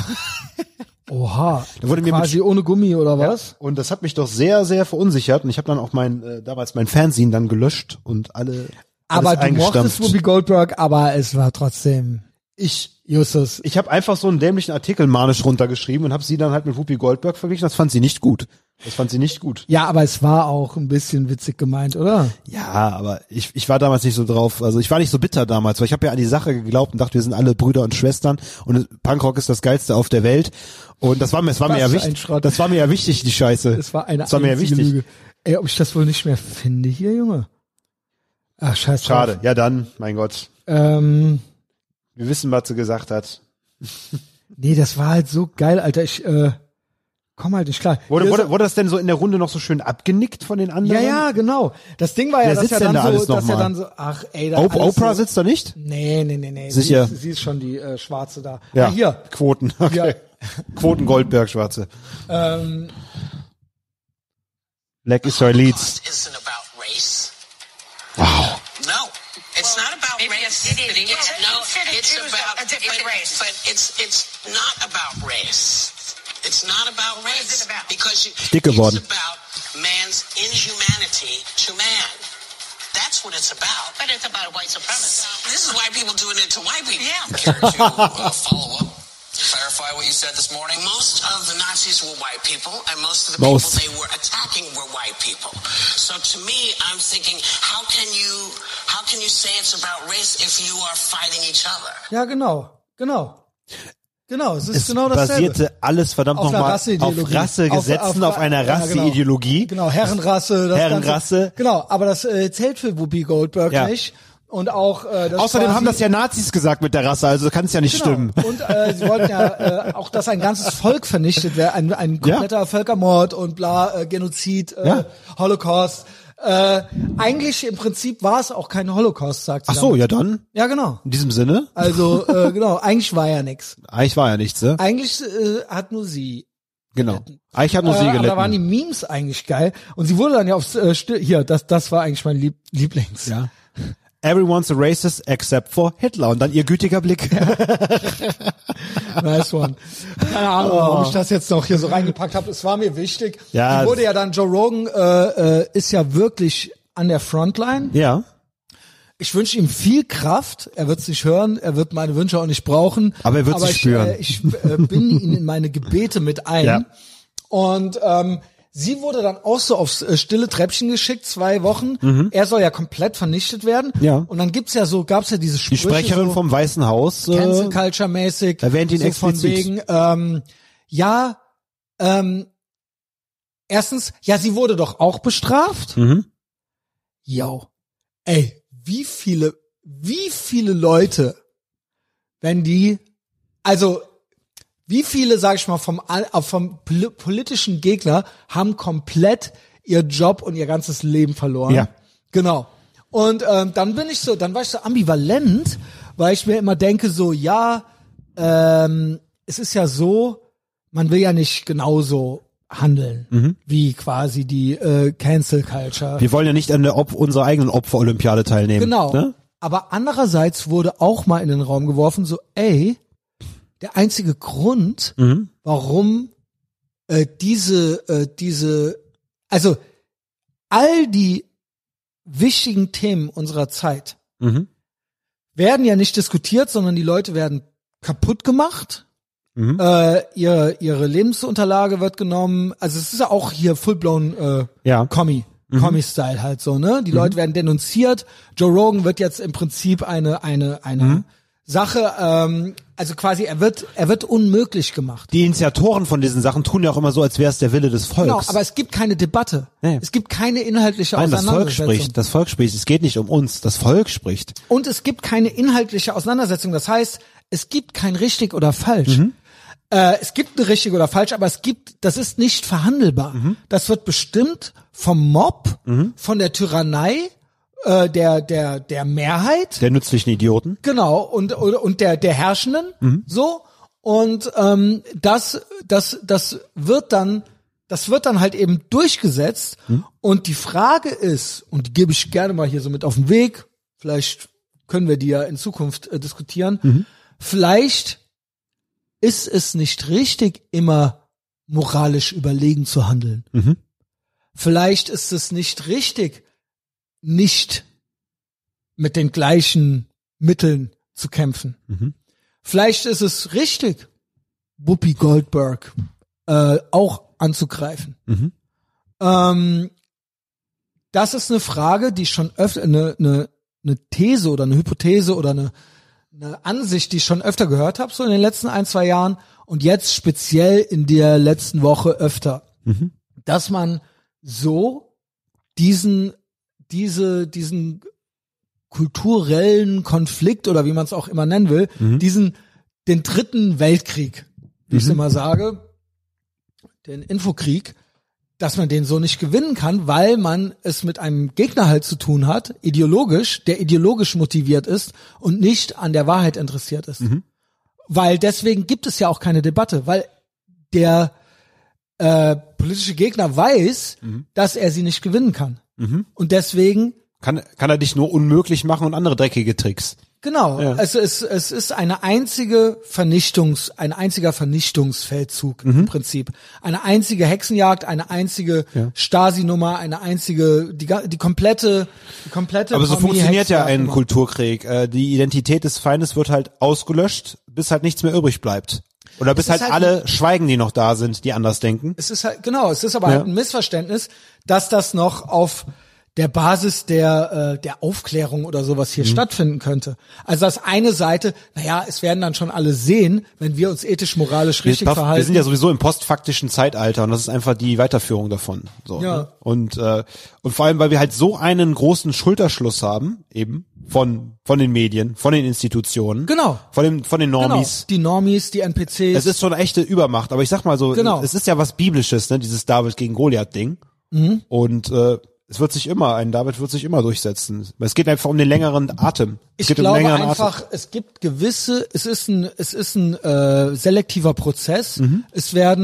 Oha. Da wurde mir mit quasi ohne Gummi oder was? Und das hat mich doch sehr, sehr verunsichert. Und ich habe dann auch mein äh, damals mein Fernsehen dann gelöscht und alle. Aber alles du mochtest eingestampft. Whoopi Goldberg, aber es war trotzdem Ich Justus. ich habe einfach so einen dämlichen Artikel manisch runtergeschrieben und habe sie dann halt mit Whoopi Goldberg verglichen. Das fand sie nicht gut. Das fand sie nicht gut. Ja, aber es war auch ein bisschen witzig gemeint, oder? Ja, aber ich ich war damals nicht so drauf. Also ich war nicht so bitter damals, weil ich habe ja an die Sache geglaubt und dachte, wir sind alle Brüder und Schwestern und Punkrock ist das geilste auf der Welt. Und das war mir, das war Was mir ja für ein wichtig. Schrott. Das war mir ja wichtig, die Scheiße. Es war eine das war mir ja einzige wichtig. Lüge. Ey, ob ich das wohl nicht mehr finde hier, Junge? Ach, scheiße. Schade. Ja dann, mein Gott. Ähm, Wir wissen, was sie gesagt hat. nee, das war halt so geil, Alter. Ich äh, komm halt nicht klar. Wurde, Hier wurde, ist- wurde das denn so in der Runde noch so schön abgenickt von den ja, anderen? ja, genau. Das Ding war ja, Wer dass sitzt ja denn dann da so, alles noch dass ja mal? dann so, ach, ey, da Op- alles Oprah so, sitzt da nicht? Nee, nee, nee, nee. Sicher. Sie ist, sie ist schon die äh, Schwarze da. Ja. Ah, hier. Quoten. Okay. Quoten Goldberg, Schwarze. Ähm, Black Israelites. Holocaust isn't about race. Wow. No, it's not about maybe race. it is. It's, It's- no, consider it's Jews about a different it- race. But it's it's not about race. It's not about What race is it about? because you, Dick geworden. it's about man's inhumanity to man. That's what it's about. But it's about white supremacy. This is white people doing it to white people. Yeah. Care to uh, follow up, clarify what you said this morning? Most of the Nazis were white people, and most of the Most. people they were attacking were white people. So to me, I'm thinking, how can you how can you say it's about race if you are fighting each other? ja, genau. Genau. Genau, es ist Es genau dasselbe. basierte alles verdammt Auf einer nochmal auf Rasseideologie. Rassegesetzen, auf, auf- einer ja, genau. Rasseideologie. Genau, Herrenrasse. Das Herrenrasse. Ganze. Genau, aber das äh, zählt für Whoopi Goldberg Ja. nicht. Und auch äh, das Außerdem quasi, haben das ja Nazis gesagt mit der Rasse, also kann es ja nicht genau. stimmen. Und äh, sie wollten ja äh, auch, dass ein ganzes Volk vernichtet wäre, ein, ein kompletter Völkermord und bla, äh, Genozid, äh, Ja. Holocaust. Äh, eigentlich im Prinzip war es auch kein Holocaust, sagt sie. Ach so, damit. ja dann. Ja, genau. In diesem Sinne. Also äh, genau, eigentlich war ja nix. Eigentlich war ja nichts, ne? Eigentlich äh, hat nur sie Genau. Ah, ich habe nur sie Äh, gelitten. aber da waren die Memes eigentlich geil. Und sie wurde dann ja aufs, äh, still, hier, das, das war eigentlich mein Lieb Lieblings. Ja. Everyone's a racist except for Hitler. Und dann ihr gütiger Blick. Nice one. Keine Ahnung, oh. warum ich das jetzt noch hier so reingepackt habe. Es war mir wichtig. Ja, die wurde ja dann, Joe Rogan äh, äh, ist ja wirklich an der Frontline. Ja. Ich wünsche ihm viel Kraft. Er wird es nicht hören. Er wird meine Wünsche auch nicht brauchen. Aber er wird sie ich, spüren. Äh, ich äh, binde ihn in meine Gebete mit ein. Ja. Und ähm, sie wurde dann auch so aufs äh, stille Treppchen geschickt, zwei Wochen. Mhm. Er soll ja komplett vernichtet werden. Ja. Und dann gibt's ja so, gab's ja diese Die Sprüche, Sprecherin so, vom Weißen Haus. Äh, Cancel Culture mäßig. erwähnt ihn so von explizit. wegen, ähm, ja, ähm, erstens, ja, sie wurde doch auch bestraft. Mhm. Yo, ey, wie viele, wie viele Leute, wenn die, also wie viele, sag ich mal, vom vom politischen Gegner haben komplett ihr Job und ihr ganzes Leben verloren. Ja. Genau. Und ähm, dann bin ich so, dann war ich so ambivalent, weil ich mir immer denke so, ja, ähm, es ist ja so, man will ja nicht genauso handeln, Mhm. wie quasi die äh, Cancel Culture. Wir wollen ja nicht an der Op- unserer eigenen Opfer-Olympiade teilnehmen. Genau. Ne? Aber andererseits wurde auch mal in den Raum geworfen, so, ey, der einzige Grund, Mhm. warum äh, diese, äh, diese, also all die wichtigen Themen unserer Zeit Mhm. werden ja nicht diskutiert, sondern die Leute werden kaputt gemacht. Mhm. Äh, ihr, ihre Lebensunterlage wird genommen. Also es ist ja auch hier full-blown äh, Ja. Kommi. Kommi-Style halt so, ne? Die Leute werden denunziert. Joe Rogan wird jetzt im Prinzip eine, eine, eine Mhm. Sache, ähm, also quasi er wird, er wird unmöglich gemacht. Die Initiatoren von diesen Sachen tun ja auch immer so, als wäre es der Wille des Volks. Genau, aber es gibt keine Debatte. Nee. Es gibt keine inhaltliche Nein, das Volk Auseinandersetzung. spricht. Das Volk spricht. Es geht nicht um uns. Das Volk spricht. Und es gibt keine inhaltliche Auseinandersetzung. Das heißt, es gibt kein richtig oder falsch. Mhm. Äh, es gibt ein richtig oder falsch, aber es gibt, das ist nicht verhandelbar. Mhm. Das wird bestimmt vom Mob, Mhm. von der Tyrannei, äh, der, der, der Mehrheit. Der nützlichen Idioten. Genau, und, und, und der, der Herrschenden, Mhm. so. Und, ähm, das, das, das wird dann, das wird dann halt eben durchgesetzt. Mhm. Und die Frage ist, und die gebe ich gerne mal hier so mit auf den Weg, vielleicht können wir die ja in Zukunft äh, diskutieren, Mhm. vielleicht ist es nicht richtig, immer moralisch überlegen zu handeln. Mhm. Vielleicht ist es nicht richtig, nicht mit den gleichen Mitteln zu kämpfen. Mhm. Vielleicht ist es richtig, Whoopi Goldberg äh, auch anzugreifen. Mhm. Ähm, das ist eine Frage, die ich schon öfter, eine, eine, eine These oder eine Hypothese oder eine, eine Ansicht, die ich schon öfter gehört habe, so in den letzten ein, zwei Jahren und jetzt speziell in der letzten Woche öfter, Mhm. dass man so diesen, diese, diesen kulturellen Konflikt oder wie man es auch immer nennen will, Mhm. diesen, den dritten Weltkrieg, wie ich es Mhm. immer sage, den Infokrieg, dass man den so nicht gewinnen kann, weil man es mit einem Gegner halt zu tun hat, ideologisch, der ideologisch motiviert ist und nicht an der Wahrheit interessiert ist. Mhm. Weil deswegen gibt es ja auch keine Debatte, weil der äh, politische Gegner weiß, Mhm. dass er sie nicht gewinnen kann. Mhm. Und deswegen, Kann, kann er dich nur unmöglich machen und andere dreckige Tricks. genau, Ja. es ist, es ist eine einzige Vernichtungs, ein einziger Vernichtungsfeldzug im Prinzip. Eine einzige Hexenjagd, eine einzige Ja. Stasi-Nummer, eine einzige, die, ga- die komplette, die komplette Aber so Kombi- funktioniert ja ein Hexenjagd-Nummer. Kulturkrieg. Äh, Die Identität des Feindes wird halt ausgelöscht, bis halt nichts mehr übrig bleibt. Oder bis ist halt halt alle schweigen, die noch da sind, die anders denken. Es ist halt, genau, es ist aber Ja. halt ein Missverständnis, dass das noch auf der Basis der, äh, der Aufklärung oder sowas Mhm. hier stattfinden könnte. Also das eine Seite, naja, es werden dann schon alle sehen, wenn wir uns ethisch, moralisch richtig wir, verhalten. wir sind ja sowieso im postfaktischen Zeitalter und das ist einfach die Weiterführung davon. So, Ja. ne? Und äh, und vor allem, weil wir halt so einen großen Schulterschluss haben, eben von von den Medien, von den Institutionen, Genau. von den von den Genau, Normis. die Normis, die N P Cs. Es ist schon eine echte Übermacht, aber ich sag mal so, Genau. es ist ja was Biblisches, ne, dieses David gegen Goliath-Ding. Mhm. Und äh, es wird sich immer, ein David wird sich immer durchsetzen. Es geht einfach um den längeren Atem. Es Ich geht um glaube den längeren einfach, Atem. es gibt gewisse, es ist ein, es ist ein äh, selektiver Prozess. Mhm. Es werden,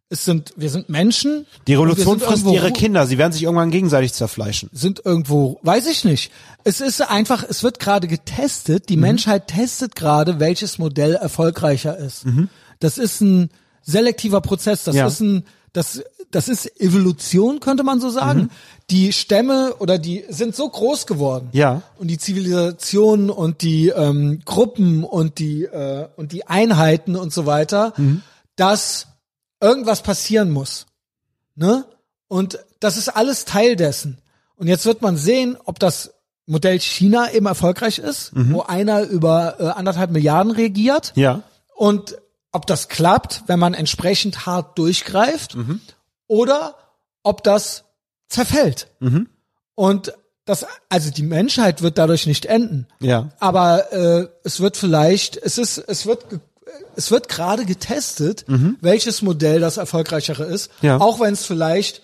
Es sind, wir sind Menschen. Die und wir Revolution sind frisst irgendwo ihre ru- Kinder. Sie werden sich irgendwann gegenseitig zerfleischen. Sind irgendwo, weiß ich nicht. Es ist einfach, es wird gerade getestet. Die Mhm. Menschheit testet gerade, welches Modell erfolgreicher ist. Mhm. Das ist ein selektiver Prozess. Das Ja. ist ein, das, das ist Evolution, könnte man so sagen. Mhm. Die Stämme oder die sind so groß geworden. Ja. Und die Zivilisationen und die ähm, Gruppen und die äh, und die Einheiten und so weiter, Mhm. dass irgendwas passieren muss. Ne? Und das ist alles Teil dessen. Und jetzt wird man sehen, ob das Modell China eben erfolgreich ist, Mhm. wo einer über äh, anderthalb Milliarden regiert. Ja. Und ob das klappt, wenn man entsprechend hart durchgreift, Mhm. oder ob das zerfällt. Mhm. Und das, also die Menschheit wird dadurch nicht enden. Ja. Aber äh, es wird vielleicht, es ist, es wird, ge- es wird gerade getestet, welches Modell das erfolgreichere ist. Mhm. Ja. Auch wenn es vielleicht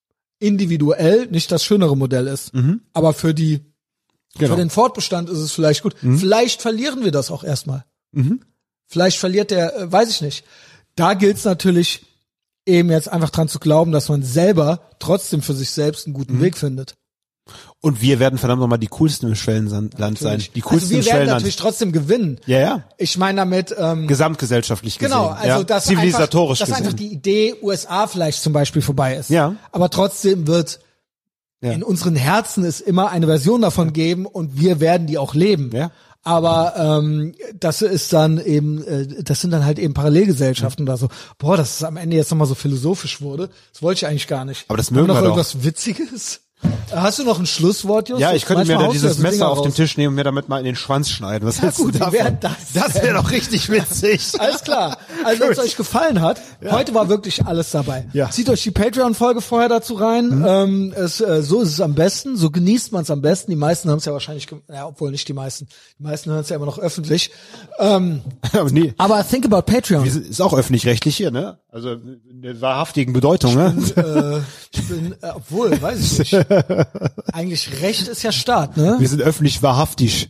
individuell nicht das schönere Modell ist. Aber für die, Genau. für den Fortbestand ist es vielleicht gut. Vielleicht verlieren wir das auch erstmal. Vielleicht verliert der, äh, weiß ich nicht. Da gilt es natürlich eben jetzt einfach dran zu glauben, dass man selber trotzdem für sich selbst einen guten Weg findet. Und wir werden verdammt nochmal die coolsten im Schwellenland sein. Die coolsten Also wir im werden Schwellenland. natürlich trotzdem gewinnen. Ja, ja. Ich meine damit, ähm, Gesamtgesellschaftlich gesehen. genau, also ja. dass Zivilisatorisch einfach, dass gesehen. einfach die Idee U S A vielleicht zum Beispiel vorbei ist. Ja. Aber trotzdem wird Ja. in unseren Herzen es immer eine Version davon geben und wir werden die auch leben. Ja. Aber ähm, das ist dann eben, äh, das sind dann halt eben Parallelgesellschaften oder so. Boah, dass es am Ende jetzt nochmal so philosophisch wurde, das wollte ich eigentlich gar nicht. Aber das Haben wir mögen noch wir doch. irgendwas Witziges? Hast du noch ein Schlusswort, Justus? Ja, ich könnte mir Manchmal da haust du dieses ja so Messer Dinger auf dem raus. Tisch nehmen und mir damit mal in den Schwanz schneiden. Was Ja, hältst du gut, wie davon? wär das Das wäre doch richtig witzig. Alles klar. Also wenn es euch gefallen hat, heute war wirklich alles dabei. Ja. Zieht euch die Patreon-Folge vorher dazu rein. Mhm. Ähm, es, äh, so ist es am besten. So genießt man es am besten. Die meisten haben es ja wahrscheinlich, ge- ja, obwohl nicht die meisten. Die meisten hören es ja immer noch öffentlich. Ähm, Aber nee. aber think about Patreon. Wir sind- Ist auch öffentlich-rechtlich hier, ne? Also in der wahrhaftigen Bedeutung, ne? äh, ich bin, äh, obwohl, weiß ich nicht. Eigentlich Recht ist ja Staat, ne? Wir sind öffentlich wahrhaftig.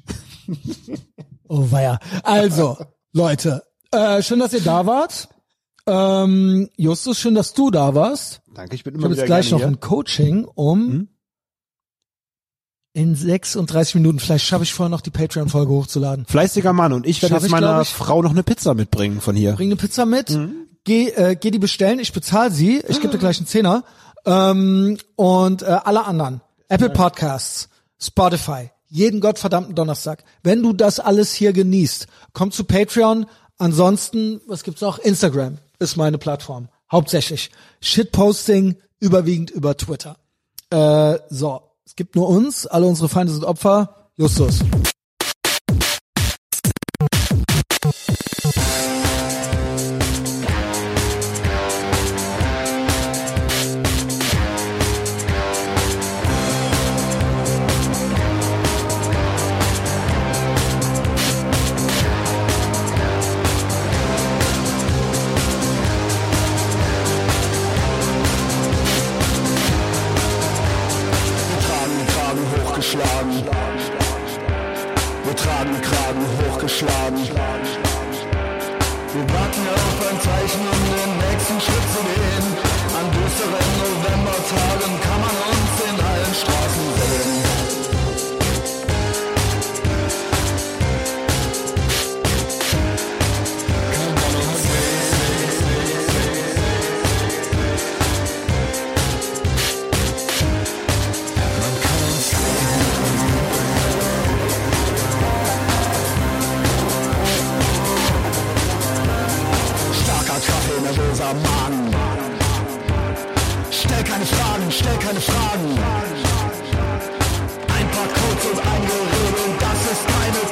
Oh weia. Also, Leute, äh, schön, dass ihr da wart. Ähm, Justus, schön, dass du da warst. Danke, ich bin Ich immer habe wieder jetzt gleich noch gerne ein Coaching um Mhm. in sechsunddreißig Minuten. Vielleicht schaffe ich vorher noch die Patreon-Folge hochzuladen. hier. Fleißiger Mann und ich werde Schaff jetzt ich, meiner glaub ich. Frau noch eine Pizza mitbringen von hier. Bring eine Pizza mit, Mhm. geh, äh, geh die bestellen, ich bezahle sie, ich gebe dir gleich einen Zehner. Ähm, und äh, alle anderen, Apple Podcasts, Spotify, jeden gottverdammten Donnerstag. Wenn du das alles hier genießt, komm zu Patreon. Ansonsten, was gibt's noch? Instagram ist meine Plattform. Hauptsächlich. Shitposting überwiegend über Twitter. Äh, so, es gibt nur uns, alle unsere Feinde sind Opfer. Justus. Wir tragen den Kragen hochgeschlagen. Wir tragen den Kragen hochgeschlagen. Wir warten auf ein Zeichen, um den nächsten Schritt zu gehen. An düsteren Novembertagen kann man uns in allen Straßen sehen. Kann man uns Starker Kaffee, nervöser Magen. Stell keine Fragen, stell keine Fragen. Ein paar Codes und ein Gerede, das ist meine